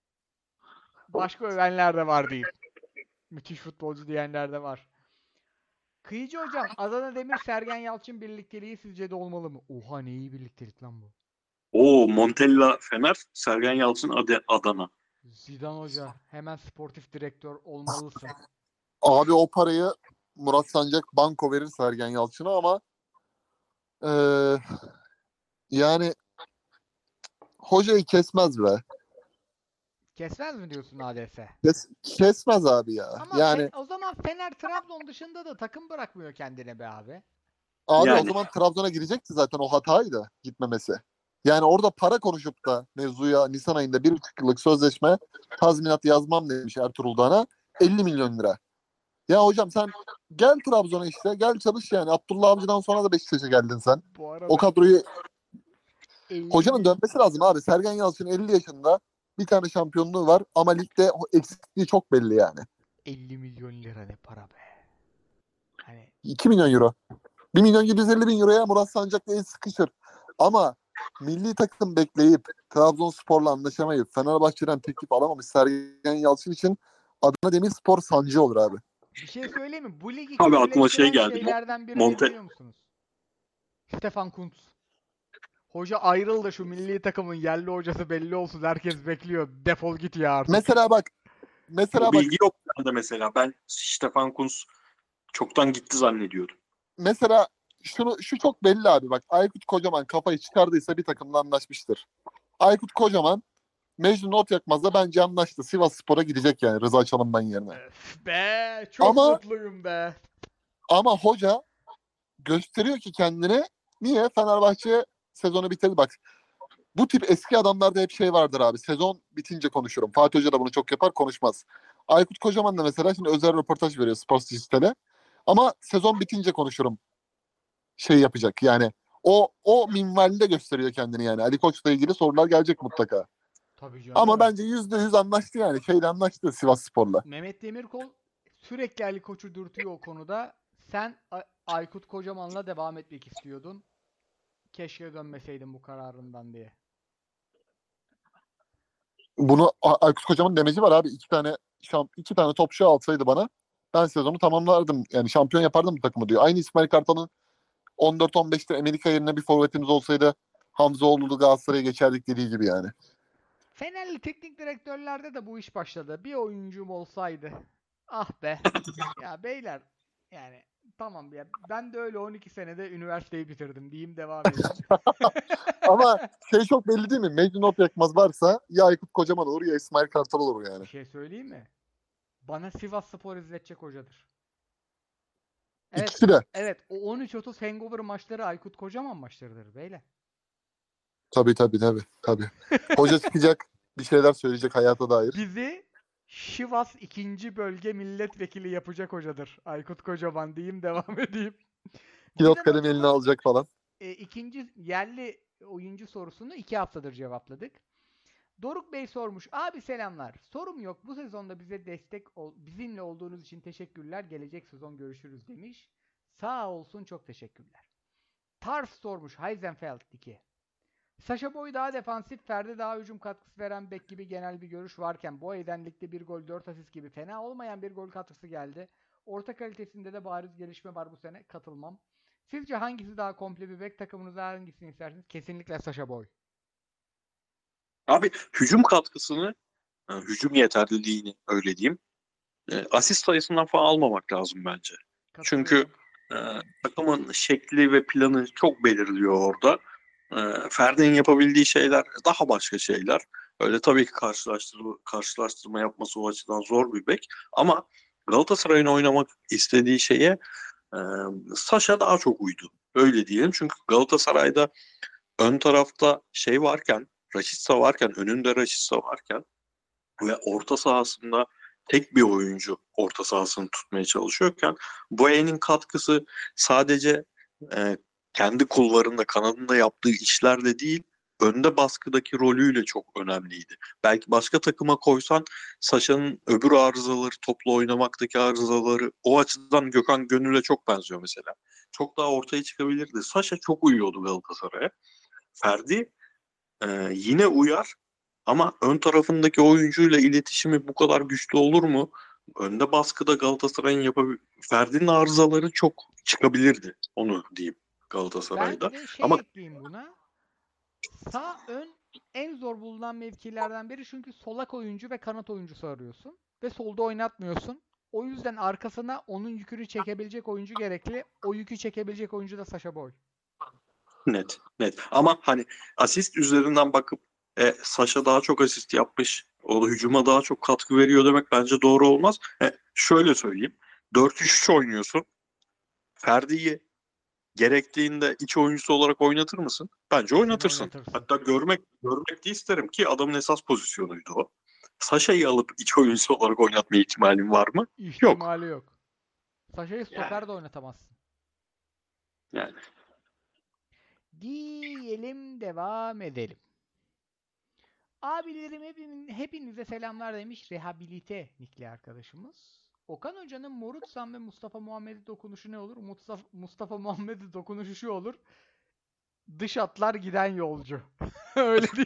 başka övenler de var diyeyim. Müthiş futbolcu diyenler de var. Kıyıcı hocam, Adana Demir Sergen Yalçın birlikteliği sizce de olmalı mı? Oha ne iyi birliktelik lan bu. Oo, Montella Fener, Sergen Yalçın Ade- Adana. Zidane hoca hemen sportif direktör olmalısın. Abi o parayı Murat Sancak banko verir Sergen Yalçın'a ama eee, yani hocayı kesmez be. Kesmez mi diyorsun A D S? Kes, kesmez abi ya. Ama Fe- Yani o zaman Fener Trabzon dışında da takım bırakmıyor kendine be abi. abi o Yani zaman Trabzon'a girecekti zaten o hataydı gitmemesi. Yani orada para konuşup da mevzuya Nisan ayında bir buçuk yıllık sözleşme tazminat yazmam demiş Ertuğrul Dağ'ına. elli milyon lira. Ya hocam sen gel Trabzon'a işte. Gel çalış yani. Abdullah Avcı'dan sonra da Beşiktaş'a geldin sen. Bu O arada kadroyu elli hocanın mil- dönmesi lazım abi. Sergen Yalçın elli yaşında. Bir tane şampiyonluğu var ama ligde o eksikliği çok belli yani. elli milyon lira ne para be. Hani iki milyon euro. bir milyon yedi yüz elli bin euroya Murat Sancak'la el sıkışır. Ama milli takım bekleyip Trabzonspor'la anlaşamayıp Fenerbahçe'den teklif alamamış Sergen Yalçın için Adana Demirspor sancı olur abi. bir şey söyleyeyim mi? Bu ligi abi aklıma şey kötüleştiren geldi. Mo- şeylerden biri ne Monte biliyor musunuz? Stefan Kuntz. Hoca ayrıl da şu milli takımın yerli hocası belli olsun. Herkes bekliyor. Defol git ya artık. Mesela bak o mesela bak bilgi yok bende mesela. Ben Stefan Kuntz çoktan gitti zannediyordum. mesela şunu şu çok belli abi bak Aykut Kocaman kafayı çıkardıysa bir takımla anlaşmıştır. Aykut Kocaman Mecnun Otyakmaz'la bence anlaştı. Sivasspor'a gidecek yani Rıza Çalınban yerine. Öf be çok Ama mutluyum be. ama hoca gösteriyor ki kendini. Niye? Fenerbahçe sezonu bitirdi. Bak bu tip eski adamlarda hep şey vardır abi. Sezon bitince konuşurum. Fatih Hoca da bunu çok yapar konuşmaz. Aykut Kocaman da mesela şimdi özel röportaj veriyor Sports Dijital'e. Ama sezon bitince konuşurum. Şey yapacak yani. O o minvalde gösteriyor kendini yani. Ali Koç'la ilgili sorular gelecek mutlaka. Tabii Ama canım. bence yüzde yüz anlaştı yani. Şeyle anlaştı Sivasspor'la. Mehmet Demirkol sürekli Ali Koç'u dürtüyor o konuda. Sen A- Aykut Kocaman'la devam etmek istiyordun. Keşke dönmeseydin bu kararından diye. Bunu A- Aykut Kocaman demeci var abi. İki tane şamp iki tane topçu alsaydı bana ben sezonu tamamlardım. Yani şampiyon yapardım bu takımı diyor. Aynı İsmail Kartal'ın on dört on beşte Amerika yerine bir forvetimiz olsaydı Hamzaoğlu'lu Galatasaray'a geçerdik dediği gibi yani. Fenerli teknik direktörlerde de bu iş başladı. Bir oyuncum olsaydı. Ah be. Ya beyler yani tamam ya ben de öyle on iki senede üniversiteyi bitirdim diyeyim devam edeyim. Ama şey çok belli değil mi? Mecnun Opyakmaz varsa ya Aykut Kocaman olur ya İsmail Kartal olur yani. Bir şey söyleyeyim mi? Bana Sivasspor izletecek hocadır. Evet, İkisi de. evet o on üç otuz hangover maçları Aykut Kocaman maçlarıdır beyler. Tabii tabii tabii. tabii. Hoca çıkacak bir şeyler söyleyecek hayata dair. Bizi Sivas ikinci bölge milletvekili yapacak hocadır. Aykut Kocaman diyeyim devam edeyim. Pilot Bizim kalemi eline hocamız alacak falan. e, ikinci yerli oyuncu sorusunu iki haftadır cevapladık. Doruk Bey sormuş. Abi selamlar. Sorum yok. Bu sezonda bize destek ol, bizimle olduğunuz için teşekkürler. Gelecek sezon görüşürüz demiş. Sağ olsun çok teşekkürler. Tarf sormuş. Heisenfeld iki. Sacha Boey daha defansif, Ferdi daha hücum katkısı veren bek gibi genel bir görüş varken Boey'den ligde bir gol dört asist gibi fena olmayan bir gol katkısı geldi. Orta kalitesinde de bariz gelişme var bu sene. Katılmam. Sizce hangisi daha komple bir bek, takımınıza hangisini istersiniz? Kesinlikle Sacha Boey. Abi hücum katkısını, yani hücum yeterliliğini öyle diyeyim. E, asist sayısından falan almamak lazım bence. Çünkü e, takımın şekli ve planı çok belirliyor orada. E, Ferdi'nin yapabildiği şeyler daha başka şeyler. Öyle tabii ki karşılaştırma, karşılaştırma yapması o açıdan zor bir bek. Ama Galatasaray'ın oynamak istediği şeye e, Sacha daha çok uydu. Öyle diyelim. Çünkü Galatasaray'da ön tarafta şey varken, Rashica varken, önünde Rashica varken ve orta sahasında tek bir oyuncu orta sahasını tutmaya çalışıyorken Boey'nin katkısı sadece e, kendi kulvarında, kanadında yaptığı işlerle değil, önde baskıdaki rolüyle çok önemliydi. Belki başka takıma koysan Sacha'nın öbür arızaları, topla oynamaktaki arızaları o açıdan Gökhan Gönül'e çok benziyor mesela. Çok daha ortaya çıkabilirdi. Sacha çok uyuyordu Galatasaray'a. Ferdi e, yine uyar ama ön tarafındaki oyuncuyla iletişimi bu kadar güçlü olur mu? Önde baskıda Galatasaray'ın yapabil... Ferdi'nin arızaları çok çıkabilirdi. Onu diyeyim Ben Galatasaray'da. de şey Ama ekleyeyim buna. Sağ ön en zor bulunan mevkilerden biri çünkü solak oyuncu ve kanat oyuncusu arıyorsun. Ve solda oynatmıyorsun. O yüzden arkasına onun yükünü çekebilecek oyuncu gerekli. O yükü çekebilecek oyuncu da Sacha Boey. net, net. Ama hani asist üzerinden bakıp e, Sacha daha çok asist yapmış. O da hücuma daha çok katkı veriyor demek bence doğru olmaz. E, şöyle söyleyeyim. dört üç üç oynuyorsun. Ferdi'yi gerektiğinde iç oyuncusu olarak oynatır mısın? Bence oynatırsın. oynatırsın. Hatta görmek görmek de isterim ki adamın esas pozisyonuydu o. Sacha'yı alıp iç oyuncusu olarak oynatma ihtimalin var mı? Yok. İhtimali yok. Sacha'yı stoper de oynatamazsın. Yani. Diyelim devam edelim. Abilerim hepin, hepinize selamlar demiş rehabilite nikli arkadaşımız. Okan Hoca'nın Morutsan ve Mustafa Muhammed'e dokunuşu ne olur? Mustafa, Mustafa Muhammed'e dokunuşu şu olur. Dış atlar giden yolcu. Öyle değil.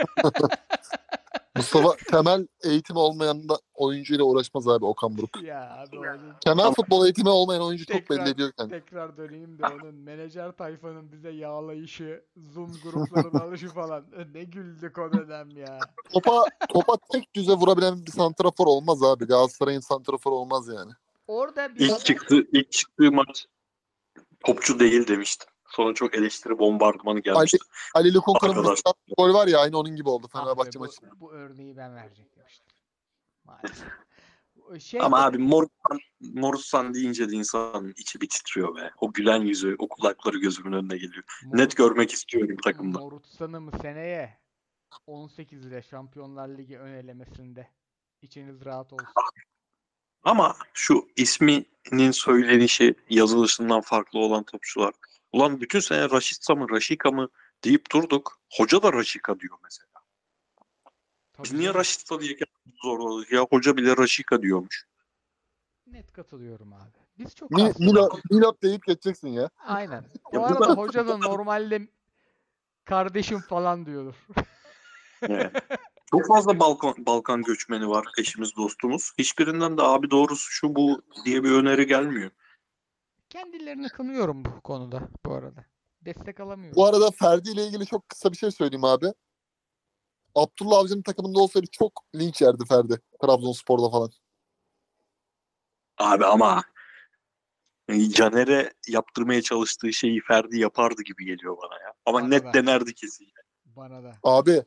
Mustafa temel eğitimi olmayan da oyuncuyla uğraşmaz abi Okan Buruk. Ya abi onun Temel futbol eğitimi olmayan oyuncu çok tekrar, belli ediyor kendini. tekrar döneyim de onun menajer tayfanın bize yağlayışı, Zoom gruplarına alışı falan. Ne güldük o dönem ya. Topa, topa tek düze vurabilen bir santrafor olmaz abi. Galatasaray'ın santraforu olmaz yani. Orada bir İlk çıktı, ilk çıktığı maç topçu değil demiştim. Sonra çok eleştiri bombardımanı gelmişti. Ali, Ali Lukunku'nun Arkadaş. bir gol var ya aynı onun gibi oldu Ah be, Fenerbahçe bu, maçı. bu örneği ben verecektim işte. Maalesef. Şey Ama tabii- abi Morutsan, Morutsan deyince de insanın içi bir titriyor be. O gülen yüzü, o kulakları gözümün önüne geliyor. Mor- Net görmek istiyorum takımda. Morutsan'ı mı seneye on sekizde Şampiyonlar Ligi ön elemesinde. İçiniz rahat olsun. Ama şu isminin söylenişi yazılışından farklı olan topçular. Ulan bütün sene Rashica mı Rashica mı deyip durduk. Hoca da Rashica diyor mesela. Tabii Biz niye canım. Rashica diye zorladık ya? Hoca bile Rashica diyormuş. Net katılıyorum abi. Biz çok Mi, az- Milo, Milot deyip geçeceksin ya. Aynen. Ya Bu bu arada da- hoca da normalde kardeşim falan diyordur. Evet. Çok fazla Balkan, Balkan göçmeni var eşimiz dostumuz. Hiçbirinden de abi doğrusu şu bu diye bir öneri gelmiyor. Kendilerini kınıyorum bu konuda bu arada. Destek alamıyorum. Bu arada Ferdi ile ilgili çok kısa bir şey söyleyeyim abi. Abdullah Avcı'nın takımında olsaydı çok linç yerdi Ferdi. Trabzonspor'da falan. Abi ama Caner'e yaptırmaya çalıştığı şeyi Ferdi yapardı gibi geliyor bana ya. Ama Bana net da. denerdi kesin. Bana da. Abi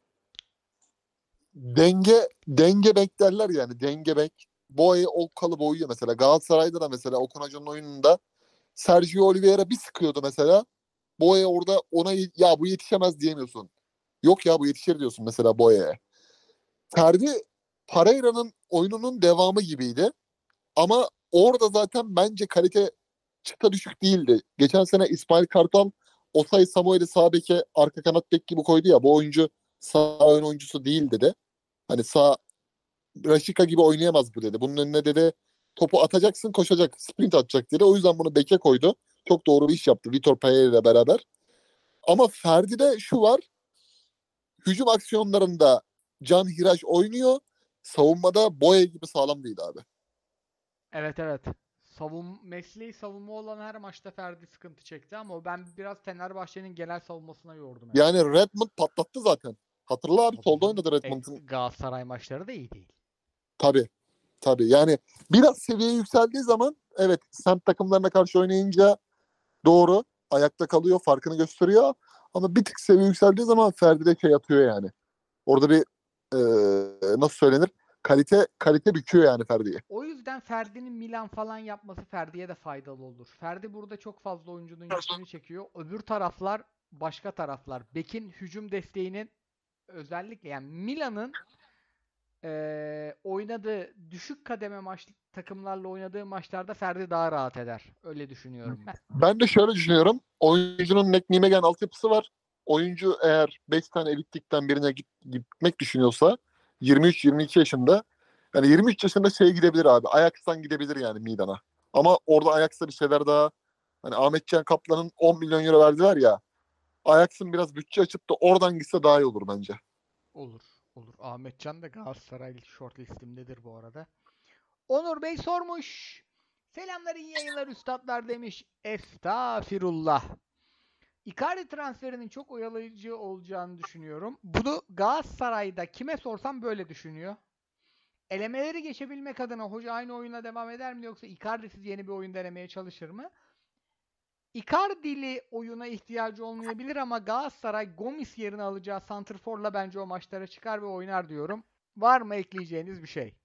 denge denge beklerler yani. Denge bek. Boye o kalıp oyuyor mesela. Galatasaray'da da mesela Okan Hoca'nın oyununda Sergio Oliveira bir sıkıyordu mesela. Boye orada ona ya bu yetişemez diyemiyorsun. Yok ya bu yetişir diyorsun mesela Boye'ye. Ferdi Pereira'nın oyununun devamı gibiydi. Ama orada zaten bence kalite çıta düşük değildi. Geçen sene İsmail Kartal Osay Samuel'i sağ beke arka kanat bek gibi koydu ya. Bu oyuncu sağ ön oyuncusu değil dedi. Hani sağ Rashica gibi oynayamaz bu dedi. Bunun önüne dedi topu atacaksın koşacak sprint atacak dedi. O yüzden bunu beke koydu. Çok doğru bir iş yaptı Vitor Pereira ile beraber. Ama Ferdi'de şu var. Hücum aksiyonlarında Can Hiraş oynuyor. Savunmada Boye gibi sağlam değil abi. Evet evet. Savun mesleği savunma olan her maçta Ferdi sıkıntı çekti ama ben biraz Fenerbahçe'nin genel savunmasına yordum. Yani. Yani Redmond patlattı zaten. Hatırla abi Tabii solda canım. oynadı E, Redmond'un. Galatasaray maçları da iyi değil. Tabii. Tabii. Yani biraz seviye yükseldiği zaman evet semt takımlarına karşı oynayınca doğru. Ayakta kalıyor. Farkını gösteriyor. Ama bir tık seviye yükseldiği zaman Ferdi'de şey atıyor yani. Orada bir e, nasıl söylenir? Kalite kalite büküyor yani Ferdi'yi. O yüzden Ferdi'nin Milan falan yapması Ferdi'ye de faydalı olur. Ferdi burada çok fazla oyuncunun yükünü çekiyor. Öbür taraflar başka taraflar. Bek'in hücum desteğinin özellikle yani Milan'ın eee, oynadığı düşük kademe maç takımlarla oynadığı maçlarda Ferdi daha rahat eder. Öyle düşünüyorum ben. Ben de şöyle düşünüyorum. Oyuncunun Nek Nimegen altyapısı var. Oyuncu eğer beş tane elit ligden birine git, gitmek düşünüyorsa yirmi üç yirmi iki yaşında yani yirmi üç yaşında şey gidebilir abi. Ajax'tan gidebilir yani Milan'a. Ama orada Ajax'ta bir şeyler daha hani Ahmetcan Kaplan'ın on milyon euro verdiler ya. Ajax'ın biraz bütçe açıp da oradan gitse daha iyi olur bence. Olur. Olur. Ahmetcan da Galatasaray shortlistimdedir bu arada. Onur Bey sormuş. Selamlar iyi yayınlar üstadlar demiş. Estağfirullah. Icardi transferinin çok oyalayıcı olacağını düşünüyorum. Bunu Galatasaray'da kime sorsam böyle düşünüyor. Elemeleri geçebilmek adına hoca aynı oyuna devam eder mi yoksa Icardi'siz yeni bir oyun denemeye çalışır mı? Icardi'li oyuna ihtiyacı olmayabilir ama Galatasaray Gomis yerine alacağı santrforla bence o maçlara çıkar ve oynar diyorum. Var mı ekleyeceğiniz bir şey?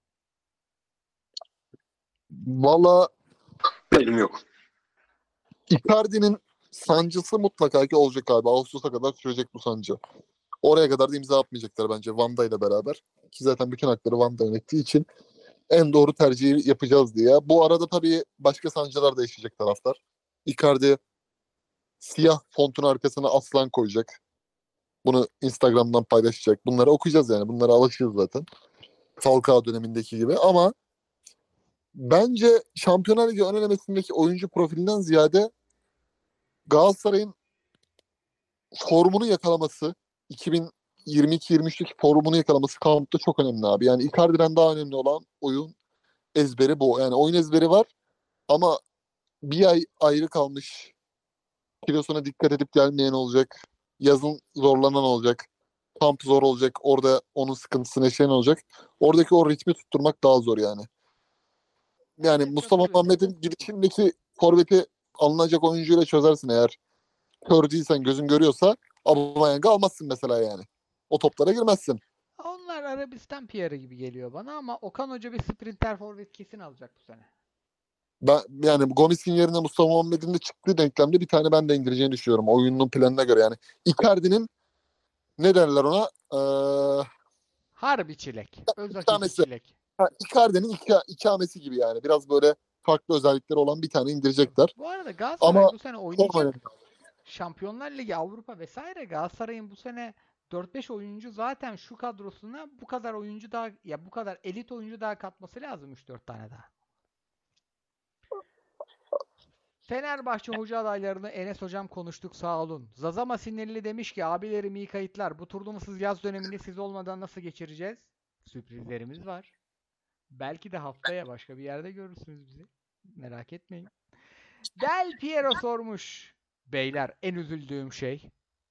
Valla Benim yok. Icardi'nin sancısı mutlaka ki olacak abi. Ağustos'a kadar sürecek bu sancı. Oraya kadar da imza atmayacaklar bence Vanda ile beraber. Ki zaten bütün hakları Vanda yönettiği için en doğru tercihi yapacağız diye. Bu arada tabii başka sancılar da yaşayacak taraftar. Icardi siyah fontun arkasına aslan koyacak. Bunu Instagram'dan paylaşacak. Bunları okuyacağız yani. Bunlara alışırız zaten. Falcao dönemindeki gibi ama bence Şampiyonlar Ligi ön elemesindeki oyuncu profilinden ziyade Galatasaray'ın formunu yakalaması iki bin yirmi iki yirmi üçteki formunu yakalaması kampta çok önemli abi. Yani Icardi'den daha önemli olan oyun ezberi bu. Yani oyun ezberi var ama bir ay ayrı kalmış. Kilosuna dikkat edip gelmeyen olacak. Yazın zorlanan olacak. Kamp zor olacak. Orada onun sıkıntısını yaşayan olacak. Oradaki o ritmi tutturmak daha zor yani. Yani Evet, Mustafa katılıyorum. Muhammed'in gidişindeki forveti alınacak oyuncuyla çözersin eğer kör değilsen gözün görüyorsa Aubameyang'ı almazsın mesela yani. O toplara girmezsin. Onlar Arabistan P R'ı gibi geliyor bana ama Okan Hoca bir sprinter forvet kesin alacak bu sene. Ben yani Gomis'in yerine Mustafa Muhammed'in de çıktığı denklemde bir tane ben de indireceğini düşünüyorum. Oyunun planına göre yani. Icardi'nin ne derler ona? Ee, Harbi çilek. Öz hakiki ikamesi. çilek. Ha, Icardi'nin ika, ikamesi gibi yani. Biraz böyle farklı özellikleri olan bir tane indirecekler. Bu arada Galatasaray Ama bu sene çok önemli. oynayacak Şampiyonlar Ligi, Avrupa vesaire. Galatasaray'ın bu sene dört beş oyuncu zaten şu kadrosuna bu kadar oyuncu daha ya bu kadar elit oyuncu daha katması lazım üç dört tane daha. Fenerbahçe hoca adaylarını Enes hocam konuştuk, sağ olun. Zazama sinirli demiş ki abilerim iyi kayıtlar. Bu turnuvasız yaz dönemini siz olmadan nasıl geçireceğiz? Sürprizlerimiz var. Belki de haftaya başka bir yerde görürsünüz bizi. Merak etmeyin. Del Piero sormuş. Beyler en üzüldüğüm şey.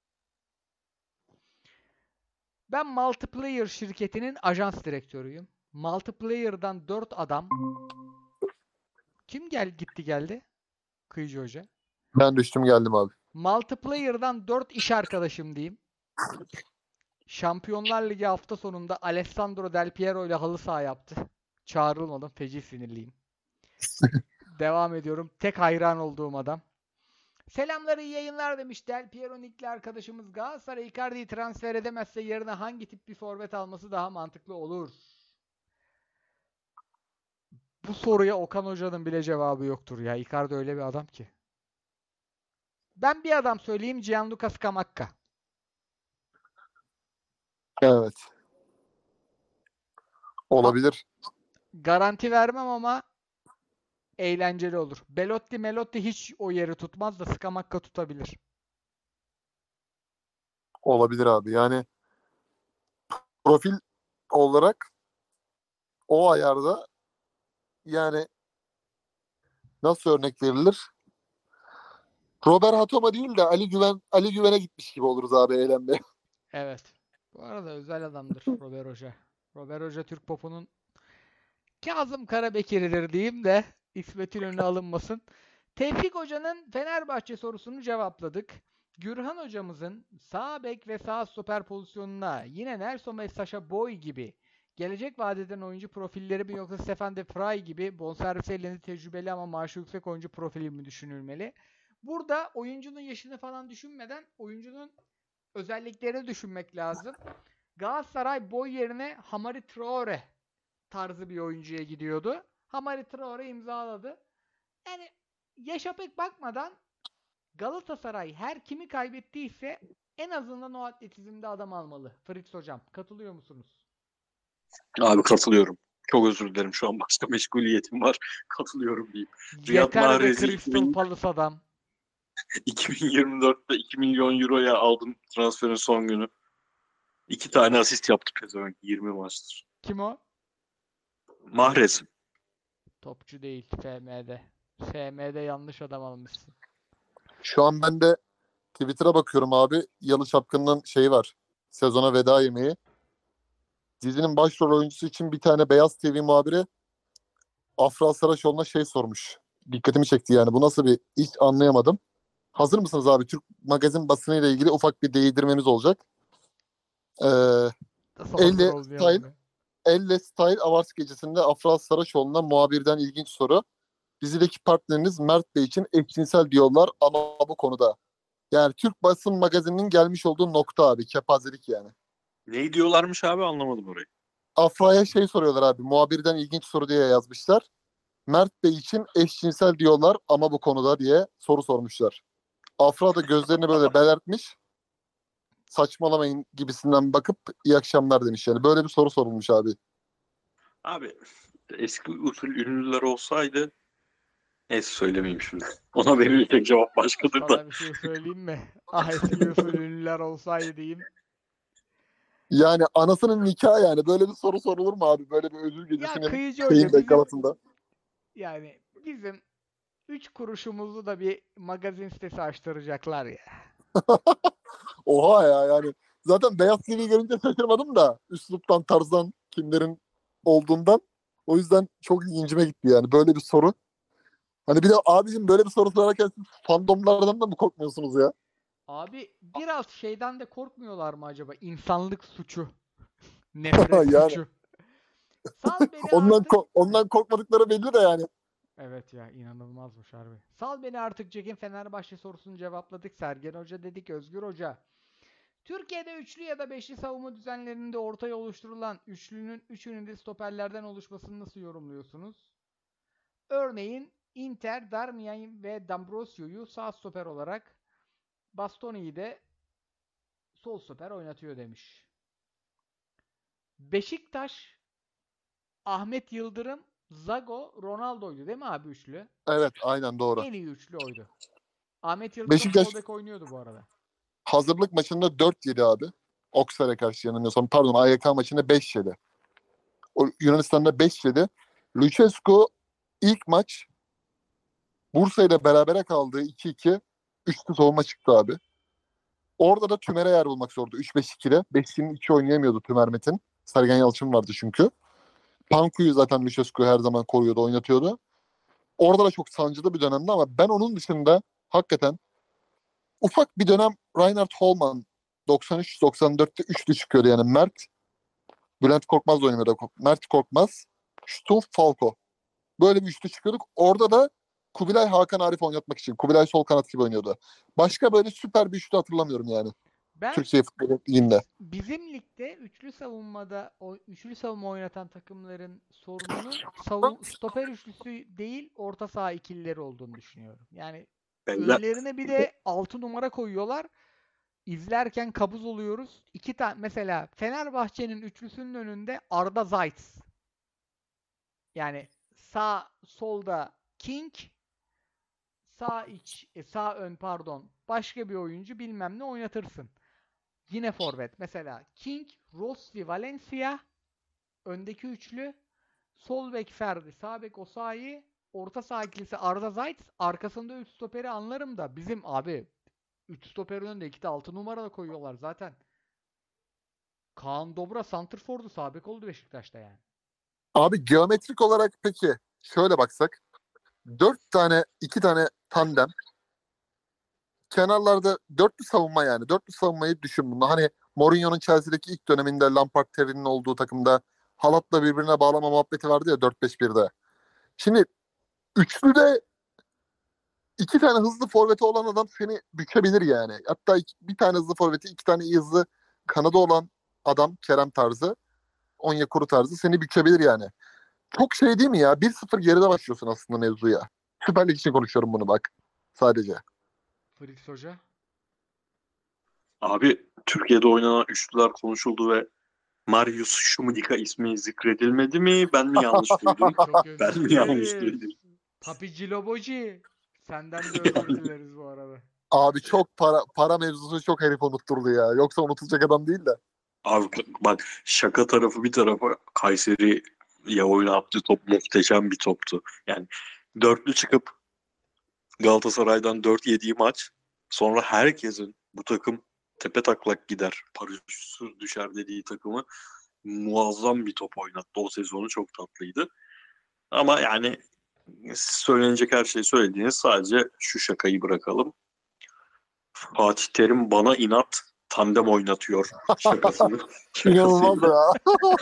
Ben Multiplayer şirketinin ajans direktörüyüm. Multiplayer'dan dört adam. Kim gel gitti geldi? Kıyıcı Hoca. Ben düştüm geldim abi. Multiplayer'dan dört iş arkadaşım diyeyim. Şampiyonlar Ligi hafta sonunda Alessandro Del Piero ile halı saha yaptı. Çağrılmadım. Feci sinirliyim. Devam ediyorum. Tek hayran olduğum adam. Selamları iyi yayınlar demiş. Del Piero Nick'li arkadaşımız. Galatasaray Icardi'yi transfer edemezse yerine hangi tip bir forvet alması daha mantıklı olur? Bu soruya Okan Hoca'nın bile cevabı yoktur ya. Icardi öyle bir adam ki. Ben bir adam söyleyeyim. Gianluca Scamacca. Evet. Olabilir. Garanti vermem ama eğlenceli olur. Belotti Melotti hiç o yeri tutmaz da Scamacca tutabilir. Olabilir abi. Yani profil olarak o ayarda yani nasıl örnek verilir? Robert Hatoma değil de Ali Güven Ali Güven'e gitmiş gibi oluruz abi eğlenmeye. Evet. Bu arada özel adamdır Robert Hoca. Robert Hoca Türk popunun Kazım Karabekir'idir diyeyim de İsmet İnönü alınmasın. Tevfik Hoca'nın Fenerbahçe sorusunu cevapladık. Gürhan Hocamızın sağ bek ve sağ stoper pozisyonuna yine Nelson ve Sacha Boey gibi gelecek vadeden oyuncu profilleri mi yoksa Stefan de Vrij gibi bonservis elinde tecrübeli ama maaşı yüksek oyuncu profili mi düşünülmeli? Burada oyuncunun yaşını falan düşünmeden oyuncunun özelliklerini düşünmek lazım. Galatasaray Boy yerine Hamari Traore tarzı bir oyuncuya gidiyordu. Hamari Traore imzaladı. Yani yaşa pek bakmadan Galatasaray her kimi kaybettiyse en azından o atletizmde adam almalı. Fritz hocam katılıyor musunuz? Abi katılıyorum. Çok özür dilerim, şu an başka meşguliyetim var. Katılıyorum diyeyim. Riyad Yeter be Mahrez'i Crystal Palace adam. iki bin yirmi dörtte iki milyon euroya aldım transferin son günü. İki tane asist yaptı pezevenk yirmi maçtır. Kim o? Mahrez. Topçu değil F M'de. F M'de yanlış adam almışsın. Şu an ben de Twitter'a bakıyorum abi. Yalı Çapkın'ın şeyi var. Sezona veda yemeği. Dizinin başrol oyuncusu için bir tane Beyaz T V muhabiri Afra Saraçoğlu'na şey sormuş. Dikkatimi çekti yani. Bu nasıl bir iş anlayamadım. Hazır mısınız abi? Türk magazin basınıyla ilgili ufak bir değdirmemiz olacak. Ee, Nasıl hazır Elle olmayalım Style, ya? Elle Style Awards gecesinde Afra Saraçoğlu'na muhabirden ilginç soru. Dizideki partneriniz Mert Bey için eşcinsel diyorlar ama bu konuda. Yani Türk basın magazininin gelmiş olduğu nokta abi. Kepazelik yani. Ne diyorlarmış abi, anlamadım orayı. Afra'ya şey soruyorlar abi. Muhabirden ilginç soru diye yazmışlar. Mert Bey için eşcinsel diyorlar ama bu konuda diye soru sormuşlar. Afra da gözlerini böyle belertmiş. Saçmalamayın gibisinden bakıp iyi akşamlar demiş yani. Böyle bir soru sorulmuş abi. Abi eski usul ünlüler olsaydı, neyse söylemeyeyim şimdi. Ona verilecek cevap başkadır da. Sana bir şey söyleyeyim mi? Ah eski usul ünlüler olsaydı diyeyim. Yani anasının nikahı yani. Böyle bir soru sorulur mu abi? Böyle bir ödül Ya gecesinin Kıyıcı Hoca şeyinde, bizim galasında. yani bizim üç kuruşumuzu da bir magazin sitesi açtıracaklar ya. Oha ya yani. Zaten Beyaz T V görünce şaşırmadım da. Üsluptan, tarzdan, kimlerin olduğundan. O yüzden çok ilgincime gitti yani. Böyle bir soru. Hani bir de abicim böyle bir soru sorarken siz fandomlardan da mı korkmuyorsunuz ya? Abi biraz şeyden de korkmuyorlar mı acaba? İnsanlık suçu. Nefret Yani. suçu. Sal beni Ondan, artık. ko- ondan korkmadıkları belli de yani. Evet ya inanılmazmış harbi. Sal beni artık Jack'in Fenerbahçe sorusunu cevapladık. Sergen Hoca dedik, Özgür Hoca. Türkiye'de üçlü ya da beşli savunma düzenlerinde ortaya oluşturulan üçlünün üçünün de stoperlerden oluşmasını nasıl yorumluyorsunuz? Örneğin Inter, Darmian ve D'Ambrosio'yu sağ stoper olarak, Bastoni'yi de sol stoper oynatıyor demiş. Beşiktaş, Ahmet Yıldırım, Zago, Ronaldo'ydu değil mi abi üçlü? Evet, aynen doğru. En iyi üçlü oydu. Ahmet Yıldırım Beşiktaş sol bek oynuyordu bu arada. hazırlık maçında dört yedi abi. Oksar'a karşı yanılmıyorsam. Pardon, A Y K maçında beş yedi. O Yunanistan'da beş yedi. Lucescu ilk maç Bursa ile berabere kaldığı iki iki üçlü savunma çıktı abi. Orada da Tümer'e yer bulmak zordu. üç beş ikide. beşinin iki oynayamıyordu Tümer Metin. Sergen Yalçın vardı çünkü. Panku'yu zaten Lucescu her zaman koruyordu, oynatıyordu. Orada da çok sancılı bir dönemdi ama ben onun dışında hakikaten ufak bir dönem Reinhard Holman doksan üç doksan dörtte üçlü çıkıyordu yani. Mert, Bülent Korkmaz da oynuyordu. Mert Korkmaz, Stumpf, Falco. Böyle bir üçlü çıkıyorduk. Orada da Kubilay Hakan Arif oynatmak için. Kubilay sol kanat gibi oynuyordu. Başka böyle süper bir üçlü hatırlamıyorum yani. Ben Türkiye Futbol Ligi'nde. bizim ligde üçlü savunmada o üçlü savunma oynatan takımların sorununun savun, stoper üçlüsü değil orta saha ikilileri olduğunu düşünüyorum. Yani Beyler, önlerine bir de altı numara koyuyorlar. İzlerken kabuz oluyoruz. İki tane mesela Fenerbahçe'nin üçlüsünün önünde Arda Zayt. Yani sağ solda King, sağ iç e, sağ ön pardon başka bir oyuncu bilmem ne oynatırsın. Yine forvet. Mesela King, Rossi, Valencia öndeki üçlü. Sol bek Ferdi, sağ bek Osayi, orta saha ikilisi Arda Zayt. Arkasında üç stoperi anlarım da bizim abi üç stoperin önünde iki de altı numara koyuyorlar zaten. Kaan Dobra santrfordu sağ bek oldu Beşiktaş'ta yani. Abi geometrik olarak peki şöyle baksak. Dört tane, iki tane tandem. Kenarlarda dörtlü savunma yani. Dörtlü savunmayı düşün bunu. Hani Mourinho'nun Chelsea'deki ilk döneminde Lampard Terry'nin olduğu takımda halatla birbirine bağlama muhabbeti vardı ya dört beş birde. Şimdi üçlüde iki tane hızlı forveti olan adam seni bükebilir yani. Hatta iki, bir tane hızlı forveti, iki tane iyi hızlı kanadı olan adam Kerem tarzı, Onyekuru tarzı seni bükebilir yani. Çok şey değil mi ya? bir sıfır geride başlıyorsun aslında mevzuya. Süper Lig için konuşuyorum bunu bak. Sadece. Fritz Hoca. abi Türkiye'de oynanan üçlüler konuşuldu ve Marius Şumidika ismi zikredilmedi mi? Ben mi yanlış duydum? Çok özür Ben mi yanlış dileriz. duydum? Papi Ciloboji. Senden de özür Yani, dileriz bu arada. Abi çok para para mevzusu çok herif unutturdu ya. Yoksa unutulacak adam değil de. abi bak şaka tarafı bir tarafa Kayseri ya oynattığı top muhteşem bir toptu. Yani dörtlü çıkıp Galatasaray'dan dört yediği maç sonra herkesin bu takım tepe taklak gider, paraşütsüz düşer dediği takımı muazzam bir top oynattı. O sezonu çok tatlıydı. Ama yani söylenecek her şeyi söylediğiniz sadece şu şakayı bırakalım. Fatih Terim bana inat tandem oynatıyor şakasını. İnanılmaz şakasıyla. ya.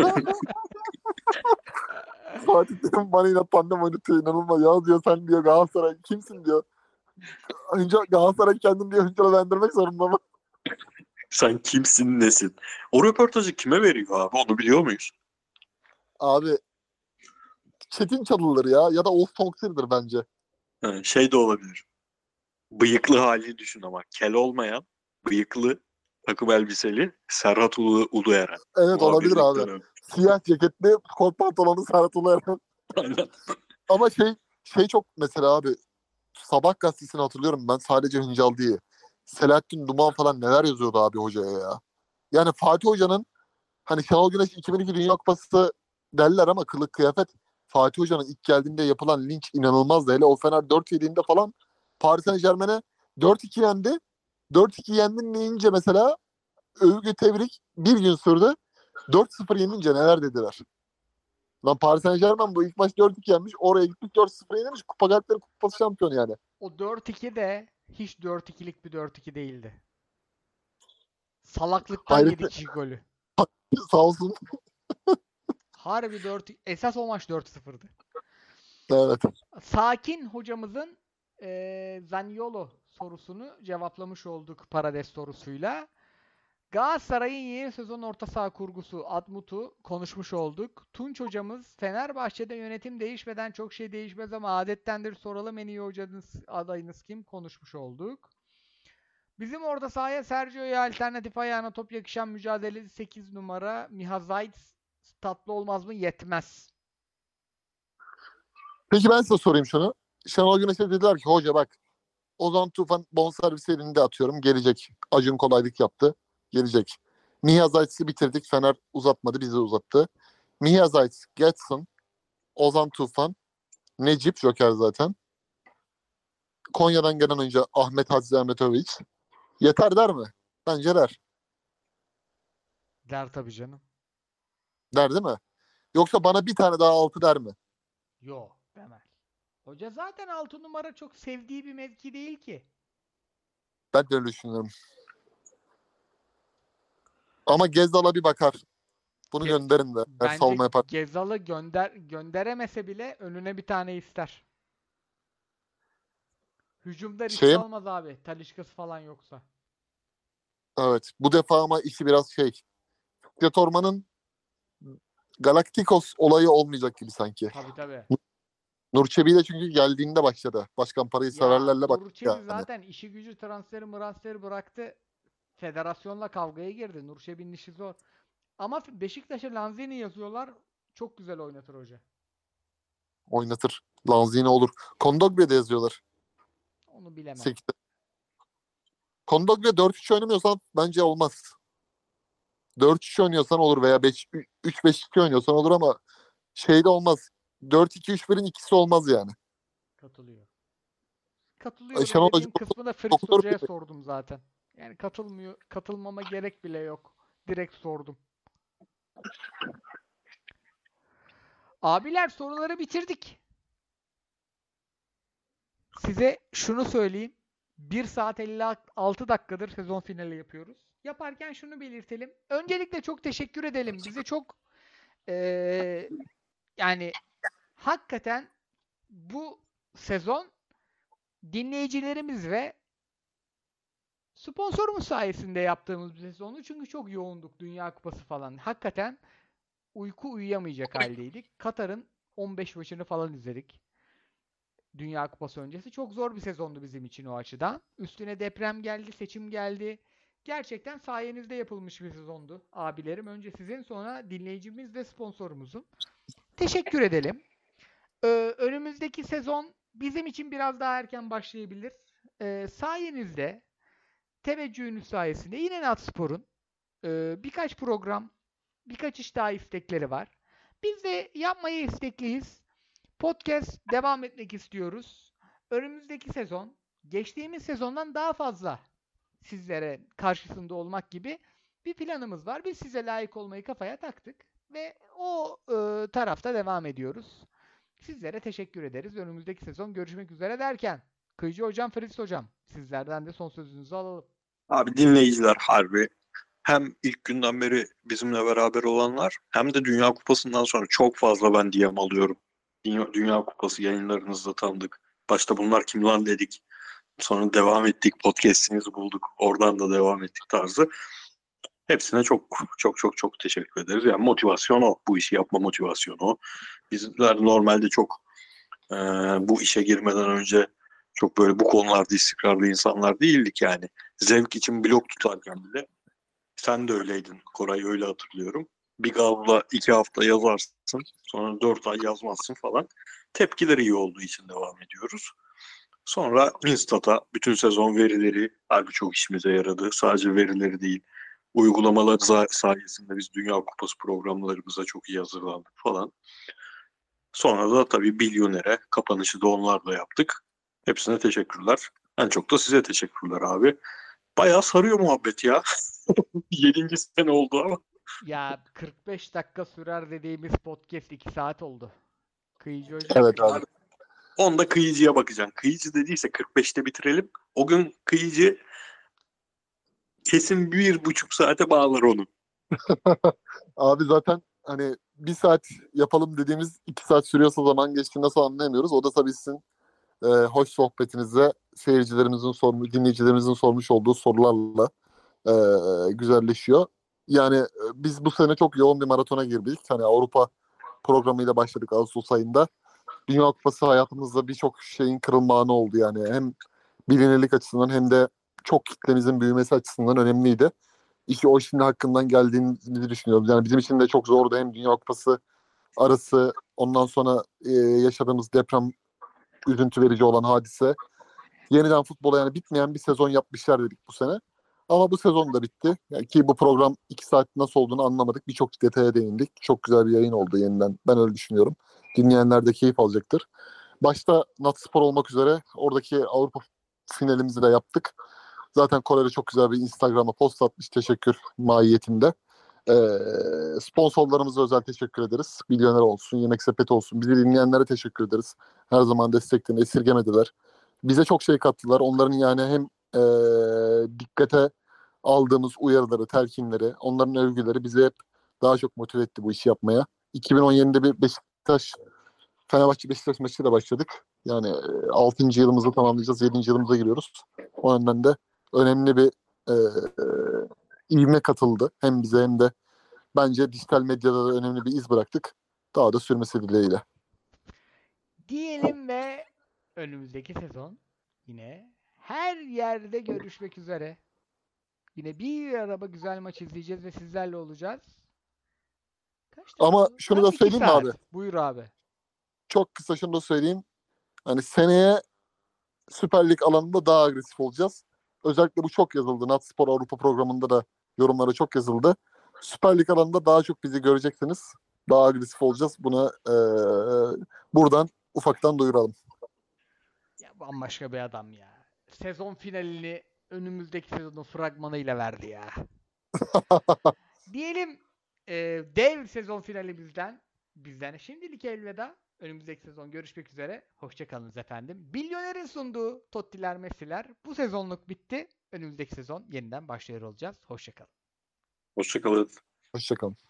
Fatih Terim bana yine tandem oynatıyor. İnanılmaz. Ya diyor sen diyor Galatasaray kimsin diyor. Önce Galatasaray kendini diyor öncelendirmek zorunda mı? Sen kimsin nesin? O röportajı kime veriyor abi onu biliyor muyuz? Abi Çetin Çalılır ya. Ya da Oğuz Tonksir'dir bence. Ha, şey de olabilir. Bıyıklı hali düşün ama kel olmayan bıyıklı takım elbiseli Serhat Ulu, Ulueren. Evet olabilir abi. Muhabirlik dönemi. Siyah ceketli kot pantolonlu Serhat Ulueren. Aynen. Ama şey şey çok mesela abi Sabah gazetesini hatırlıyorum ben sadece Hıncal değil. Selahattin Duman falan neler yazıyordu abi hocaya ya. Yani Fatih Hoca'nın hani Şenol Güneş iki bin iki Dünya Kupası derler ama kılık kıyafet Fatih Hoca'nın ilk geldiğinde yapılan linç inanılmazdı. Hele o Fener dört yediğinde falan Paris Saint-Germain'e dört iki yendi. dört iki yendin deyince mesela övgü tebrik bir gün sürdü. dört sıfır yenince neler dediler. Lan Paris Saint-Germain bu ilk maç dört iki yenmiş. Oraya gitmiş dört sıfır yenilmiş. Kupa Galatasaray Kupası şampiyonu yani. O dört iki de hiç dört ikilik bir dört iki değildi. Salaklıktan Hayret. yedi kişi golü. Sağ olsun. Harbi dört esas o maç dört sıfırdı. Evet. Sakin hocamızın eee Zaniolo sorusunu cevaplamış olduk Parades sorusuyla. Galatasaray'ın yeni sezon orta saha kurgusu Admut'u konuşmuş olduk. Tunç hocamız Fenerbahçe'de yönetim değişmeden çok şey değişmez ama adettendir soralım en iyi hocanız adayınız kim konuşmuş olduk. Bizim orta sahaya Sergio'ya alternatif ayağına top yakışan mücadeleci sekiz numara Miha Zayt tatlı olmaz mı? Yetmez. Peki ben size sorayım şunu. Şenol Güneş'e dediler ki hoca bak Ozan Tufan bonservis elinde atıyorum gelecek. Acun kolaylık yaptı. Gelecek. Miha Zayt'sı bitirdik. Fener uzatmadı bizi uzattı. Miha Zayt, Getson, Ozan Tufan, Necip Joker zaten. Konya'dan gelen oyuncu Ahmet Hadzi Ahmetoviç. Yeter der mi? Bence der. Der tabii canım. Der değil mi? Yoksa bana bir tane daha altı der mi? Yo demez. Hoca zaten altı numara çok sevdiği bir mevki değil ki. Ben de öyle düşünüyorum. Ama Gezdal'a bir bakar. Bunu Ge- gönderin de. Bence Savunma yapar. Gezal'ı gönder gönderemese bile önüne bir tane ister. Hücumda risk Şeye, almaz abi. Talisca'sı falan yoksa. evet. Bu defa ama işi biraz şey. Fikret Orman'ın Galacticos olayı olmayacak gibi sanki. Tabii tabii. Nur Çebi de çünkü geldiğinde başladı. Başkan parayı Ya severlerle Nur başladı Çebi yani. zaten işi gücü transferi transferi bıraktı. Federasyonla kavgaya girdi. Nur Çebi'nin işi zor. Ama Beşiktaş'a Lanzini yazıyorlar. Çok güzel oynatır hoca. Oynatır. Lanzini olur. Kondogbia de yazıyorlar. Onu bilemem. sekizde. Kondogbia dört üç oynamıyorsan bence olmaz. dört üç oynuyorsan olur veya üç beş iki oynuyorsan olur ama şeyde olmaz. dört iki üç birin ikisi olmaz yani. Katılıyor. Katılıyorum Şenol Hoca dediğim kısmı da Fritz doktor Hoca'ya gibi. sordum zaten. Yani katılmıyor, katılmama gerek bile yok. Direkt sordum. Abiler soruları bitirdik. Size şunu söyleyeyim. bir saat elli altı dakikadır sezon finali yapıyoruz. Yaparken şunu belirtelim. Öncelikle çok teşekkür edelim. Bize çok eee, yani hakikaten bu sezon dinleyicilerimiz ve sponsorumuz sayesinde yaptığımız bir sezonu. Çünkü çok yoğunduk. Dünya Kupası falan. Hakikaten uyku uyuyamayacak haldeydik. Katar'ın on beş maçını falan izledik. Dünya Kupası öncesi. Çok zor bir sezondu bizim için o açıdan. Üstüne deprem geldi, seçim geldi. Gerçekten sayenizde yapılmış bir sezondu abilerim. Önce sizin, sonra dinleyicimiz ve sponsorumuzun. Teşekkür edelim. Ee, önümüzdeki sezon bizim için biraz daha erken başlayabilir. Ee, sayenizde, teveccühünüz sayesinde yine Natspor'un e, birkaç program, birkaç iş daha istekleri var. Biz de yapmaya istekliyiz. Podcast devam etmek istiyoruz. Önümüzdeki sezon, geçtiğimiz sezondan daha fazla sizlere karşısında olmak gibi bir planımız var. Biz size layık olmayı kafaya taktık ve o e, tarafta devam ediyoruz. Sizlere teşekkür ederiz. Önümüzdeki sezon görüşmek üzere derken Kıyıcı Hocam, Fritz Hocam, sizlerden de son sözünüzü alalım. Abi dinleyiciler harbi hem ilk günden beri bizimle beraber olanlar hem de Dünya Kupası'ndan sonra çok fazla ben D M alıyorum. Dünya, Dünya Kupası yayınlarınızda tanıdık. Başta bunlar kim lan dedik. Sonra devam ettik. Podcast'inizi bulduk. Oradan da devam ettik tarzı. Hepsine çok çok çok çok teşekkür ederiz. Yani motivasyon o. Bu işi yapma motivasyonu o. Bizler normalde çok e, bu işe girmeden önce çok böyle bu konularda istikrarlı insanlar değildik yani. Zevk için blog tutarken bile sen de öyleydin Koray, öyle hatırlıyorum. Bir gavla iki hafta yazarsın, sonra dört ay yazmazsın falan. Tepkileri iyi olduğu için devam ediyoruz. Sonra Instat'a bütün sezon verileri harbi çok işimize yaradı. Sadece verileri değil, uygulamalar sayesinde biz Dünya Kupası programlarımıza çok iyi hazırlandık falan. Sonra da tabii Bilyoner'e kapanışı da onlarla yaptık. Hepsine teşekkürler. En çok da size teşekkürler abi. Bayağı sarıyor muhabbet ya. Yedinci sene oldu ama. Ya kırk beş dakika sürer dediğimiz podcast iki saat oldu. Kıyıcı Hocam. Evet abi. Onda kıyıcıya bakacaksın. Kıyıcı dediyse kırk beşte bitirelim. O gün kıyıcı kesin bir buçuk saate bağlar onu. Abi zaten hani bir saat yapalım dediğimiz iki saat sürüyorsa zaman geçti nasıl anlayamıyoruz. O da tabii sizin e, hoş sohbetinizle seyircilerimizin sormuş, dinleyicilerimizin sormuş olduğu sorularla e, güzelleşiyor. Yani e, biz bu sene çok yoğun bir maratona girdik. Hani Avrupa programıyla başladık Ağustos ayında. Dünya Kupası hayatımızda birçok şeyin kırılma anı oldu yani. Hem bilinirlik açısından hem de çok kitlemizin büyümesi açısından önemliydi. İşte o işin hakkından geldiğini düşünüyorum. Yani bizim için de çok zordu hem Dünya Kupası arası, ondan sonra e, yaşadığımız deprem, üzüntü verici olan hadise. Yeniden futbola yani bitmeyen bir sezon yapmışlar dedik bu sene. Ama bu sezon da bitti. Yani ki bu program iki saat nasıl olduğunu anlamadık. Birçok detaya değindik. Çok güzel bir yayın oldu yeniden. Ben öyle düşünüyorum. Dinleyenler de keyif alacaktır. Başta Natspor olmak üzere oradaki Avrupa finalimizi de yaptık. Zaten Koreli çok güzel bir Instagram'a post atmış, teşekkür mahiyetinde. Ee, sponsorlarımıza özel teşekkür ederiz. Milyoner olsun, Yemek Sepeti olsun. Bizi dinleyenlere teşekkür ederiz. Her zaman desteklerini esirgemediler. Bize çok şey kattılar. Onların yani hem e, dikkate aldığımız uyarıları, telkinleri, onların övgüleri bizi hep daha çok motive etti bu işi yapmaya. iki bin on yedide bir Beşiktaş Fenerbahçe Beşiktaş maçıyla başladık. Yani altıncı yılımızı tamamlayacağız. yedinci yılımıza giriyoruz. O yönden de önemli bir e, e, ivme katıldı. Hem bize hem de bence dijital medyada da önemli bir iz bıraktık. Daha da sürmesi dileğiyle. Diyelim ve önümüzdeki sezon yine her yerde görüşmek üzere. Yine bir araba güzel maç izleyeceğiz ve sizlerle olacağız. Kaç Ama dakika? şunu Tam da iki söyleyeyim mi saat. abi? Buyur abi. Çok kısa şunu da söyleyeyim. Hani seneye Süper Lig alanında daha agresif olacağız. Özellikle bu çok yazıldı. Natspor Avrupa programında da yorumlara çok yazıldı. Süper Lig alanında daha çok bizi göreceksiniz. Daha agresif olacağız. Buna e, buradan ufaktan duyuralım. Ya bambaşka bir adam ya. Sezon finalini önümüzdeki sezonun fragmanıyla verdi ya. Diyelim e, dev sezon finalimizden bizden şimdilik elveda. Önümüzdeki sezon görüşmek üzere. Hoşçakalınız efendim. Milyoner'in sunduğu Tottiler Messi'ler bu sezonluk bitti. Önümüzdeki sezon yeniden başlıyor olacağız. Hoşçakalın. Hoşçakalın. Hoşçakalın.